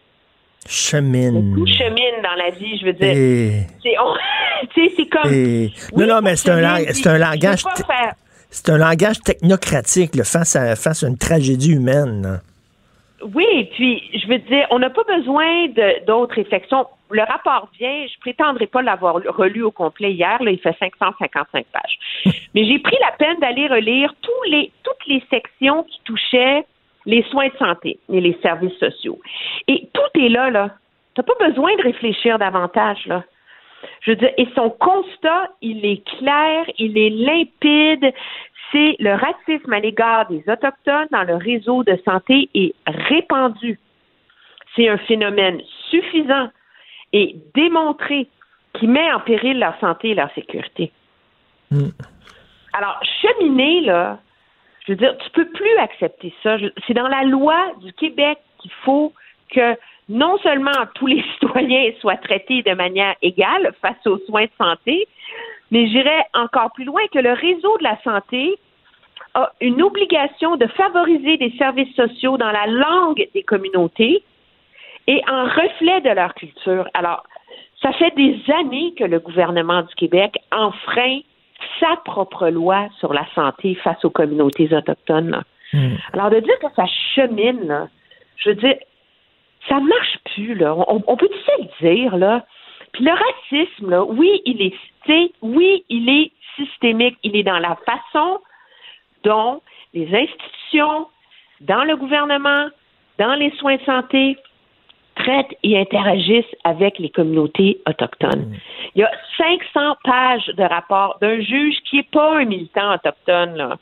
Chemine. Tout chemine dans la vie, je veux dire. Et... C'est, on, c'est comme... Et... Oui, non, non, mais c'est un, lang... c'est un langage... Faire... C'est un langage technocratique là, face, à, face à une tragédie humaine. Là. Oui, puis je veux dire, on n'a pas besoin de, d'autres réflexions. Le rapport vient, je prétendrai pas l'avoir relu au complet hier, là, il fait cinq cent cinquante-cinq pages. Mais j'ai pris la peine d'aller relire tous les, toutes les sections qui touchaient les soins de santé et les services sociaux. Et tout est là, là. T'as pas besoin de réfléchir davantage, là. Je veux dire, et son constat, il est clair, il est limpide. C'est le racisme à l'égard des Autochtones dans le réseau de santé est répandu. C'est un phénomène suffisant et démontré qui met en péril leur santé et leur sécurité. Mm. Alors, cheminer, là, je veux dire, tu peux plus accepter ça. Je, c'est dans la loi du Québec qu'il faut que non seulement tous les citoyens soient traités de manière égale face aux soins de santé, mais j'irais encore plus loin que le réseau de la santé a une obligation de favoriser des services sociaux dans la langue des communautés et en reflet de leur culture. Alors, ça fait des années que le gouvernement du Québec enfreint sa propre loi sur la santé face aux communautés autochtones. Là. Mmh. Alors, de dire que ça chemine, là, je veux dire, ça ne marche plus, là. On, on peut tout le dire, là. Puis le racisme, là, oui, il est, tu sais, oui, il est systémique. Il est dans la façon dont les institutions, dans le gouvernement, dans les soins de santé, traitent et interagissent avec les communautés autochtones. Mmh. Il y a cinq cents pages de rapport d'un juge qui n'est pas un militant autochtone, là.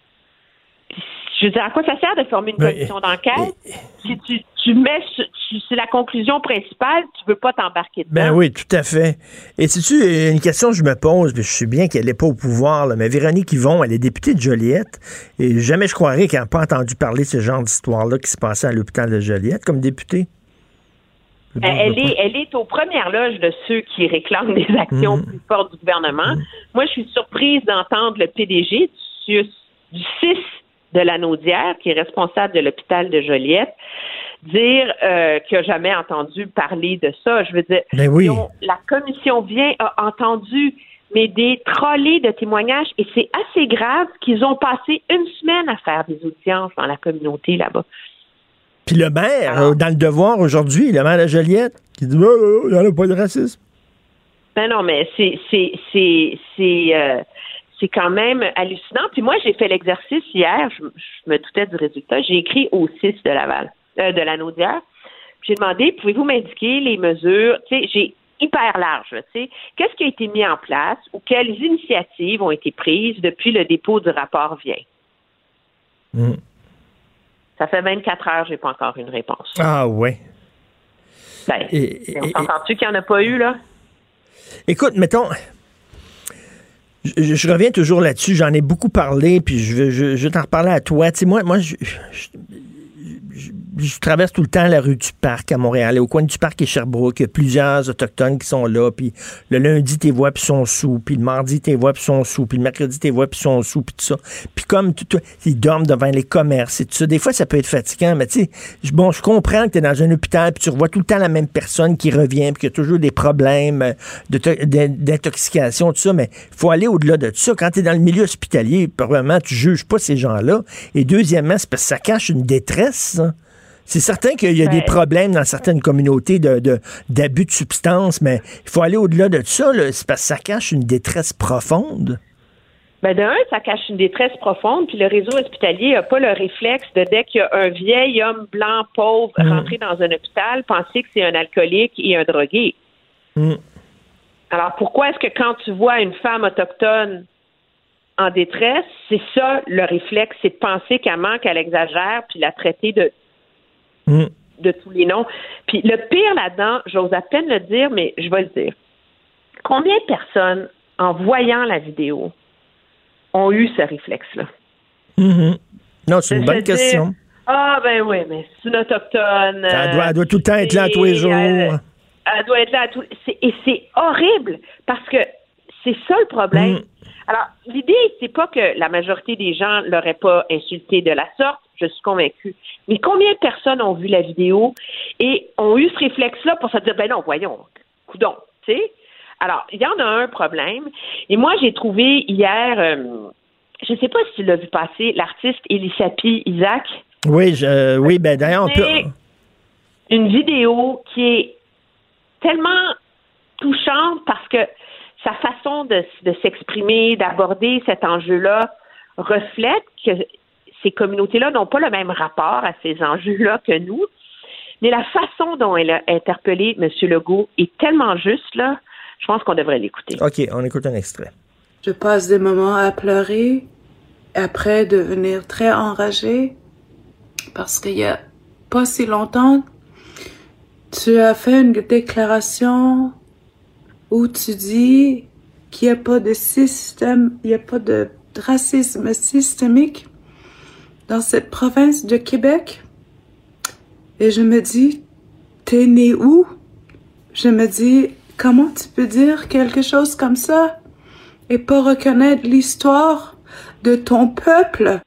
Je veux dire, à quoi ça sert de former une commission d'enquête? Si tu, tu mets, tu, c'est la conclusion principale, tu veux pas t'embarquer dedans. Ben oui, tout à fait. Et sais-tu, une question que je me pose, puis je sais bien qu'elle n'est pas au pouvoir, là, mais Véronique Yvon, elle est députée de Joliette, et jamais je croirais qu'elle n'a pas entendu parler de ce genre d'histoire-là qui se passait à l'hôpital de Joliette comme députée. Elle, elle, est, elle est aux premières loges de ceux qui réclament des actions mmh. plus fortes du gouvernement. Mmh. Moi, je suis surprise d'entendre le P D G du, du C I S de la Naudière, qui est responsable de l'hôpital de Joliette, dire euh, qu'il n'a jamais entendu parler de ça. Je veux dire, ben oui. ont, la commission vient, a entendu, mais des trollées de témoignages, et c'est assez grave qu'ils ont passé une semaine à faire des audiences dans la communauté là-bas. Puis le maire, Alors, dans le Devoir aujourd'hui, le maire de Joliette, qui dit oh, « il n'y en a pas de racisme ». Ben non, mais c'est... c'est, c'est, c'est euh, C'est quand même hallucinant. Puis moi, j'ai fait l'exercice hier, je, je me doutais du résultat. J'ai écrit au C I S de Laval, euh, de la Naudière. J'ai demandé, pouvez-vous m'indiquer les mesures? Tu sais, j'ai hyper large, tu sais. Qu'est-ce qui a été mis en place ou quelles initiatives ont été prises depuis le dépôt du rapport vient? Mm. Ça fait vingt-quatre heures, j'ai pas encore une réponse. Ah ouais. Ben, et, et, on s'entend-tu et, qu'il n'y en a pas eu, là? Écoute, mettons... Je, je reviens toujours là-dessus, j'en ai beaucoup parlé, puis je veux, je, je veux t'en reparler à toi. Tu sais, moi, moi je, je, je, je traverse tout le temps la rue du Parc à Montréal, au coin du Parc et Sherbrooke, il y a plusieurs Autochtones qui sont là, puis le lundi, t'es vois, puis ils sont sous, puis le mardi, t'es vois, puis ils sont sous, puis le mercredi, t'es vois, puis ils sont sous, puis tout ça. Puis comme tout, tout, ils dorment devant les commerces et tout ça. Des fois, ça peut être fatigant, mais tu sais, bon, je comprends que t'es dans un hôpital, puis tu revois tout le temps la même personne qui revient, puis qu'il y a toujours des problèmes de, de, d'intoxication, tout ça, mais il faut aller au-delà de tout ça. Quand t'es dans le milieu hospitalier, probablement, tu juges pas ces gens-là. Et deuxièmement, c'est parce que ça cache une détresse, ça. C'est certain qu'il y a ouais. des problèmes dans certaines communautés de, de, d'abus de substances, mais il faut aller au-delà de ça, là. C'est parce que ça cache une détresse profonde. Ben d'un, ça cache une détresse profonde, puis le réseau hospitalier n'a pas le réflexe de, dès qu'il y a un vieil homme blanc pauvre mmh. rentré dans un hôpital, penser que c'est un alcoolique et un drogué. Mmh. Alors pourquoi est-ce que quand tu vois une femme autochtone en détresse, c'est ça le réflexe, c'est de penser qu'elle manque, qu'elle exagère, puis la traiter de mmh. de tous les noms. Puis le pire là-dedans, j'ose à peine le dire, mais je vais le dire. Combien de personnes, en voyant la vidéo, ont eu ce réflexe-là? Mmh. Non, c'est une bonne dire, question. Ah, ben oui, mais c'est une autochtone. Elle doit, elle doit tout le temps être là tous les jours. Elle, elle doit être là à tous les... Et c'est horrible, parce que c'est ça le problème. Mmh. Alors, l'idée, c'est pas que la majorité des gens l'auraient pas insulté de la sorte, je suis convaincue. Mais combien de personnes ont vu la vidéo et ont eu ce réflexe-là pour se dire, ben non, voyons, coudonc, tu sais? Alors, il y en a un problème. Et moi, j'ai trouvé hier, euh, je ne sais pas si tu l'as vu passer, l'artiste Elisapie Isaac. Oui, je, oui, ben d'ailleurs, on peut... Une vidéo qui est tellement touchante parce que sa façon de, de s'exprimer, d'aborder cet enjeu-là reflète que ces communautés-là n'ont pas le même rapport à ces enjeux-là que nous. Mais la façon dont elle a interpellé M. Legault est tellement juste, là, je pense qu'on devrait l'écouter. OK, on écoute un extrait. Je passe des moments à pleurer, après devenir très enragée, parce qu'il y a pas si longtemps, tu as fait une déclaration où tu dis qu'il n'y a pas de système, il n'y a pas de racisme systémique dans cette province de Québec. Et je me dis, t'es né où? Je me dis, comment tu peux dire quelque chose comme ça et pas reconnaître l'histoire de ton peuple?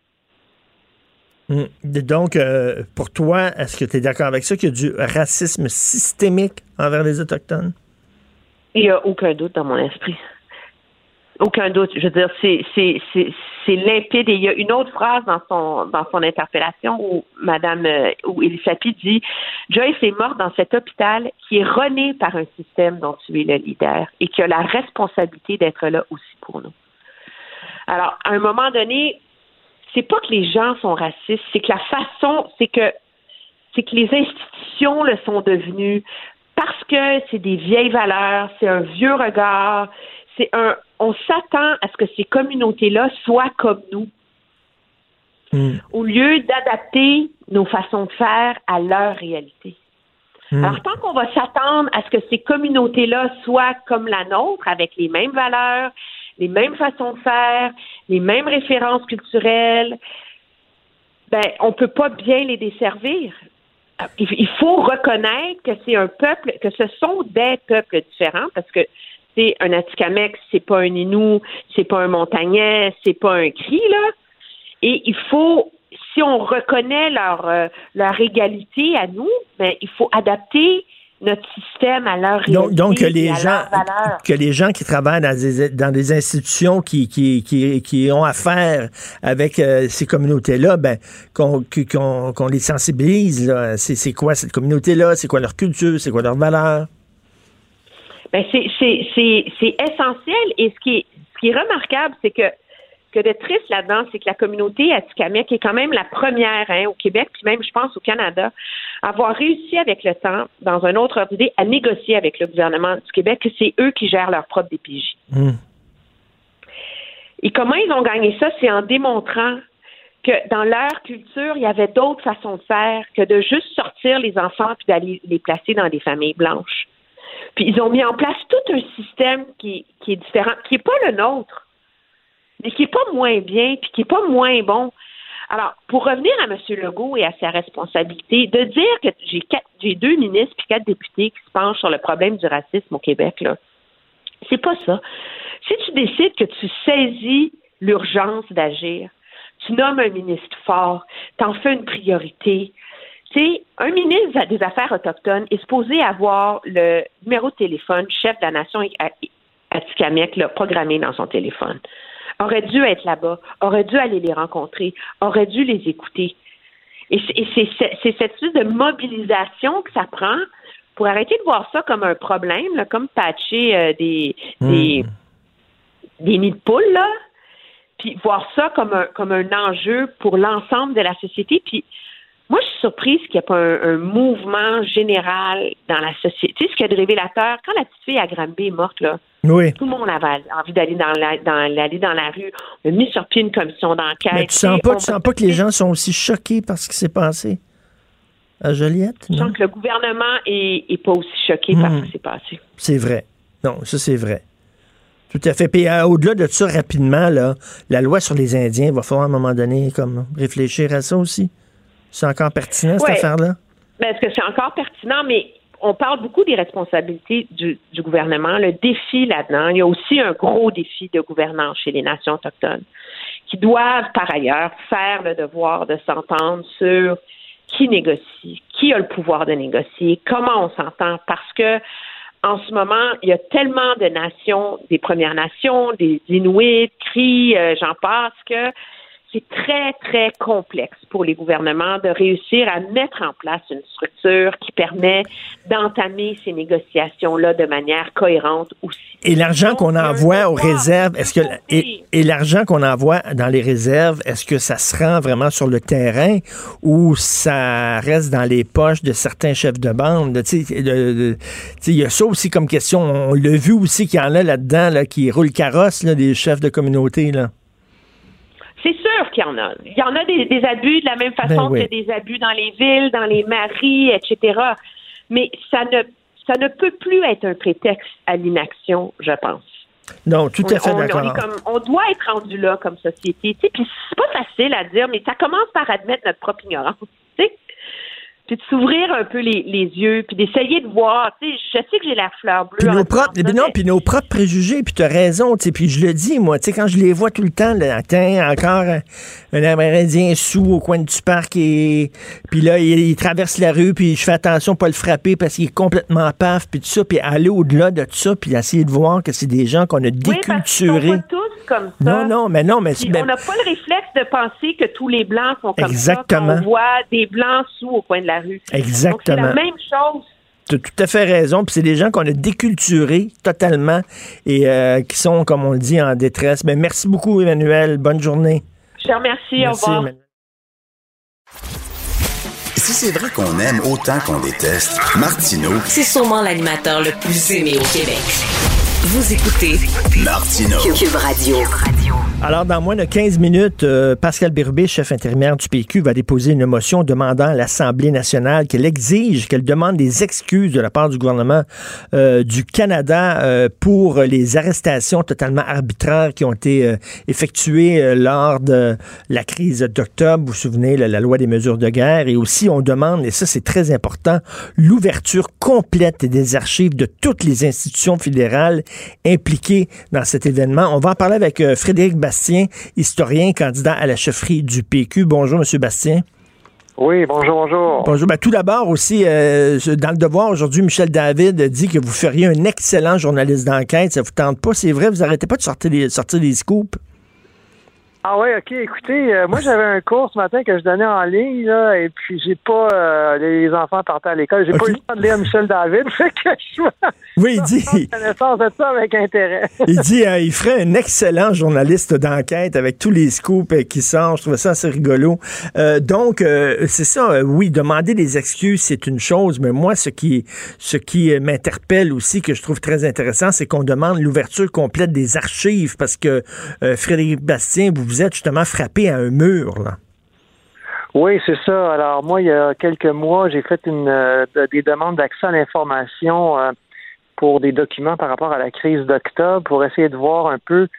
Mmh. Donc, euh, pour toi, est-ce que tu es d'accord avec ça, qu'il y a du racisme systémique envers les Autochtones? Il n'y a aucun doute dans mon esprit. Aucun doute. Je veux dire, c'est, c'est, c'est, c'est limpide. Et il y a une autre phrase dans son, dans son interpellation où Madame, euh, où Elisapie dit « Joyce est morte dans cet hôpital qui est rené par un système dont tu es le leader et qui a la responsabilité d'être là aussi pour nous. » Alors, à un moment donné, c'est pas que les gens sont racistes, c'est que la façon, c'est que, c'est que les institutions le sont devenues parce que c'est des vieilles valeurs, c'est un vieux regard, c'est un, on s'attend à ce que ces communautés-là soient comme nous. Mm. Au lieu d'adapter nos façons de faire à leur réalité. Mm. Alors, tant qu'on va s'attendre à ce que ces communautés-là soient comme la nôtre, avec les mêmes valeurs, les mêmes façons de faire, les mêmes références culturelles, ben, on peut pas bien les desservir. Il faut reconnaître que c'est un peuple, que ce sont des peuples différents, parce que c'est un Atikamekw, c'est pas un Innu, c'est pas un Montagnais, c'est pas un Cri, là. Et il faut, si on reconnaît leur, euh, leur égalité à nous, ben, il faut adapter notre système à leur réalité. Donc, donc que les gens, que les gens qui travaillent dans des, dans des institutions qui, qui, qui, qui ont affaire avec euh, ces communautés-là, ben, qu'on, qu'on, qu'on les sensibilise, là. C'est, c'est quoi cette communauté-là? C'est quoi leur culture? C'est quoi leur valeur? Ben, c'est, c'est, c'est, c'est essentiel. Et ce qui est, ce qui est remarquable, c'est que que de triste là-dedans, c'est que la communauté Atikamekw est quand même la première, hein, au Québec, puis même, je pense, au Canada, à avoir réussi avec le temps, dans un autre ordre d'idée, à négocier avec le gouvernement du Québec que c'est eux qui gèrent leur propre D P J. Mmh. Et comment ils ont gagné ça? C'est en démontrant que dans leur culture, il y avait d'autres façons de faire que de juste sortir les enfants puis d'aller les placer dans des familles blanches. Puis ils ont mis en place tout un système qui, qui est différent, qui n'est pas le nôtre, mais qui est pas moins bien, puis qui est pas moins bon. Alors, pour revenir à M. Legault et à sa responsabilité, de dire que j'ai quatre, j'ai deux ministres puis quatre députés qui se penchent sur le problème du racisme au Québec, là, c'est pas ça. Si tu décides que tu saisis l'urgence d'agir, tu nommes un ministre fort, t'en fais une priorité. Tu sais, un ministre des Affaires autochtones est supposé avoir le numéro de téléphone du chef de la nation à Atikamekw là, programmé dans son téléphone. Aurait dû être là-bas, aurait dû aller les rencontrer, aurait dû les écouter. Et c'est, et c'est, c'est, c'est cette espèce de mobilisation que ça prend pour arrêter de voir ça comme un problème, là, comme patcher euh, des, mmh. des, des nids de poules, là, puis voir ça comme un, comme un enjeu pour l'ensemble de la société. Puis moi, je suis surprise qu'il n'y ait pas un, un mouvement général dans la société. Tu sais, ce qu'il y a de révélateur, quand la petite fille à Granby est morte, là, oui. tout le monde avait envie d'aller dans la, dans, d'aller dans la rue. On a mis sur pied une commission d'enquête. Mais tu sens pas, tu sens pas que les gens sont aussi choqués par ce qui s'est passé à Joliette? Je sens que le gouvernement est, est pas aussi choqué mmh. par ce qui s'est passé. C'est vrai. Non, ça, c'est vrai. Tout à fait. Puis euh, au-delà de ça, rapidement, là, la loi sur les Indiens, il va falloir à un moment donné comme réfléchir à ça aussi. C'est encore pertinent, cette ouais. affaire-là? Ben, est-ce que c'est encore pertinent? Mais on parle beaucoup des responsabilités du, du gouvernement. Le défi là-dedans, il y a aussi un gros défi de gouvernance chez les nations autochtones qui doivent, par ailleurs, faire le devoir de s'entendre sur qui négocie, qui a le pouvoir de négocier, comment on s'entend, parce que en ce moment, il y a tellement de nations, des Premières Nations, des Inuits, Cris, euh, j'en passe, que c'est très, très complexe pour les gouvernements de réussir à mettre en place une structure qui permet d'entamer ces négociations-là de manière cohérente aussi. Et l'argent qu'on envoie aux réserves, est-ce que et, et l'argent qu'on envoie dans les réserves, est-ce que ça se rend vraiment sur le terrain ou ça reste dans les poches de certains chefs de bande? Tu sais, il y a ça aussi comme question. On l'a vu aussi qu'il y en a là-dedans là, qui roulent carrosse, là, des chefs de communauté, là. C'est sûr qu'il y en a. Il y en a des, des abus de la même façon ben oui. que des abus dans les villes, dans les mairies, et cetera. Mais ça ne, ça ne peut plus être un prétexte à l'inaction, je pense. Non, tout à fait on, d'accord. On, est comme, on doit être rendu là comme société. Tu sais, puis c'est pas facile à dire, mais ça commence par admettre notre propre ignorance. Tu sais? Puis de s'ouvrir un peu les, les yeux, puis d'essayer de voir. Tu sais, je sais que j'ai la fleur bleue. Puis nos propres, mais non, puis nos propres préjugés, puis tu as raison. Tu sais, puis je le dis, moi, tu sais, quand je les vois tout le temps, là, tiens, encore un, un Amérindien sous au coin du parc, et puis là, il, il traverse la rue, puis je fais attention pas le frapper parce qu'il est complètement paf, puis tout ça, puis aller au-delà de tout ça, puis essayer de voir que c'est des gens qu'on a déculturés. Oui, tous comme ça. Non, non, mais non, mais ben, on n'a pas le réflexe de penser que tous les Blancs sont comme exactement. ça, qu'on voit des Blancs sous au coin de la rue. Exactement. Donc, c'est la même chose. Tu as tout à fait raison. Puis c'est des gens qu'on a déculturés totalement et euh, qui sont, comme on le dit, en détresse. Ben, merci beaucoup, Emmanuel. Bonne journée. Je te remercie. Merci, au revoir. Emmanuel. Si c'est vrai qu'on aime autant qu'on déteste, Martineau, c'est sûrement l'animateur le plus aimé au Québec. Vous écoutez Martineau. Cube Radio. Alors, dans moins de quinze minutes, euh, Pascal Bérubé, chef intérimaire du P Q, va déposer une motion demandant à l'Assemblée nationale qu'elle exige, qu'elle demande des excuses de la part du gouvernement euh, du Canada euh, pour les arrestations totalement arbitraires qui ont été euh, effectuées euh, lors de la crise d'octobre. Vous vous souvenez, la, la loi des mesures de guerre. Et aussi, on demande, et ça c'est très important, l'ouverture complète des archives de toutes les institutions fédérales impliquées dans cet événement. On va en parler avec euh, Frédéric Bastien, historien, candidat à la chefferie du P Q. Bonjour, M. Bastien. Oui, bonjour, bonjour. Bonjour. Ben, tout d'abord aussi, euh, dans le Devoir, aujourd'hui, Michel David dit que vous feriez un excellent journaliste d'enquête. Ça vous tente pas? C'est vrai, vous n'arrêtez pas de sortir des, sortir des scoops? Ah ouais, ok, écoutez, euh, moi j'avais un cours ce matin que je donnais en ligne, là, et puis j'ai pas euh, les enfants partaient à l'école, j'ai okay. pas eu le temps de lire Michel David, fait que je oui, il dit connaissance de ça avec intérêt. Il dit euh, il ferait un excellent journaliste d'enquête avec tous les scoops euh, qui sortent, je trouvais ça assez rigolo. Euh, donc euh, c'est ça, euh, oui, demander des excuses, c'est une chose, mais moi ce qui ce qui euh, m'interpelle aussi, que je trouve très intéressant, c'est qu'on demande l'ouverture complète des archives, parce que euh, Frédéric Bastien, vous vous êtes justement frappé à un mur, là. Oui, c'est ça. Alors, moi, il y a quelques mois, j'ai fait une euh, des demandes d'accès à l'information euh, pour des documents par rapport à la crise d'octobre, pour essayer de voir un peu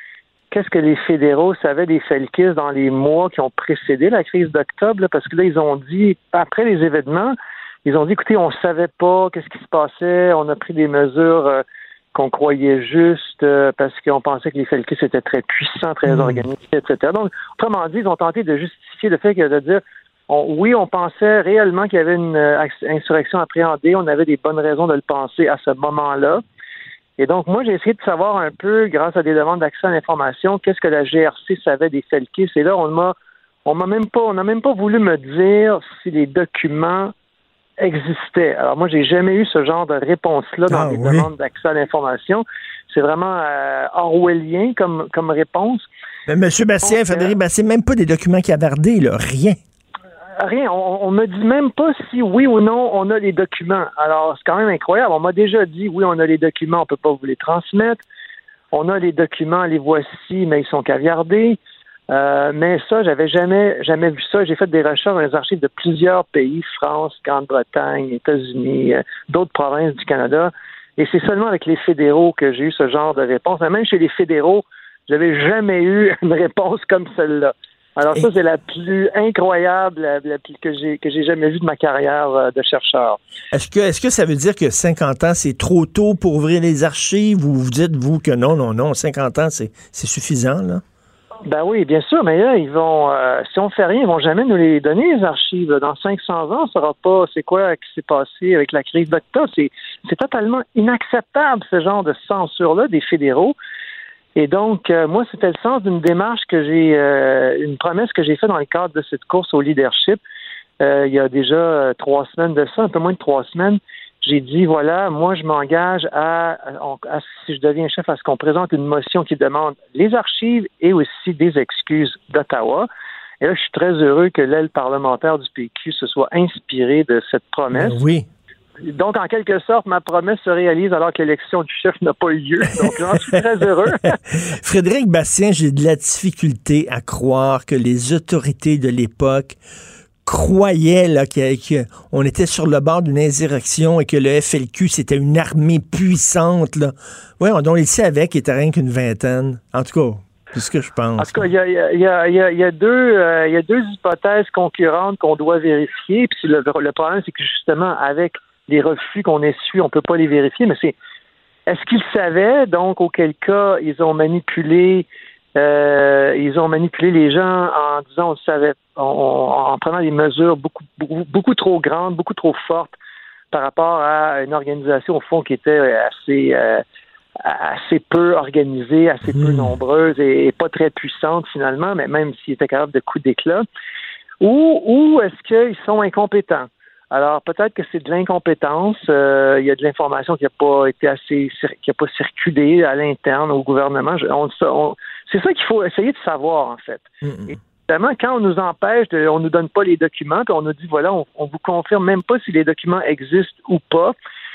qu'est-ce que les fédéraux savaient des Felkis dans les mois qui ont précédé la crise d'octobre, là, parce que là, ils ont dit, après les événements, ils ont dit, écoutez, on savait pas qu'est-ce qui se passait, on a pris des mesures euh, qu'on croyait justes euh, parce qu'on pensait que les Felkis étaient très puissants, très mmh. organisés, et cetera. Donc, autrement dit, ils ont tenté de justifier le fait que de dire, on, oui, on pensait réellement qu'il y avait une euh, insurrection appréhendée, on avait des bonnes raisons de le penser à ce moment-là. Et donc, moi, j'ai essayé de savoir un peu, grâce à des demandes d'accès à l'information, qu'est-ce que la G R C savait des Felkis. Et là, on m'a, on m'a même pas, on n'a même pas voulu me dire si les documents existaient. Alors, moi, j'ai jamais eu ce genre de réponse-là dans ah, les oui. demandes d'accès à l'information. C'est vraiment euh, orwellien comme, comme réponse. Mais M. Bastien, donc, Frédéric Bastien, même pas des documents cavardés, là, rien. Rien. On, on me dit même pas si oui ou non on a les documents. Alors, c'est quand même incroyable. On m'a déjà dit, oui, on a les documents, on peut pas vous les transmettre. On a les documents, les voici, mais ils sont caviardés. Euh, mais ça, j'avais jamais, jamais vu ça. J'ai fait des recherches dans les archives de plusieurs pays, France, Grande-Bretagne, États-Unis, euh, d'autres provinces du Canada. Et c'est seulement avec les fédéraux que j'ai eu ce genre de réponse. Mais même chez les fédéraux, j'avais jamais eu une réponse comme celle-là. Alors ça, c'est la plus incroyable la, la plus, que j'ai que j'ai jamais vue de ma carrière euh, de chercheur. Est-ce que est-ce que ça veut dire que cinquante ans, c'est trop tôt pour ouvrir les archives, ou vous dites, vous, que non, non, non, cinquante ans, c'est, c'est suffisant, là? Ben oui, bien sûr, mais là, ils vont, euh, si on fait rien, ils vont jamais nous les donner, les archives. Dans cinq cents ans, on ne saura pas c'est quoi qui s'est passé avec la crise d'octobre. C'est, c'est totalement inacceptable, ce genre de censure-là des fédéraux. Et donc, euh, moi, c'était le sens d'une démarche que j'ai, euh, une promesse que j'ai faite dans le cadre de cette course au leadership. Euh, il y a déjà euh, trois semaines de ça, un peu moins de trois semaines. J'ai dit, voilà, moi, je m'engage à, à, à, si je deviens chef, à ce qu'on présente une motion qui demande les archives et aussi des excuses d'Ottawa. Et là, je suis très heureux que l'aile parlementaire du P Q se soit inspirée de cette promesse. Ben oui. Donc, en quelque sorte, ma promesse se réalise alors que l'élection du chef n'a pas eu lieu. Donc, j'en suis très heureux. Frédéric Bastien, j'ai de la difficulté à croire que les autorités de l'époque croyaient là, qu'on était sur le bord d'une insurrection et que le F L Q, c'était une armée puissante. Là. Ouais, on, on le savait qu'il était rien qu'une vingtaine. En tout cas, c'est ce que je pense. En tout cas, il y a, y a, y a, y a, y a, deux, euh, y a deux hypothèses concurrentes qu'on doit vérifier. Puis le, le problème, c'est que justement, avec les refus qu'on essuie, on ne peut pas les vérifier, mais c'est est-ce qu'ils savaient, donc auquel cas ils ont manipulé euh, ils ont manipulé les gens en disant on le savait, on, en prenant des mesures beaucoup, beaucoup, beaucoup trop grandes, beaucoup trop fortes par rapport à une organisation au fond qui était assez euh, assez peu organisée, assez mmh. peu nombreuse et, et pas très puissante finalement, mais même s'ils étaient capables de coups d'éclat, ou, ou est-ce qu'ils sont incompétents? Alors, peut-être que c'est de l'incompétence. Euh, il y a de l'information qui n'a pas été assez, qui n'a pas circulé à l'interne au gouvernement. Je, on, on, c'est ça qu'il faut essayer de savoir, en fait. Mm-hmm. Et évidemment, quand on nous empêche, de, on nous donne pas les documents, puis on nous dit, voilà, on, on vous confirme même pas si les documents existent ou pas.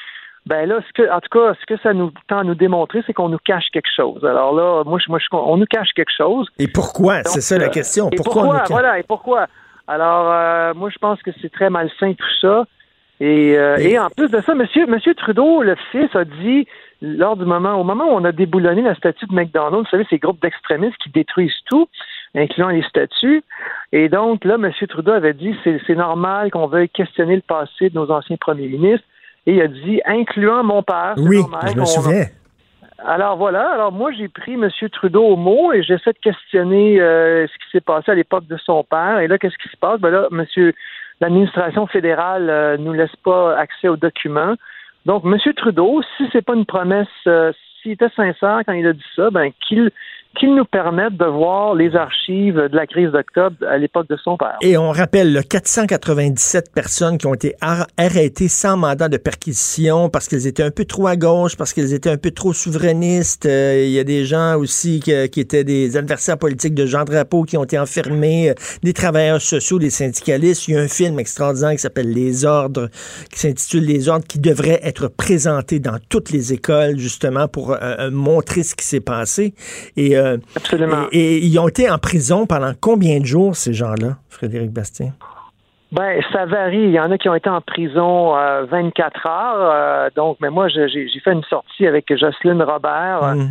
Ben là, ce que, en tout cas, ce que ça nous tend à nous démontrer, c'est qu'on nous cache quelque chose. Alors là, moi, je, moi, je, on nous cache quelque chose. Et pourquoi? Donc, c'est ça la question. Et pourquoi? pourquoi? On nous... Voilà, et pourquoi? Alors, euh, moi, je pense que c'est très malsain tout ça. Et, euh, et... et en plus de ça, monsieur, monsieur Trudeau, le fils, a dit, lors du moment, au moment où on a déboulonné la statue de McDonald's, vous savez, ces groupes d'extrémistes qui détruisent tout, incluant les statues. Et donc, là, monsieur Trudeau avait dit, c'est, c'est normal qu'on veuille questionner le passé de nos anciens premiers ministres. Et il a dit, incluant mon père, c'est oui, normal. je me souviens. Alors voilà, alors moi j'ai pris M. Trudeau au mot et j'essaie de questionner euh, ce qui s'est passé à l'époque de son père. Et là, qu'est-ce qui se passe? Ben là, monsieur, l'administration fédérale euh, nous laisse pas accès aux documents. Donc, M. Trudeau, si c'est pas une promesse, euh, s'il était sincère quand il a dit ça, ben qu'il qu'il nous permette de voir les archives de la crise d'octobre à l'époque de son père. Et on rappelle là, quatre cent quatre-vingt-dix-sept personnes qui ont été ar- arrêtées sans mandat de perquisition parce qu'elles étaient un peu trop à gauche, parce qu'elles étaient un peu trop souverainistes. Euh, il y a des gens aussi qui, qui étaient des adversaires politiques de Jean Drapeau qui ont été enfermés, euh, des travailleurs sociaux, des syndicalistes. Il y a un film extraordinaire qui s'appelle Les Ordres, qui s'intitule Les Ordres, qui devrait être présenté dans toutes les écoles justement pour euh, montrer ce qui s'est passé. Et euh, Absolument. Et, et ils ont été en prison pendant combien de jours, ces gens-là, Frédéric Bastien? Ben, ça varie. Il y en a qui ont été en prison euh, vingt-quatre heures. Euh, donc, mais moi, j'ai, j'ai fait une sortie avec Jocelyne Robert euh, mm.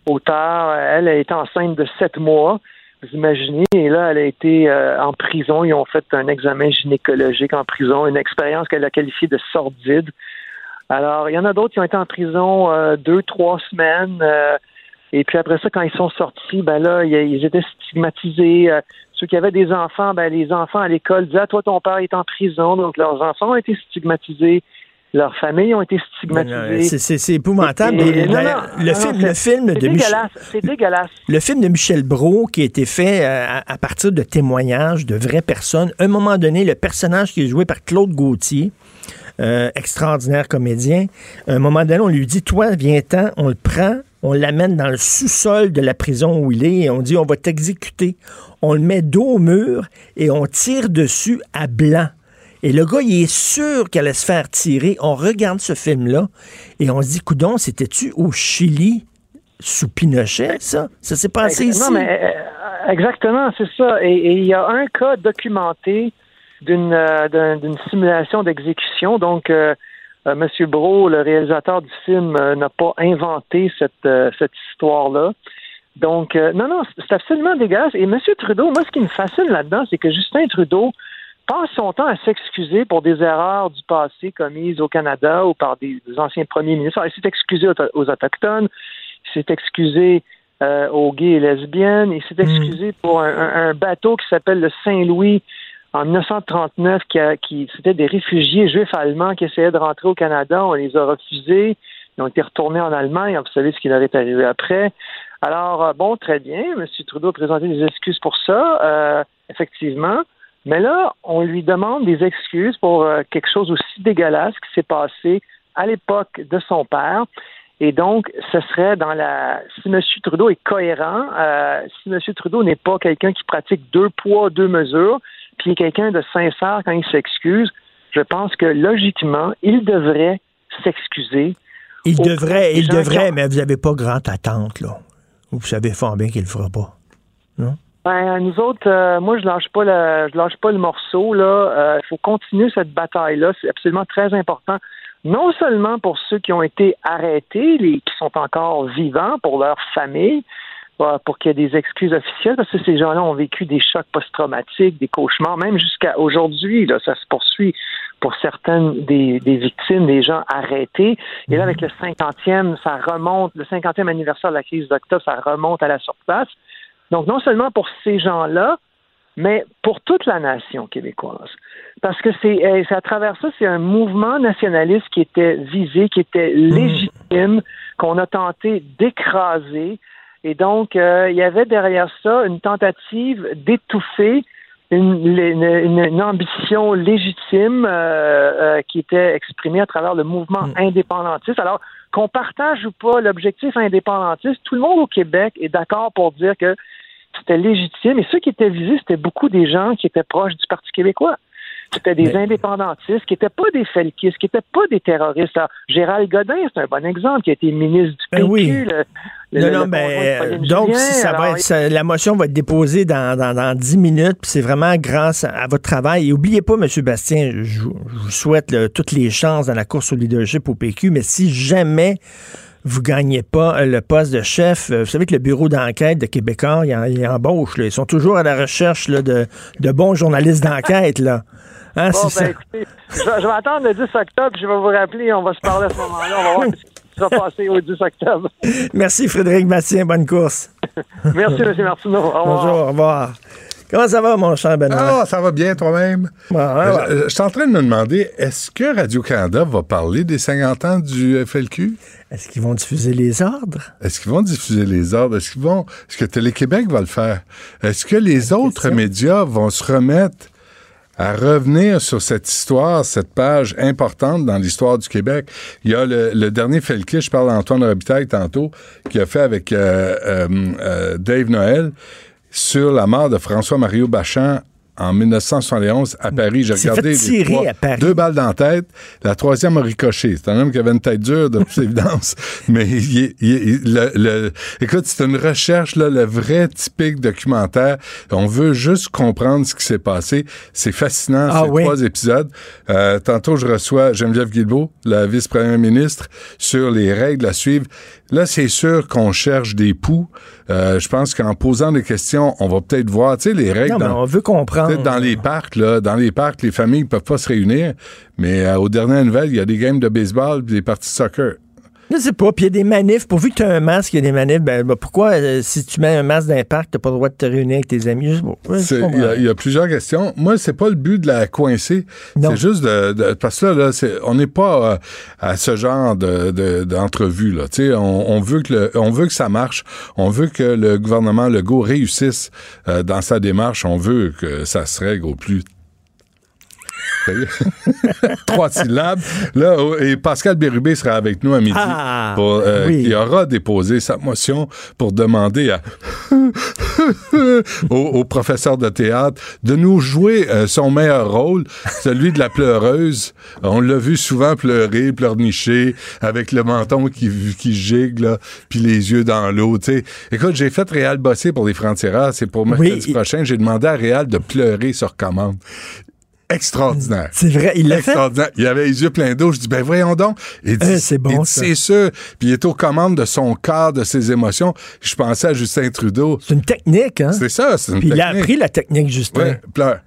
auteur. Elle a été enceinte de sept mois. Vous imaginez, et là, elle a été euh, en prison. Ils ont fait un examen gynécologique en prison, une expérience qu'elle a qualifiée de sordide. Alors, il y en a d'autres qui ont été en prison euh, deux, trois semaines. Euh, et puis après ça, quand ils sont sortis, ben là, ils étaient stigmatisés. Euh, ceux qui avaient des enfants, ben les enfants à l'école disaient « Ah, toi, ton père est en prison. » Donc, leurs enfants ont été stigmatisés. Leurs familles ont été stigmatisées. C'est, c'est, c'est épouvantable. Et, et, la, non, non, le, non, film, non, le film c'est de dégueulasse. Michel, c'est dégueulasse. Le film de Michel Brault qui a été fait à, à partir de témoignages de vraies personnes. À un moment donné, le personnage qui est joué par Claude Gauthier, euh, extraordinaire comédien, à un moment donné, on lui dit « Toi, viens-t'en, on le prend, on l'amène dans le sous-sol de la prison où il est et on dit « On va t'exécuter. » On le met dos au mur et on tire dessus à blanc. Et le gars, il est sûr qu'elle allait se faire tirer. On regarde ce film-là et on se dit, coudonc, c'était-tu au Chili sous Pinochet, ça? Ça s'est passé ici? Non, mais euh, exactement, c'est ça. Et il y a un cas documenté d'une, euh, d'un, d'une simulation d'exécution. Donc, euh, euh, M. Brault, le réalisateur du film, euh, n'a pas inventé cette, euh, cette histoire-là. Donc, euh, non, non, c'est absolument dégueulasse. Et M. Trudeau, moi, ce qui me fascine là-dedans, c'est que Justin Trudeau passe son temps à s'excuser pour des erreurs du passé commises au Canada ou par des, des anciens premiers ministres. Alors, il s'est excusé aux, aux Autochtones, il s'est excusé euh, aux gays et lesbiennes, il s'est excusé mmh. pour un, un, un bateau qui s'appelle le Saint-Louis en dix-neuf cent trente-neuf, qui, a, qui c'était des réfugiés juifs allemands qui essayaient de rentrer au Canada. On les a refusés. Ils ont été retournés en Allemagne. Vous savez ce qui leur est arrivé après. Alors, bon, très bien. M. Trudeau a présenté des excuses pour ça, euh, effectivement. Mais là, on lui demande des excuses pour euh, quelque chose aussi dégueulasse qui s'est passé à l'époque de son père. Et donc, ce serait dans la... Si M. Trudeau est cohérent, euh, si M. Trudeau n'est pas quelqu'un qui pratique deux poids, deux mesures, puis est quelqu'un de sincère quand il s'excuse, je pense que, logiquement, il devrait s'excuser. Il devrait, il devrait, ont... mais vous n'avez pas grande attente, là. Vous savez fort bien qu'il ne le fera pas, non? Ben, nous autres, euh, moi, je lâche pas le, je lâche pas le morceau, là. Il euh, faut continuer cette bataille-là. C'est absolument très important. Non seulement pour ceux qui ont été arrêtés, les qui sont encore vivants, pour leur famille, euh, pour qu'il y ait des excuses officielles, parce que ces gens-là ont vécu des chocs post-traumatiques, des cauchemars, même jusqu'à aujourd'hui, là, ça se poursuit pour certaines des, des victimes, des gens arrêtés. Et là, avec le cinquantième, ça remonte, le cinquantième anniversaire de la crise d'octobre, ça remonte à la surface. Donc, non seulement pour ces gens-là, mais pour toute la nation québécoise. Parce que c'est, c'est à travers ça, c'est un mouvement nationaliste qui était visé, qui était légitime, qu'on a tenté d'écraser. Et donc, euh, il y avait derrière ça une tentative d'étouffer une, une, une, une ambition légitime euh, euh, qui était exprimée à travers le mouvement mmh. indépendantiste. Alors, qu'on partage ou pas l'objectif indépendantiste, tout le monde au Québec est d'accord pour dire que c'était légitime. Et ceux qui étaient visés, c'était beaucoup des gens qui étaient proches du Parti québécois. C'était des Mais... indépendantistes qui n'étaient pas des felkistes, qui n'étaient pas des terroristes. Alors, Gérald Godin, c'est un bon exemple, qui a été ministre du P Q. Ben oui. Le, le, non, le, non, le ben, donc, ça Alors, va être, ça, la motion va être déposée dans, dans, dans dix minutes, puis c'est vraiment grâce à, à votre travail. Et n'oubliez pas, M. Bastien, je, je vous souhaite là, toutes les chances dans la course au leadership au P Q, mais si jamais vous gagnez pas le poste de chef, vous savez que le bureau d'enquête de Québécois, il, en, il embauche. Là. Ils sont toujours à la recherche là, de, de bons journalistes d'enquête, là. Hein, bon, c'est ben, ça. Écoutez, je, je vais attendre le dix octobre, je vais vous rappeler, on va se parler à ce moment-là, on va voir ce qui va passer au dix octobre. Merci Frédéric Bastien, bonne course. Merci M. Martineau, au revoir. Bonjour, au revoir. Comment ça va, mon cher Benoît? Ah, ça va bien, toi-même. Ouais, ouais, ouais. Je, je suis en train de me demander, est-ce que Radio-Canada va parler des cinquante ans du F L Q? Est-ce qu'ils vont diffuser les ordres? Est-ce qu'ils vont diffuser les ordres? Est-ce qu'ils vont... Est-ce que Télé-Québec va le faire? Est-ce que les autres question. médias vont se remettre à revenir sur cette histoire, cette page importante dans l'histoire du Québec? Il y a le, le dernier Felkis, je parle d'Antoine Robitaille tantôt, qui a fait avec euh, euh, euh, Dave Noël sur la mort de François-Mario Bachand en dix-neuf cent soixante et onze à Paris. J'ai regardé les trois, à Paris. deux balles dans la tête. La troisième a ricoché. C'est un homme qui avait une tête dure, de toute évidence. Mais il, il, il, le, le, écoute, c'est une recherche, là, le vrai typique documentaire. On veut juste comprendre ce qui s'est passé. C'est fascinant, ah, ces oui. trois épisodes. Euh, tantôt, je reçois Geneviève Guilbeault, la vice-première ministre, sur les règles à suivre. Là, c'est sûr qu'on cherche des poux. Euh, je pense qu'en posant des questions, on va peut-être voir, tu sais, les règles. Non, mais dans, on veut comprendre. Peut-être dans les parcs, là, dans les parcs, les familles ne peuvent pas se réunir. Mais euh, aux dernières nouvelles, il y a des games de baseball et des parties de soccer. Je sais pas, puis il y a des manifs. Pourvu que tu as un masque, il y a des manifs. Ben, ben pourquoi, euh, si tu mets un masque dans un parc, tu n'as pas le droit de te réunir avec tes amis? Je sais pas. Il y, y a plusieurs questions. Moi, c'est pas le but de la coincer. Non. C'est juste de, de. Parce que là, là c'est, on n'est pas euh, à ce genre de, de, d'entrevue. Là. On, on, veut que le, on veut que ça marche. On veut que le gouvernement Legault réussisse euh, dans sa démarche. On veut que ça se règle au plus trois syllabes. Là, et Pascal Bérubé sera avec nous à midi. Ah, pour, euh, oui. qui aura déposé sa motion pour demander à au, au professeur de théâtre de nous jouer euh, son meilleur rôle, celui de la pleureuse. On l'a vu souvent pleurer, pleurnicher, avec le menton qui, qui gigle, là, puis les yeux dans l'eau. T'sais. Écoute, j'ai fait Réal bosser pour les Francs-Tireurs. C'est pour mercredi oui. prochain. J'ai demandé à Réal de pleurer sur commande. Extraordinaire. C'est vrai, il l'a Extraordinaire. fait. Il avait les yeux pleins d'eau. Je dis, ben voyons donc. Il dit, euh, c'est bon, il dit, ça. c'est sûr. Puis il est aux commandes de son corps, de ses émotions. Je pensais à Justin Trudeau. C'est une technique, hein? C'est ça, c'est une Puis technique. il a appris la technique, Justin. Ouais, pleure.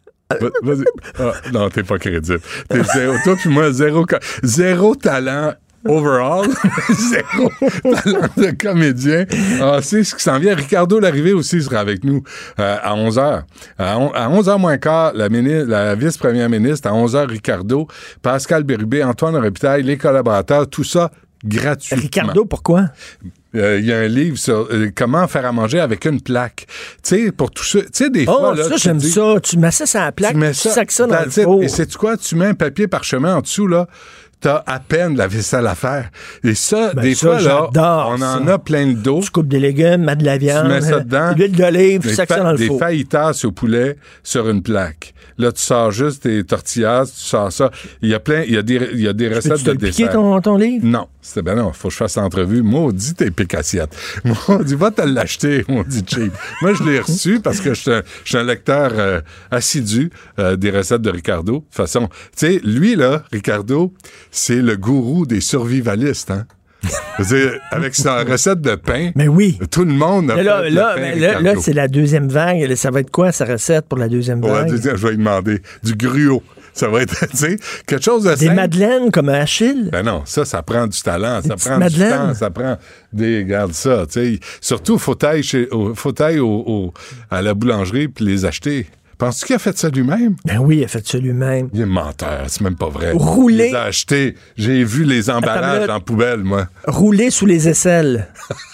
Vas-y. Ah, non, t'es pas crédible. T'es zéro. Toi puis moi, zéro, zéro talent. Overall, zéro talent de comédien. Ah, c'est ce qui s'en vient. Ricardo Larrivé aussi sera avec nous euh, à onze heures. À, on, à onze heures moins quart, la, ministre, la vice-première ministre, à onze heures, Ricardo, Pascal Bérubé, Antoine Robitaille, les collaborateurs, tout ça gratuitement. Ricardo, pourquoi? Il euh, y a un livre sur euh, comment faire à manger avec une plaque. Tu sais, pour tout ça. Tu sais, des oh, fois. Là, ça, j'aime dis, ça. Tu mets ça sur la plaque, tu, mets ça, tu sacs ça dans le four. Et sais-tu quoi? Tu mets un papier parchemin en dessous, là. T'as à peine la vaisselle à faire. Et ça, ben des ça, fois, là, on ça. en a plein le dos. Tu coupes des légumes, mets de la viande, tu mets ça dedans, l'huile d'olive, tu sacs ça dans le des four. Des fajitas au poulet sur une plaque. Là, tu sors juste tes tortillas, tu sors ça. Il y a plein, il y a des, il y a des recettes de dessert. Tu ton, ton livre? Non. C'est ben non, faut que je fasse l'entrevue. Maudit tes picassiettes. Maudit, va te l'acheter, maudit cheap. Moi, je l'ai reçu parce que je suis un, je suis un lecteur euh, assidu euh, des recettes de Ricardo. De toute façon, tu sais, lui, là, Ricardo, c'est le gourou des survivalistes, hein? C'est, avec sa recette de pain, mais oui. Tout le monde a mais là, fait là, le pain, mais là, là, c'est la deuxième vague. Ça va être quoi, sa recette pour la deuxième vague? Ouais, je vais lui demander. Du gruau. Ça va être, tu sais, quelque chose de Des simple. madeleines comme à Achille? Ben non, ça, ça prend du talent, ça prend madeleine. du temps, ça prend des... Regarde ça, tu sais. Surtout, faut tailler, chez, au, faut tailler au, au, à la boulangerie puis les acheter. Penses-tu qu'il a fait ça lui-même? Ben oui, il a fait ça lui-même. Il est menteur, c'est même pas vrai. Roulé. Il les a achetés. J'ai vu les emballages Attends, en poubelle, moi. Roulé sous les aisselles.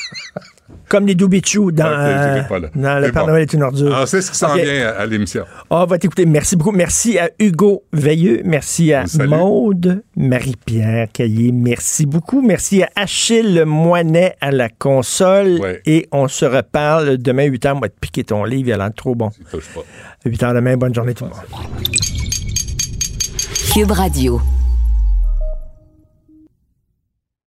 Comme les Doubichou dans, okay, euh, dans Le Père Noël est une ordure. Alors, c'est ce qui s'en okay. vient à, à l'émission. On va t'écouter. Merci beaucoup. Merci à Hugo Veilleux. Merci à Maude Marie-Pierre Caillé. Merci beaucoup. Merci à Achille Moinet à la console. Ouais. Et on se reparle demain, huit heures. On va te piquer ton livre. Il a l'air trop bon. Touche pas. huit heures demain. Bonne journée tout le monde. Cube Radio.